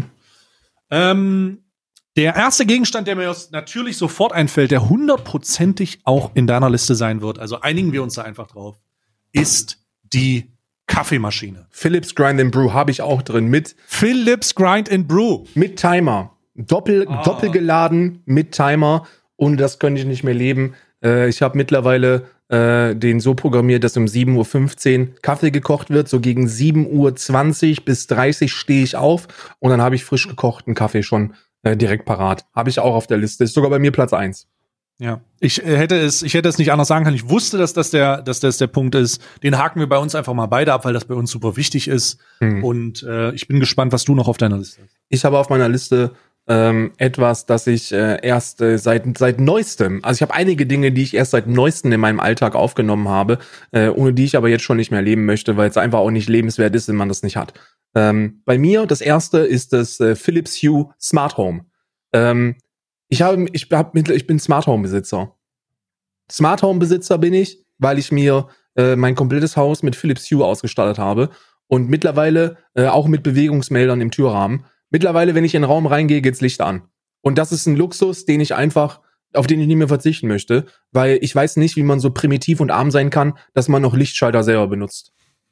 [SPEAKER 1] Ähm, der erste Gegenstand, der mir jetzt natürlich sofort einfällt, der hundertprozentig auch in deiner Liste sein wird, also einigen wir uns da einfach drauf, ist die Kaffeemaschine.
[SPEAKER 3] Philips Grind and Brew habe ich auch drin mit
[SPEAKER 1] Philips Grind and Brew.
[SPEAKER 3] mit Timer. Doppel,
[SPEAKER 1] Ah.
[SPEAKER 3] doppelgeladen mit Timer. Ohne das könnte ich nicht mehr leben. Äh, ich habe mittlerweile äh, den so programmiert, dass um sieben Uhr fünfzehn Kaffee gekocht wird. So gegen sieben Uhr zwanzig bis dreißig stehe ich auf und dann habe ich frisch gekochten Kaffee schon äh, direkt parat. Habe ich auch auf der Liste. Ist sogar bei mir Platz eins.
[SPEAKER 1] Ja, ich äh, hätte es, ich hätte es nicht anders sagen können. Ich wusste, dass das der, dass das der Punkt ist. Den haken wir bei uns einfach mal beide ab, weil das bei uns super wichtig ist.
[SPEAKER 3] Hm.
[SPEAKER 1] Und äh, ich bin gespannt, was du noch auf deiner Liste hast.
[SPEAKER 3] Ich habe auf meiner Liste ähm, etwas, das ich äh, erst äh, seit seit neuestem, also ich habe einige Dinge, die ich erst seit neuestem in meinem Alltag aufgenommen habe, äh, ohne die ich aber jetzt schon nicht mehr leben möchte, weil es einfach auch nicht lebenswert ist, wenn man das nicht hat. Ähm, bei mir das erste ist das äh, Philips Hue Smart Home. Ähm, ich habe, ich hab, mit- ich bin Smart Home Besitzer. Smart Home Besitzer bin ich, weil ich mir äh, mein komplettes Haus mit Philips Hue ausgestattet habe und mittlerweile äh, auch mit Bewegungsmeldern im Türrahmen. Mittlerweile, wenn ich in den Raum reingehe, geht's Licht an. Und das ist ein Luxus, den ich einfach, auf den ich nicht mehr verzichten möchte, weil ich weiß nicht, wie man so primitiv und arm sein kann, dass man noch Lichtschalter selber benutzt.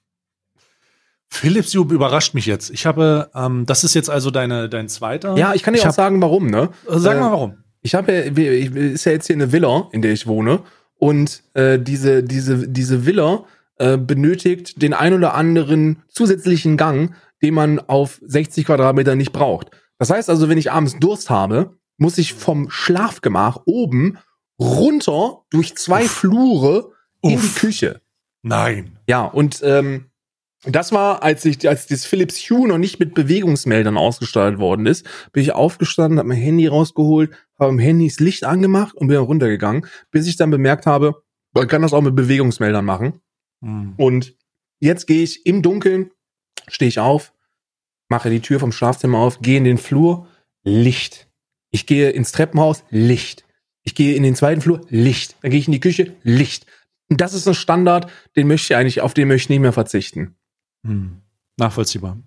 [SPEAKER 1] Philips Hue überrascht mich jetzt. Ich habe, ähm, das ist jetzt also deine, dein zweiter.
[SPEAKER 3] Ja, ich kann dir
[SPEAKER 1] Ich
[SPEAKER 3] auch
[SPEAKER 1] hab-
[SPEAKER 3] sagen, warum, ne?
[SPEAKER 1] Äh, Sag
[SPEAKER 3] äh,
[SPEAKER 1] mal warum.
[SPEAKER 3] Ich habe ja, wir- ich- ist ja jetzt hier eine Villa, in der ich wohne. Und äh, diese, diese, diese Villa äh, benötigt den ein oder anderen zusätzlichen Gang, den man auf sechzig Quadratmeter nicht braucht. Das heißt also, wenn ich abends Durst habe, muss ich vom Schlafgemach oben runter durch zwei
[SPEAKER 1] Uff.
[SPEAKER 3] Flure in
[SPEAKER 1] Uff.
[SPEAKER 3] die Küche.
[SPEAKER 1] Nein.
[SPEAKER 3] Ja, und ähm, Das war, als ich, als dieses Philips Hue noch nicht mit Bewegungsmeldern ausgestattet worden ist, bin ich aufgestanden, habe mein Handy rausgeholt, habe im Handy das Licht angemacht und bin runtergegangen, bis ich dann bemerkt habe, man kann das auch mit Bewegungsmeldern machen.
[SPEAKER 1] Mhm.
[SPEAKER 3] Und jetzt gehe ich im Dunkeln, stehe ich auf, mache die Tür vom Schlafzimmer auf, gehe in den Flur, Licht. Ich gehe ins Treppenhaus, Licht. Ich gehe in den zweiten Flur, Licht. Dann gehe ich in die Küche, Licht. Und das ist ein Standard, den möchte ich eigentlich, auf den möchte ich nicht mehr verzichten.
[SPEAKER 1] Hm. Nachvollziehbar.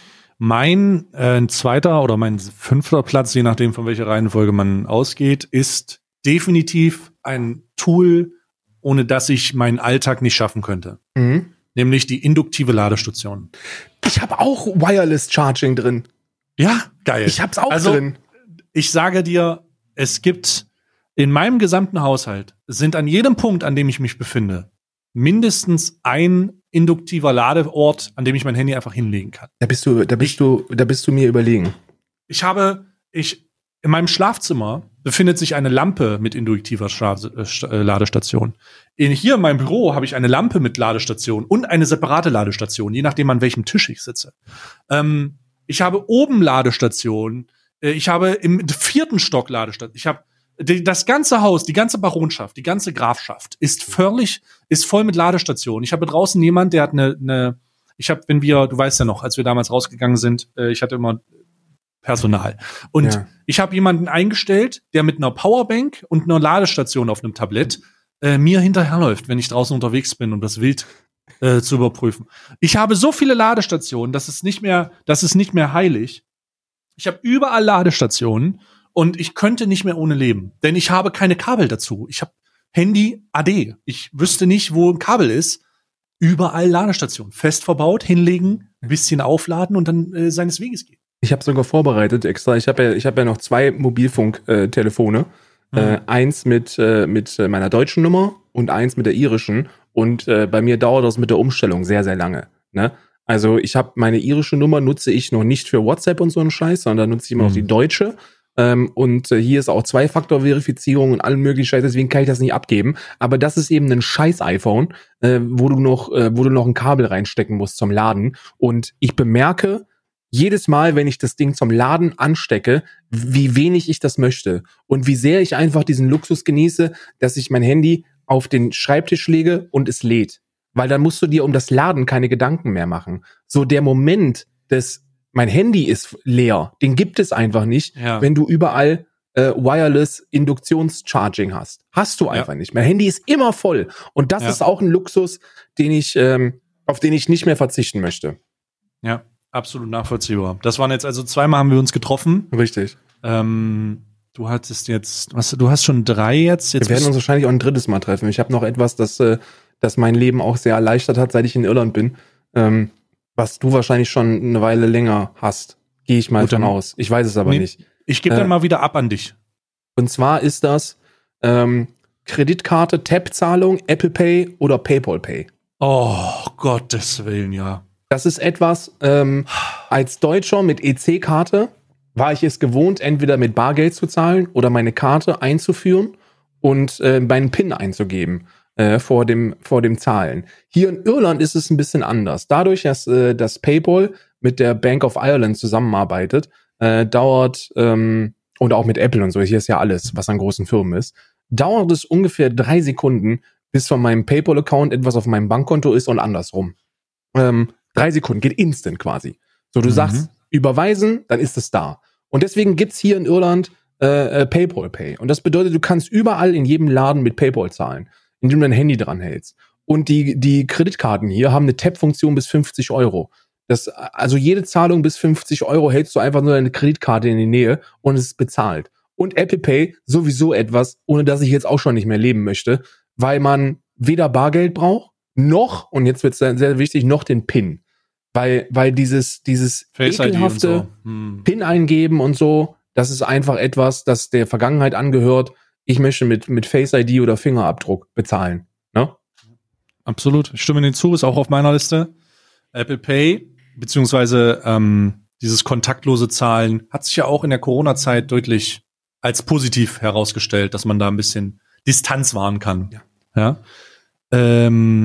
[SPEAKER 1] Mein äh, zweiter oder mein fünfter Platz, je nachdem von welcher Reihenfolge man ausgeht, ist definitiv ein Tool, ohne das ich meinen Alltag nicht schaffen könnte.
[SPEAKER 3] Mhm.
[SPEAKER 1] Nämlich die induktive Ladestation.
[SPEAKER 3] Ich habe auch Wireless Charging drin.
[SPEAKER 1] Ja, geil.
[SPEAKER 3] Ich hab's auch
[SPEAKER 1] also,
[SPEAKER 3] drin.
[SPEAKER 1] Ich sage dir, es gibt in meinem gesamten Haushalt sind an jedem Punkt, an dem ich mich befinde, mindestens ein induktiver Ladeort, an dem ich mein Handy einfach hinlegen kann.
[SPEAKER 3] Da bist du, da bist
[SPEAKER 1] Ich-
[SPEAKER 3] du, da bist du mir überlegen.
[SPEAKER 1] Ich habe, ich, in meinem Schlafzimmer befindet sich eine Lampe mit induktiver Schlaf, äh, St- äh, Ladestation. In, hier in meinem Büro habe ich eine Lampe mit Ladestation und eine separate Ladestation, je nachdem an welchem Tisch ich sitze. Ähm, ich habe oben Ladestationen. Äh, ich habe im vierten Stock Ladestation. Ich habe die, das ganze Haus, die ganze Baronschaft, die ganze Grafschaft ist völlig, ist voll mit Ladestationen. Ich habe draußen jemand, der hat eine, eine ich habe, wenn wir, du weißt ja noch, als wir damals rausgegangen sind, äh, ich hatte immer Personal. Und
[SPEAKER 3] Ja.
[SPEAKER 1] ich habe jemanden eingestellt, der mit einer Powerbank und einer Ladestation auf einem Tablett äh, mir hinterherläuft, wenn ich draußen unterwegs bin, um das Wild äh, zu überprüfen. Ich habe so viele Ladestationen, das ist nicht mehr, das ist nicht mehr heilig. Ich habe überall Ladestationen und ich könnte nicht mehr ohne leben, denn ich habe keine Kabel dazu. Ich habe Handy A D. Ich wüsste nicht, wo ein Kabel ist. Überall Ladestationen, fest verbaut, hinlegen, ein bisschen aufladen und dann äh, seines Weges gehen.
[SPEAKER 3] Ich habe sogar vorbereitet extra. Ich habe ja, ich habe ja noch zwei Mobilfunk-Telefone.
[SPEAKER 1] Mhm.
[SPEAKER 3] Äh, eins mit äh, mit äh, meiner deutschen Nummer und eins mit der irischen. Und äh, bei mir dauert das mit der Umstellung sehr, sehr lange. Ne? Also ich habe meine irische Nummer nutze ich noch nicht für WhatsApp und so einen Scheiß, sondern nutze ich immer
[SPEAKER 1] Mhm.
[SPEAKER 3] noch die deutsche. Ähm, und äh, hier ist auch Zwei-Faktor-Verifizierung und allen möglichen Scheiß, deswegen kann ich das nicht abgeben. Aber das ist eben ein scheiß iPhone, äh, wo du noch, äh, wo du noch ein Kabel reinstecken musst zum Laden. Und ich bemerke jedes Mal, wenn ich das Ding zum Laden anstecke, wie wenig ich das möchte und wie sehr ich einfach diesen Luxus genieße, dass ich mein Handy auf den Schreibtisch lege und es lädt. Weil dann musst du dir um das Laden keine Gedanken mehr machen. So der Moment des mein Handy ist leer, den gibt es einfach nicht,
[SPEAKER 1] Ja.
[SPEAKER 3] wenn du überall äh, Wireless Induktionscharging hast. Hast du einfach nicht. Mein Handy ist immer voll und das
[SPEAKER 1] Ja.
[SPEAKER 3] ist auch ein Luxus, den ich ähm, auf den ich nicht mehr verzichten möchte.
[SPEAKER 1] Ja, absolut nachvollziehbar. Das waren jetzt also zweimal haben wir uns getroffen.
[SPEAKER 3] Richtig.
[SPEAKER 1] Ähm, du hattest jetzt, was, du hast schon drei jetzt. jetzt
[SPEAKER 3] Wir werden uns wahrscheinlich auch ein drittes Mal treffen. Ich habe noch etwas, das, äh, das mein Leben auch sehr erleichtert hat, seit ich in Irland bin. Ähm, was du wahrscheinlich schon eine Weile länger hast. Gehe ich mal
[SPEAKER 1] Gut,
[SPEAKER 3] von
[SPEAKER 1] dann-
[SPEAKER 3] aus. Ich weiß es aber
[SPEAKER 1] Nee.
[SPEAKER 3] nicht.
[SPEAKER 1] ich gebe
[SPEAKER 3] äh,
[SPEAKER 1] dann mal wieder ab an dich.
[SPEAKER 3] Und zwar ist das ähm, Kreditkarte, Tap-Zahlung, Apple Pay oder PayPal Pay.
[SPEAKER 1] Oh, Gottes Willen, ja.
[SPEAKER 3] Das ist etwas, ähm, als Deutscher mit E C-Karte war ich es gewohnt, entweder mit Bargeld zu zahlen oder meine Karte einzuführen und äh, meinen PIN einzugeben äh, vor dem vor dem Zahlen. Hier in Irland ist es ein bisschen anders. Dadurch, dass äh, das PayPal mit der Bank of Ireland zusammenarbeitet, äh, dauert ähm, und auch mit Apple und so, hier ist ja alles, was an großen Firmen ist, dauert es ungefähr drei Sekunden, bis von meinem PayPal-Account etwas auf meinem Bankkonto ist und andersrum. Ähm, drei Sekunden, geht instant quasi. So, du
[SPEAKER 1] Mhm.
[SPEAKER 3] sagst, überweisen, dann ist es da. Und deswegen gibt's hier in Irland äh, äh, PayPal Pay. Und das bedeutet, du kannst überall in jedem Laden mit PayPal zahlen, indem du dein Handy dran hältst. Und die, die Kreditkarten hier haben eine Tap-Funktion bis fünfzig Euro. Das, also jede Zahlung bis fünfzig Euro hältst du einfach nur deine Kreditkarte in die Nähe und es ist bezahlt. Und Apple Pay sowieso etwas, ohne das ich jetzt auch schon nicht mehr leben möchte, weil man weder Bargeld braucht, noch, und jetzt wird es sehr wichtig, noch den PIN. Weil, weil dieses, dieses
[SPEAKER 1] Face I D und
[SPEAKER 3] ekelhafte
[SPEAKER 1] so. Hm.
[SPEAKER 3] PIN eingeben und so, das ist einfach etwas, das der Vergangenheit angehört. Ich möchte mit, mit Face I D oder Fingerabdruck bezahlen. Ne?
[SPEAKER 1] Absolut. Ich stimme dir zu, ist auch auf meiner Liste. Apple Pay, beziehungsweise ähm, dieses kontaktlose Zahlen, hat sich ja auch in der Corona-Zeit deutlich als positiv herausgestellt, dass man da ein bisschen Distanz wahren kann.
[SPEAKER 3] Ja.
[SPEAKER 1] Ja. Ähm,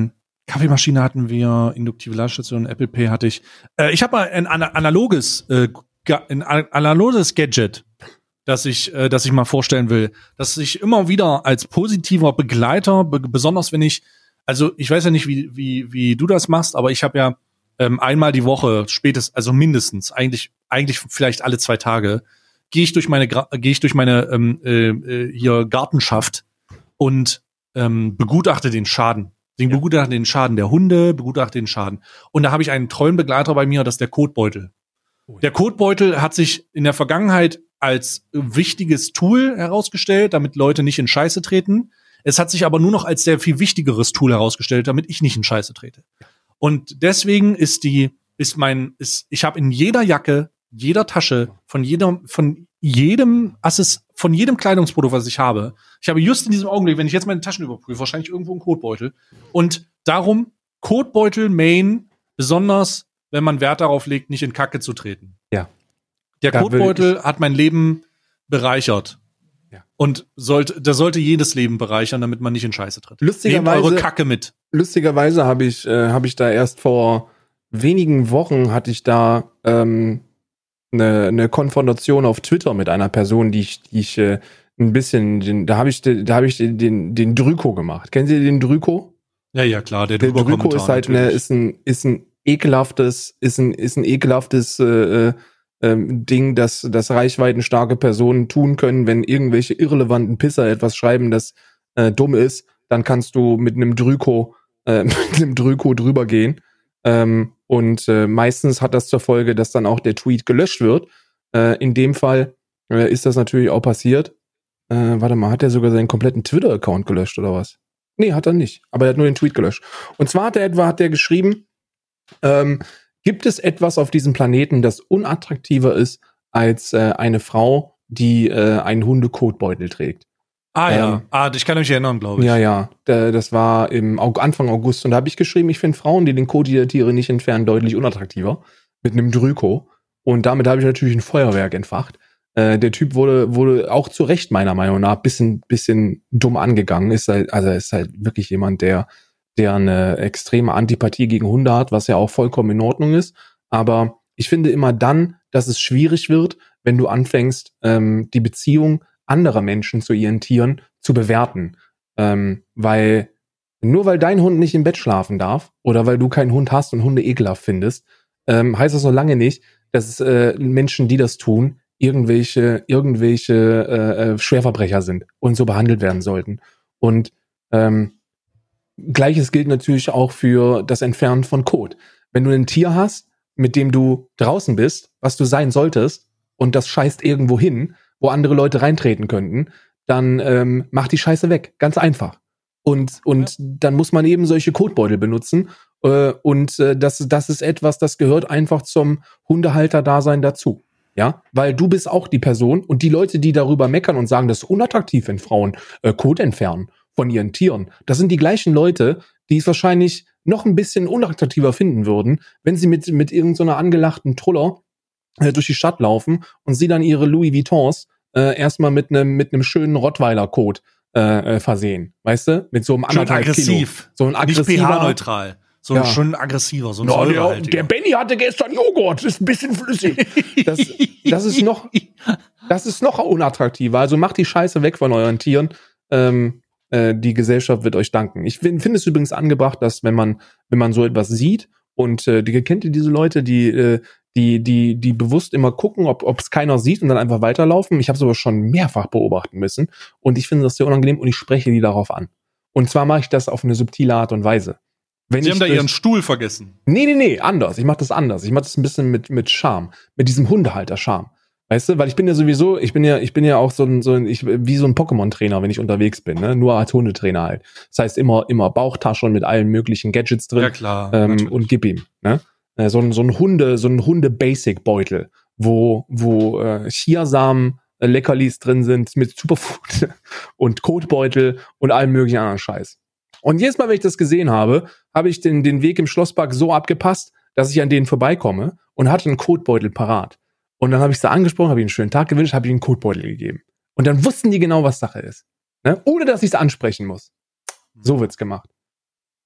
[SPEAKER 1] Kaffeemaschine hatten wir, induktive Ladestation, Apple Pay hatte ich. Äh, ich habe mal ein ana- analoges, äh, ga- ein a- analoges Gadget, das ich, äh, das ich mal vorstellen will, das ich immer wieder als positiver Begleiter, be- besonders wenn ich, also ich weiß ja nicht, wie wie wie du das machst, aber ich habe ja ähm, einmal die Woche, spätestens, also mindestens, eigentlich eigentlich vielleicht alle zwei Tage, gehe ich durch meine Gra- gehe ich durch meine ähm, äh, äh, hier Gartenschaft und ähm, begutachte den Schaden. Ich begutachte den Schaden der Hunde, begutachte den Schaden. Und da habe ich einen treuen Begleiter bei mir, das ist der Kotbeutel. Der Kotbeutel hat sich in der Vergangenheit als wichtiges Tool herausgestellt, damit Leute nicht in Scheiße treten. Es hat sich aber nur noch als sehr viel wichtigeres Tool herausgestellt, damit ich nicht in Scheiße trete. Und deswegen ist die, ist mein, ist, ich habe in jeder Jacke, jeder Tasche, von jedem, von jedem Assist, von jedem Kleidungsprodukt, was ich habe. Ich habe just in diesem Augenblick, wenn ich jetzt meine Taschen überprüfe, wahrscheinlich irgendwo einen Kotbeutel. Und darum Kotbeutel Main, besonders wenn man Wert darauf legt, nicht in Kacke zu treten.
[SPEAKER 3] Ja.
[SPEAKER 1] Der
[SPEAKER 3] Da
[SPEAKER 1] Kotbeutel hat mein Leben bereichert.
[SPEAKER 3] Ja.
[SPEAKER 1] Und sollte, der sollte jedes Leben bereichern, damit man nicht in Scheiße tritt.
[SPEAKER 3] Lustigerweise-
[SPEAKER 1] Nehmt eure Kacke mit.
[SPEAKER 3] Lustigerweise habe ich, äh, habe ich da erst vor wenigen Wochen hatte ich da ähm, eine, eine Konfrontation auf Twitter mit einer Person, die ich, die ich äh, ein bisschen, den, da habe ich, da habe ich den, den, den Drüko gemacht. Kennen Sie den Drüko?
[SPEAKER 1] Ja, ja, klar. Der,
[SPEAKER 3] Der Drüko
[SPEAKER 1] Drüber-Kommentar
[SPEAKER 3] ist halt eine,
[SPEAKER 1] natürlich.
[SPEAKER 3] ist ein, ist ein ekelhaftes, ist ein, ist ein ekelhaftes äh, äh, ähm, Ding, das, das reichweitenstarke Personen tun können, wenn irgendwelche irrelevanten Pisser etwas schreiben, das äh, dumm ist, dann kannst du mit einem Drüko, äh, mit einem Drüko drüber gehen. Ähm, und äh, meistens hat das zur Folge, dass dann auch der Tweet gelöscht wird. Äh, in dem Fall äh, ist das natürlich auch passiert. Äh, warte mal, hat er sogar seinen kompletten Twitter-Account gelöscht oder was? Nee, hat er nicht. Aber er hat nur den Tweet gelöscht. Und zwar hat er etwa, hat er geschrieben, ähm, gibt es etwas auf diesem Planeten, das unattraktiver ist als äh, eine Frau, die äh, einen Hundekotbeutel trägt?
[SPEAKER 1] Ah ja,
[SPEAKER 3] ähm,
[SPEAKER 1] ah, ich kann mich erinnern, glaube ich.
[SPEAKER 3] Ja, ja. Da, das war im Au- Anfang August. Und da habe ich geschrieben, ich finde Frauen, die den Kot der Tiere nicht entfernen, deutlich unattraktiver. Mit einem Drüko. Und damit habe ich natürlich ein Feuerwerk entfacht. Äh, der Typ wurde, wurde auch zu Recht meiner Meinung nach bisschen, bisschen dumm angegangen. Ist halt, also ist halt wirklich jemand, der, der eine extreme Antipathie gegen Hunde hat, was ja auch vollkommen in Ordnung ist. Aber ich finde immer dann, dass es schwierig wird, wenn du anfängst, ähm, die Beziehung anderer Menschen zu ihren Tieren zu bewerten. Ähm, weil nur weil dein Hund nicht im Bett schlafen darf oder weil du keinen Hund hast und Hunde ekelhaft findest, ähm, heißt das noch lange nicht, dass äh, Menschen, die das tun, irgendwelche irgendwelche äh, äh, Schwerverbrecher sind und so behandelt werden sollten. Und ähm, Gleiches gilt natürlich auch für das Entfernen von Kot. Wenn du ein Tier hast, mit dem du draußen bist, was du sein solltest, und das scheißt irgendwo hin, wo andere Leute reintreten könnten, dann ähm, mach die Scheiße weg. Ganz einfach. Und, und dann muss man eben solche Kotbeutel benutzen. Äh, und äh, das, das ist etwas, das gehört einfach zum Hundehalter-Dasein dazu. Ja, weil du bist auch die Person und die Leute, die darüber meckern und sagen, das ist unattraktiv, wenn Frauen äh, Kot entfernen von ihren Tieren. Das sind die gleichen Leute, die es wahrscheinlich noch ein bisschen unattraktiver finden würden, wenn sie mit, mit irgendeiner angelachten Truller äh, durch die Stadt laufen und sie dann ihre Louis Vuittons äh, erstmal mit einem mit einem schönen Rottweiler-Kot äh, äh, versehen. Weißt du? Mit so einem
[SPEAKER 1] Schön
[SPEAKER 3] anderthalb
[SPEAKER 1] aggressiv.
[SPEAKER 3] Kilo. So ein
[SPEAKER 1] Nicht
[SPEAKER 3] aggressiver.
[SPEAKER 1] pH-neutral. So
[SPEAKER 3] Ja.
[SPEAKER 1] ein schön aggressiver, so ein
[SPEAKER 3] Ja, der,
[SPEAKER 1] säurehaltiger.
[SPEAKER 3] der Benny hatte gestern Joghurt, ist ein bisschen flüssig. Das, das ist noch, das ist noch unattraktiver. Also macht die Scheiße weg von euren Tieren. Ähm, äh, die Gesellschaft wird euch danken. Ich finde find es übrigens angebracht, dass wenn man, wenn man so etwas sieht und äh, die kennt ihr diese Leute, die, äh, die, die, die bewusst immer gucken, ob ob es keiner sieht und dann einfach weiterlaufen. Ich habe es aber schon mehrfach beobachten müssen und ich finde das sehr unangenehm und ich spreche die darauf an. Und zwar mache ich das auf eine subtile Art und Weise. Wenn
[SPEAKER 1] Sie
[SPEAKER 3] ich
[SPEAKER 1] haben da
[SPEAKER 3] durch-
[SPEAKER 1] ihren Stuhl vergessen.
[SPEAKER 3] Nee, nee, nee, anders. Ich mach das anders. Ich mach das ein bisschen mit, mit Charme. Mit diesem Hundehalter-Charme. Weißt du, weil ich bin ja sowieso, ich bin ja, ich bin ja auch so ein, so ein, ich, wie so ein Pokémon-Trainer, wenn ich unterwegs bin, ne? Nur als Hundetrainer halt. Das heißt immer, immer Bauchtasche und mit allen möglichen Gadgets drin.
[SPEAKER 1] Ja, klar.
[SPEAKER 3] ähm,
[SPEAKER 1] natürlich.
[SPEAKER 3] und gib ihm, ne? Äh, so ein, so ein Hunde, so ein Hunde-Basic-Beutel, wo, wo, äh, Chiasamen, äh, Leckerlis drin sind mit Superfood und Kotbeutel und allem möglichen anderen Scheiß. Und jedes Mal, wenn ich das gesehen habe, habe ich den, den Weg im Schlosspark so abgepasst, dass ich an denen vorbeikomme und hatte einen Kotbeutel parat. Und dann habe ich sie angesprochen, habe ihnen einen schönen Tag gewünscht, habe ihnen einen Kotbeutel gegeben. Und dann wussten die genau, was Sache ist. Ne? Ohne, dass ich es ansprechen muss. So wird's gemacht.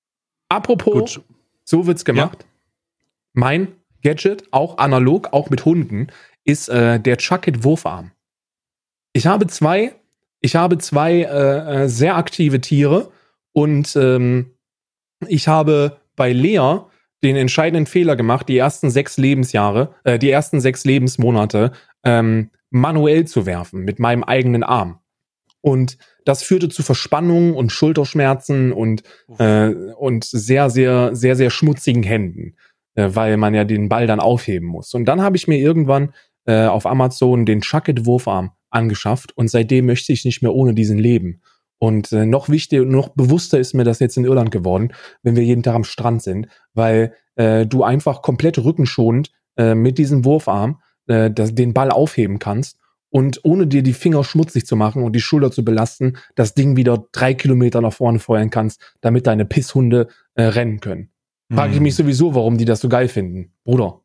[SPEAKER 3] Apropos,
[SPEAKER 1] Gut.
[SPEAKER 3] so wird's gemacht. Mein Gadget, auch analog, auch mit Hunden, ist äh, der Chuckit-Wurfarm. Ich habe zwei, ich habe zwei äh, äh, sehr aktive Tiere und ähm, ich habe bei Lea den entscheidenden Fehler gemacht, die ersten sechs Lebensjahre, äh, die ersten sechs Lebensmonate ähm, manuell zu werfen mit meinem eigenen Arm. Und das führte zu Verspannungen und Schulterschmerzen und äh, und sehr, sehr, sehr, sehr schmutzigen Händen, äh, weil man ja den Ball dann aufheben muss. Und dann habe ich mir irgendwann äh, auf Amazon den Chuckit-Wurfarm angeschafft und seitdem möchte ich nicht mehr ohne diesen leben. Und äh, noch wichtiger, noch bewusster ist mir das jetzt in Irland geworden, wenn wir jeden Tag am Strand sind, weil äh, du einfach komplett rückenschonend äh, mit diesem Wurfarm äh, das, den Ball aufheben kannst und ohne dir die Finger schmutzig zu machen und die Schulter zu belasten, das Ding wieder drei Kilometer nach vorne feuern kannst, damit deine Pisshunde äh, rennen können. Frage ich mich sowieso, warum die das so geil finden. Bruder.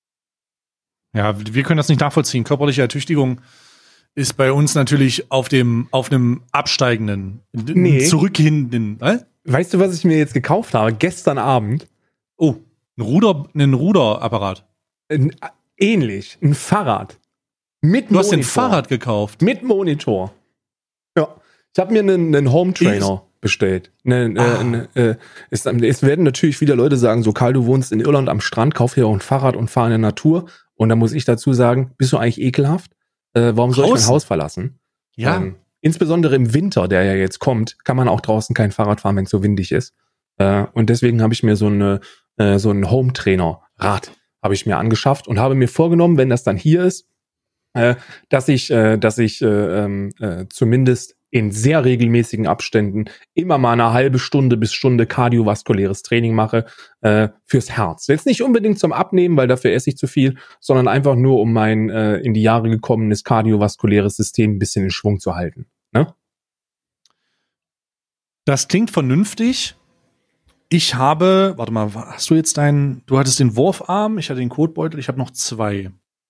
[SPEAKER 1] Ja, wir können das nicht nachvollziehen. Körperliche Ertüchtigung ist bei uns natürlich auf dem auf einem absteigenden,
[SPEAKER 3] Nee.
[SPEAKER 1] zurückgehenden. Äh?
[SPEAKER 3] Weißt du, was ich mir jetzt gekauft habe? Gestern Abend.
[SPEAKER 1] Oh, ein Ruder, ein Ruderapparat.
[SPEAKER 3] Ein, ähnlich. Ein Fahrrad. Mit
[SPEAKER 1] Du hast
[SPEAKER 3] Monitor.
[SPEAKER 1] ein Fahrrad gekauft.
[SPEAKER 3] Mit Monitor. Ja. Ich habe mir einen, einen Home Trainer bestellt. Einen,
[SPEAKER 1] Ah.
[SPEAKER 3] äh, einen, äh, es, es werden natürlich wieder Leute sagen, so Karl, du wohnst in Irland am Strand, kauf hier auch ein Fahrrad und fahr in der Natur. Und da muss ich dazu sagen, bist du eigentlich ekelhaft? Äh, warum soll ich mein
[SPEAKER 1] Draußen?
[SPEAKER 3] Haus verlassen?
[SPEAKER 1] Ja.
[SPEAKER 3] Ähm, insbesondere im Winter, der ja jetzt kommt, kann man auch draußen kein Fahrrad fahren, wenn es so windig ist. Äh, und deswegen habe ich mir so eine äh, so ein Home Trainer Rad habe ich mir angeschafft und habe mir vorgenommen, wenn das dann hier ist, äh, dass ich äh, dass ich äh, äh, zumindest in sehr regelmäßigen Abständen immer mal eine halbe Stunde bis Stunde kardiovaskuläres Training mache äh, fürs Herz. Jetzt nicht unbedingt zum Abnehmen, weil dafür esse ich zu viel, sondern einfach nur, um mein äh, in die Jahre gekommenes kardiovaskuläres System ein bisschen in Schwung zu halten. Ne?
[SPEAKER 1] Das klingt vernünftig. Ich habe, warte mal, hast du jetzt deinen, du hattest den Wurfarm, ich hatte den Kotbeutel, ich habe noch zwei.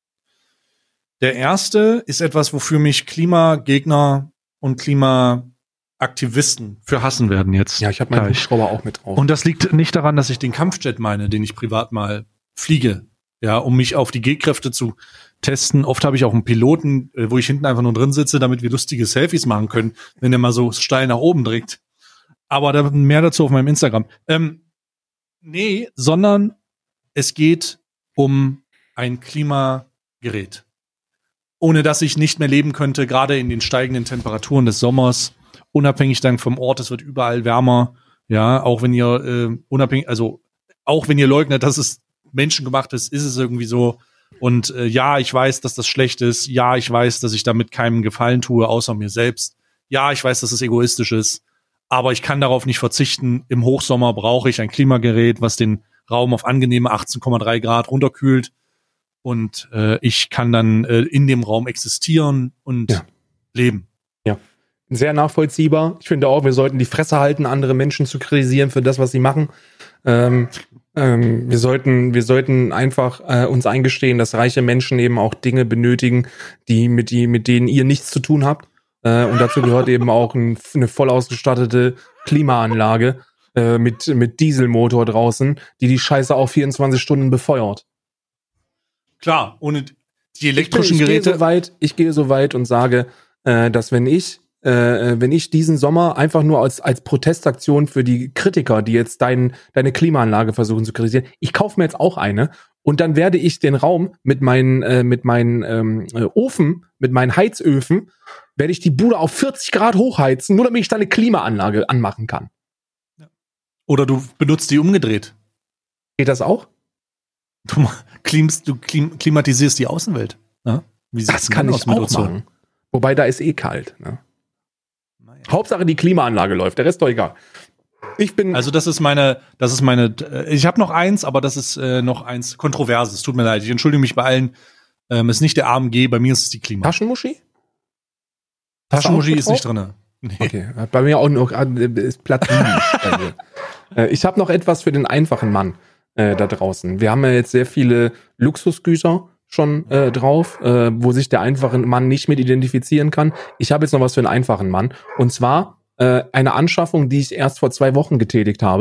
[SPEAKER 1] Der erste ist etwas, wofür mich Klimagegner und Klimaaktivisten für hassen werden jetzt.
[SPEAKER 3] Ja, ich habe meinen
[SPEAKER 1] gleich.
[SPEAKER 3] Hubschrauber auch mit drauf.
[SPEAKER 1] Und das liegt nicht daran, dass ich den Kampfjet meine, den ich privat mal fliege, ja, um mich auf die G-Kräfte zu testen. Oft habe ich auch einen Piloten, äh, wo ich hinten einfach nur drin sitze, damit wir lustige Selfies machen können, wenn der mal so steil nach oben dreht. Aber da mehr dazu auf meinem Instagram. Ähm, nee, sondern es geht um ein Klimagerät, ohne das ich nicht mehr leben könnte, gerade in den steigenden Temperaturen des Sommers, unabhängig dann vom Ort, es wird überall wärmer, ja, auch wenn ihr äh, unabhängig, also auch wenn ihr leugnet, dass es menschengemacht ist, ist es irgendwie so. Und äh, ja, ich weiß, dass das schlecht ist. Ja, ich weiß, dass ich damit keinem Gefallen tue, außer mir selbst. Ja, ich weiß, dass es egoistisch ist. Aber ich kann darauf nicht verzichten. Im Hochsommer brauche ich ein Klimagerät, was den Raum auf angenehme achtzehn Komma drei Grad runterkühlt. Und äh, ich kann dann äh, in dem Raum existieren und
[SPEAKER 3] Ja.
[SPEAKER 1] leben.
[SPEAKER 3] Sehr nachvollziehbar. Ich finde auch, wir sollten die Fresse halten, andere Menschen zu kritisieren für das, was sie machen. Ähm, ähm, wir sollten, wir sollten einfach äh, uns eingestehen, dass reiche Menschen eben auch Dinge benötigen, die mit die, mit denen ihr nichts zu tun habt. Äh, und dazu gehört eben auch ein, eine voll ausgestattete Klimaanlage äh, mit mit Dieselmotor draußen, die die Scheiße auch vierundzwanzig Stunden befeuert.
[SPEAKER 1] Klar, ohne die
[SPEAKER 3] Ich,
[SPEAKER 1] elektrischen
[SPEAKER 3] bin, ich, gehe
[SPEAKER 1] Geräte.
[SPEAKER 3] so weit, ich gehe so weit und sage, äh, dass wenn ich, äh, wenn ich diesen Sommer einfach nur als, als Protestaktion für die Kritiker, die jetzt dein, deine Klimaanlage versuchen zu kritisieren, ich kaufe mir jetzt auch eine und dann werde ich den Raum mit meinen, äh, mit meinen ähm, äh, Ofen, mit meinen Heizöfen, werde ich die Bude auf vierzig Grad hochheizen, nur damit ich da eine Klimaanlage anmachen kann.
[SPEAKER 1] Oder du benutzt die umgedreht.
[SPEAKER 3] Geht das auch?
[SPEAKER 1] Du, ma- klimst, du klim, klimatisierst die Außenwelt. Ja? Wie sieht's
[SPEAKER 3] Das
[SPEAKER 1] denn
[SPEAKER 3] kann
[SPEAKER 1] dann
[SPEAKER 3] ich
[SPEAKER 1] aus mit
[SPEAKER 3] auch
[SPEAKER 1] Ozon?
[SPEAKER 3] machen. Wobei, da ist eh kalt. Ne?
[SPEAKER 1] Naja.
[SPEAKER 3] Hauptsache die Klimaanlage läuft, der Rest doch egal. Ich bin
[SPEAKER 1] Also das ist meine, das ist meine, äh, ich habe noch eins, aber das ist äh, noch eins Kontroverses. Tut mir leid, ich entschuldige mich bei allen. Ähm, ist nicht der A M G, bei mir ist es die Klima.
[SPEAKER 3] Taschenmuschi?
[SPEAKER 1] Taschenmuschi
[SPEAKER 3] Hast
[SPEAKER 1] ist
[SPEAKER 3] du auch
[SPEAKER 1] nicht drin. Nee.
[SPEAKER 3] Okay, bei mir auch noch äh, ist Platz sieben bei mir. Äh, Ich habe noch etwas für den einfachen Mann äh, da draußen. Wir haben ja jetzt sehr viele Luxusgüter schon äh, drauf, äh, wo sich der einfache Mann nicht mit identifizieren kann. Ich habe jetzt noch was für den einfachen Mann. Und zwar äh, eine Anschaffung, die ich erst vor zwei Wochen getätigt habe.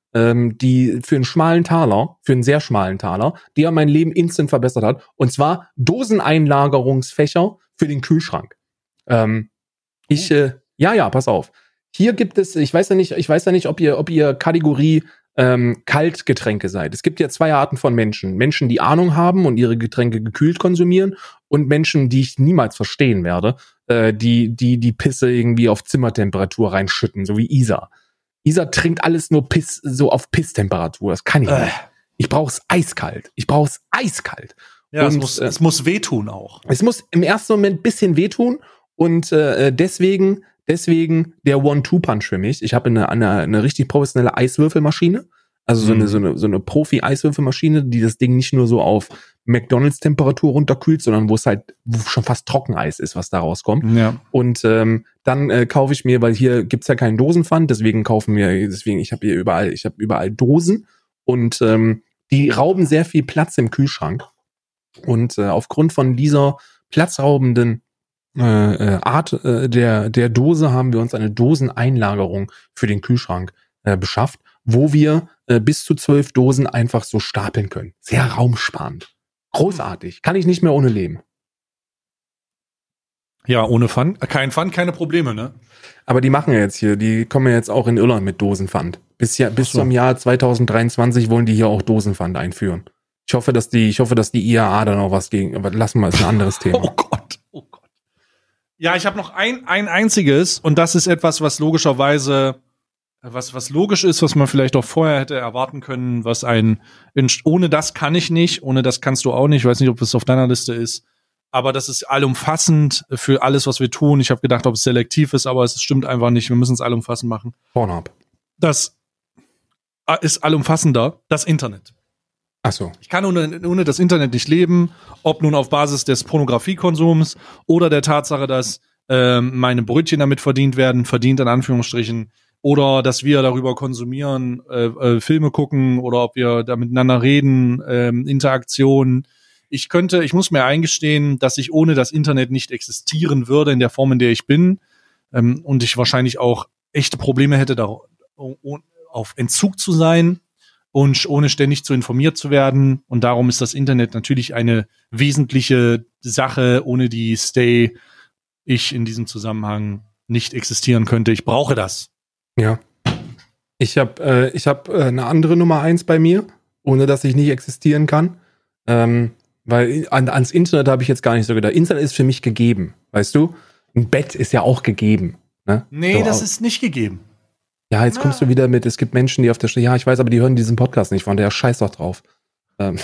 [SPEAKER 3] ähm, die für einen schmalen Taler, für einen sehr schmalen Taler, die haben mein Leben instant verbessert hat. Und zwar Doseneinlagerungsfächer für den Kühlschrank. Ähm, ich, äh, ja, ja, pass auf. Hier gibt es, ich weiß ja nicht, ich weiß ja nicht, ob ihr, ob ihr Kategorie ähm, Kaltgetränke seid. Es gibt ja zwei Arten von Menschen. Menschen, die Ahnung haben und ihre Getränke gekühlt konsumieren, und Menschen, die ich niemals verstehen werde, äh, die, die die Pisse irgendwie auf Zimmertemperatur reinschütten, so wie Isa. Isa trinkt alles nur Piss, so auf Pisstemperatur. Das kann ich
[SPEAKER 1] Äh.
[SPEAKER 3] nicht. Ich brauch's eiskalt. Ich brauch's eiskalt.
[SPEAKER 1] Ja, es
[SPEAKER 3] Und,
[SPEAKER 1] muss,
[SPEAKER 3] äh,
[SPEAKER 1] es muss wehtun auch.
[SPEAKER 3] Es muss im ersten Moment ein bisschen wehtun, und äh, deswegen, deswegen der One-Two-Punch für mich. Ich habe eine, eine, eine richtig professionelle Eiswürfelmaschine, also so
[SPEAKER 1] Mhm.
[SPEAKER 3] eine, so eine, so eine Profi-Eiswürfelmaschine, die das Ding nicht nur so auf McDonalds-Temperatur runterkühlt, sondern wo es halt wo schon fast Trockeneis ist, was da rauskommt.
[SPEAKER 1] Ja.
[SPEAKER 3] Und ähm, dann äh, kaufe ich mir, weil hier gibt's ja keinen Dosenpfand, deswegen kaufen wir, deswegen, ich habe hier überall, ich habe überall Dosen, und ähm, die rauben sehr viel Platz im Kühlschrank. Und äh, aufgrund von dieser platzraubenden äh, äh, Art äh, der der Dose haben wir uns eine Doseneinlagerung für den Kühlschrank äh, beschafft, wo wir äh, bis zu zwölf Dosen einfach so stapeln können. Sehr raumsparend. Großartig. Kann ich nicht mehr ohne leben.
[SPEAKER 1] Ja, ohne Pfand, kein Pfand, keine Probleme, ne?
[SPEAKER 3] Aber die machen ja jetzt hier, die kommen ja jetzt auch in Irland mit Dosenpfand. Bis, ja, bis
[SPEAKER 1] Ach so.
[SPEAKER 3] zum Jahr zwanzig dreiundzwanzig wollen die hier auch Dosenpfand einführen. Ich hoffe, dass die, ich hoffe, dass die I A A da noch was gegen, aber lassen wir, ist ein anderes Thema.
[SPEAKER 1] Oh Gott, oh Gott. Ja, ich habe noch ein, ein einziges, und das ist etwas, was logischerweise, was, was logisch ist, was man vielleicht auch vorher hätte erwarten können, was ein, ohne das kann ich nicht, ohne das kannst du auch nicht, ich weiß nicht, ob es auf deiner Liste ist, aber das ist allumfassend für alles, was wir tun. Ich habe gedacht, ob es selektiv ist, aber es stimmt einfach nicht, wir müssen es allumfassend machen.
[SPEAKER 3] Pornhub.
[SPEAKER 1] Das ist allumfassender, das Internet.
[SPEAKER 3] Ach so.
[SPEAKER 1] Ich kann ohne, ohne das Internet nicht leben, ob nun auf Basis des Pornografiekonsums oder der Tatsache, dass ähm, meine Brötchen damit verdient werden, verdient in Anführungsstrichen, oder dass wir darüber konsumieren, äh, äh, Filme gucken, oder ob wir da miteinander reden, ähm, Interaktion. Ich könnte, ich muss mir eingestehen, dass ich ohne das Internet nicht existieren würde in der Form, in der ich bin, ähm, und ich wahrscheinlich auch echte Probleme hätte, da auf Entzug zu sein und ohne ständig zu informiert zu werden. Und darum ist das Internet natürlich eine wesentliche Sache, ohne die Stay ich in diesem Zusammenhang nicht existieren könnte. Ich brauche das.
[SPEAKER 3] Ja. Ich habe äh, ich hab, äh, eine andere Nummer eins bei mir, ohne dass ich nicht existieren kann. Ähm, weil an, ans Internet habe ich jetzt gar nicht so gedacht. Internet ist für mich gegeben, weißt du? Ein Bett ist ja auch gegeben. Ne?
[SPEAKER 1] Nee,
[SPEAKER 3] so,
[SPEAKER 1] das ist nicht gegeben.
[SPEAKER 3] Ja, jetzt kommst du wieder mit, es gibt Menschen, die auf der Stelle, ja, ich weiß, aber die hören diesen Podcast nicht, von der scheiß doch drauf. Ähm,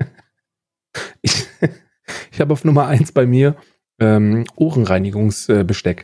[SPEAKER 3] ich ich habe auf Nummer eins bei mir ähm, Ohrenreinigungsbesteck.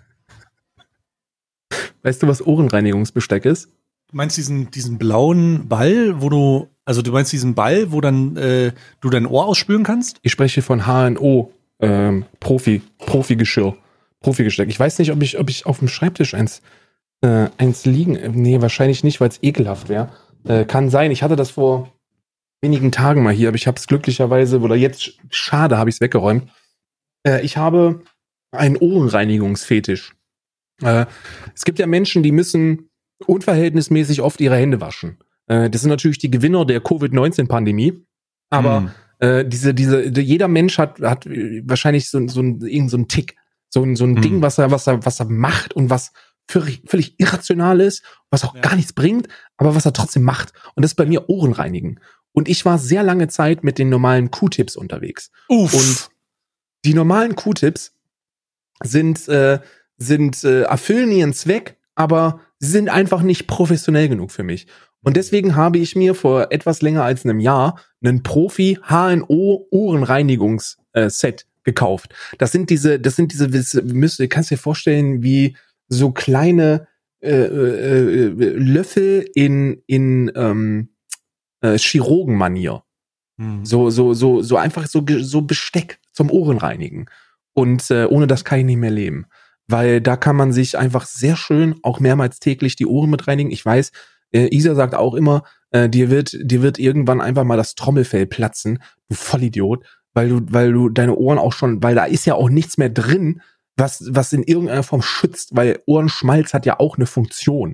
[SPEAKER 3] Weißt du, was Ohrenreinigungsbesteck ist?
[SPEAKER 1] Du meinst diesen, diesen blauen Ball, wo du, also du meinst diesen Ball, wo dann äh, du dein Ohr ausspülen kannst?
[SPEAKER 3] Ich spreche von H N O, ähm, Profi, Profi-Geschirr, Profi-Gesteck. Ich weiß nicht, ob ich, ob ich auf dem Schreibtisch eins Äh, eins liegen. Nee, wahrscheinlich nicht, weil es ekelhaft wäre. Äh, kann sein. Ich hatte das vor wenigen Tagen mal hier, aber ich habe es glücklicherweise, oder jetzt, schade, habe ich es weggeräumt. Äh, ich habe einen Ohrenreinigungsfetisch. Äh, es gibt ja Menschen, die müssen unverhältnismäßig oft ihre Hände waschen. Äh, das sind natürlich die Gewinner der Covid neunzehn Pandemie. Aber
[SPEAKER 1] Hm.
[SPEAKER 3] äh, diese, diese, jeder Mensch hat, hat wahrscheinlich so, so, ein, irgend so ein Tick. So ein, so ein
[SPEAKER 1] Hm.
[SPEAKER 3] Ding, was er, was er, was er macht und was völlig, völlig irrational ist, was auch
[SPEAKER 1] Ja.
[SPEAKER 3] gar nichts bringt, aber was er trotzdem macht. Und das ist bei mir Ohrenreinigen. Und ich war sehr lange Zeit mit den normalen Q-Tips unterwegs.
[SPEAKER 1] Uff.
[SPEAKER 3] Und die normalen Q-Tips sind, äh, sind äh, erfüllen ihren Zweck, aber sie sind einfach nicht professionell genug für mich. Und deswegen habe ich mir vor etwas länger als einem Jahr einen Profi H N O Ohrenreinigungs-Set gekauft. Das sind diese, das sind diese, du kannst dir vorstellen, wie so kleine äh, äh, Löffel in in ähm, äh, Chirurgenmanier.
[SPEAKER 1] Hm.
[SPEAKER 3] So so so so einfach so so Besteck zum Ohrenreinigen. Und äh, ohne das kann ich nicht mehr leben, weil da kann man sich einfach sehr schön auch mehrmals täglich die Ohren mit reinigen. Ich weiß, äh, Isa sagt auch immer, äh, dir wird dir wird irgendwann einfach mal das Trommelfell platzen, du Vollidiot, weil du weil du deine Ohren auch schon, weil da ist ja auch nichts mehr drin, was was in irgendeiner Form schützt, weil Ohrenschmalz hat ja auch eine Funktion.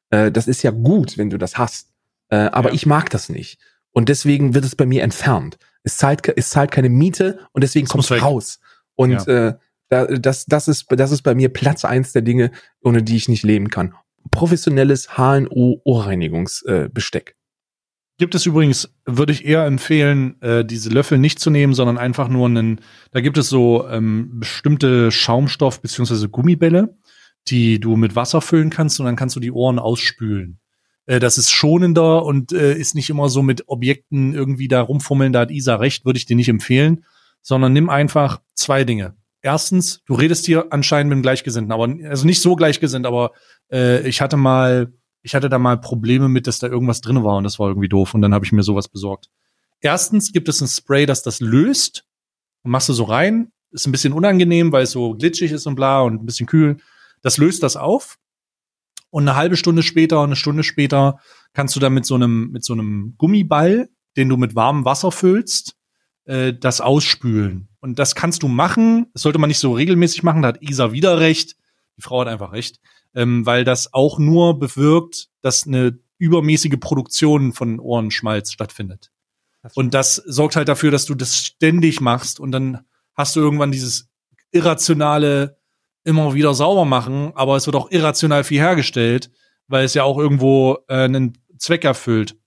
[SPEAKER 3] Äh, das ist ja gut, wenn du das hast. Äh, aber
[SPEAKER 1] Ja.
[SPEAKER 3] ich mag das nicht. Und deswegen wird es bei mir entfernt. Es zahlt, es zahlt keine Miete und deswegen
[SPEAKER 1] Es
[SPEAKER 3] kommt
[SPEAKER 1] muss
[SPEAKER 3] es
[SPEAKER 1] weg.
[SPEAKER 3] raus. Und äh, da, das, das, ist, das ist bei mir Platz eins der Dinge, ohne die ich nicht leben kann. Professionelles H N O-Ohrreinigungsbesteck.
[SPEAKER 1] Gibt es übrigens, würde ich eher empfehlen, äh, diese Löffel nicht zu nehmen, sondern einfach nur einen, da gibt es so ähm, bestimmte Schaumstoff- bzw. Gummibälle, die du mit Wasser füllen kannst und dann kannst du die Ohren ausspülen. Äh, das ist schonender und äh, ist nicht immer so mit Objekten irgendwie da rumfummeln, da hat Isa recht, würde ich dir nicht empfehlen, sondern nimm einfach zwei Dinge. Erstens, du redest hier anscheinend mit dem Gleichgesinnten, aber also nicht so gleichgesinnt, aber äh, ich hatte mal Ich hatte da mal Probleme mit, dass da irgendwas drin war und das war irgendwie doof und dann habe ich mir sowas besorgt. Erstens gibt es ein Spray, das das löst und machst du so rein. Ist ein bisschen unangenehm, weil es so glitschig ist und bla und ein bisschen kühl. Das löst das auf und eine halbe Stunde später, eine Stunde später kannst du dann mit so einem, mit so einem Gummiball, den du mit warmem Wasser füllst, äh, das ausspülen. Und das kannst du machen. Das sollte man nicht so regelmäßig machen, da hat Isa wieder recht. Die Frau hat einfach recht. Ähm, weil das auch nur bewirkt, dass eine übermäßige Produktion von Ohrenschmalz stattfindet. Und das sorgt halt dafür, dass du das ständig machst und dann hast du irgendwann dieses irrationale immer wieder sauber machen, aber es wird auch irrational viel hergestellt, weil es ja auch irgendwo äh, einen Zweck erfüllt.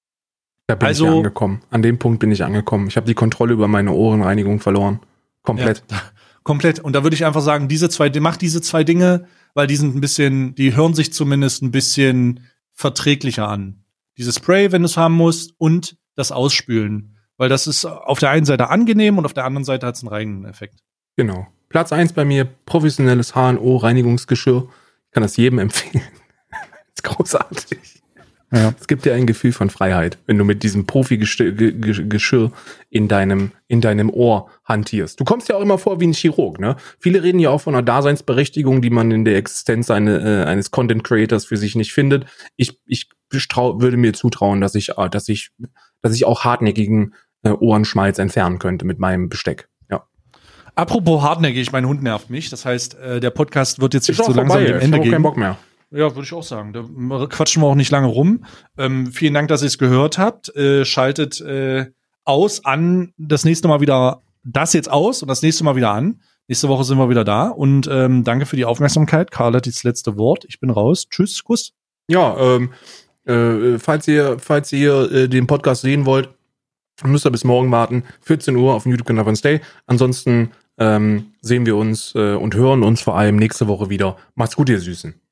[SPEAKER 3] Da bin
[SPEAKER 1] Also-
[SPEAKER 3] ich angekommen. An dem Punkt bin ich angekommen. Ich habe die Kontrolle über meine Ohrenreinigung verloren. Komplett.
[SPEAKER 1] Ja, komplett. Und da würde ich einfach sagen, diese zwei, mach diese zwei Dinge, weil die sind ein bisschen, die hören sich zumindest ein bisschen verträglicher an. Dieses Spray, wenn du es haben musst, und das Ausspülen. Weil das ist auf der einen Seite angenehm und auf der anderen Seite hat es einen reinen Effekt.
[SPEAKER 3] Genau. Platz eins bei mir, professionelles H N O-Reinigungsgeschirr. Ich kann das jedem empfehlen. Ist großartig.
[SPEAKER 1] Ja.
[SPEAKER 3] Es gibt dir ein Gefühl von Freiheit, wenn du mit diesem Profi-Geschirr in deinem, in deinem Ohr hantierst. Du kommst ja auch immer vor wie ein Chirurg, ne? Viele reden ja auch von einer Daseinsberechtigung, die man in der Existenz eine, äh, eines Content-Creators für sich nicht findet. Ich, ich bestrau, würde mir zutrauen, dass ich, äh, dass ich, dass ich auch hartnäckigen äh, Ohrenschmalz entfernen könnte mit meinem Besteck. Ja.
[SPEAKER 1] Apropos hartnäckig, mein Hund nervt mich. Das heißt, äh, der Podcast wird jetzt
[SPEAKER 3] Ist
[SPEAKER 1] so
[SPEAKER 3] auch
[SPEAKER 1] langsam
[SPEAKER 3] vorbei,
[SPEAKER 1] dem
[SPEAKER 3] ich
[SPEAKER 1] Ende
[SPEAKER 3] hab auch
[SPEAKER 1] gehen.
[SPEAKER 3] keinen Bock mehr.
[SPEAKER 1] Ja, würde ich auch sagen. Da quatschen wir auch nicht lange rum. Ähm, vielen Dank, dass ihr es gehört habt. Äh, schaltet äh, aus, an, das nächste Mal wieder das jetzt aus und das nächste Mal wieder an. Nächste Woche sind wir wieder da. Und ähm, danke für die Aufmerksamkeit. Karl hat das letzte Wort. Ich bin raus. Tschüss, Kuss.
[SPEAKER 3] Ja, ähm, äh, falls ihr, falls ihr äh, den Podcast sehen wollt, müsst ihr bis morgen warten. vierzehn Uhr auf dem YouTube-Kanal von Stay. Ansonsten ähm, sehen wir uns äh, und hören uns vor allem nächste Woche wieder. Macht's gut, ihr Süßen.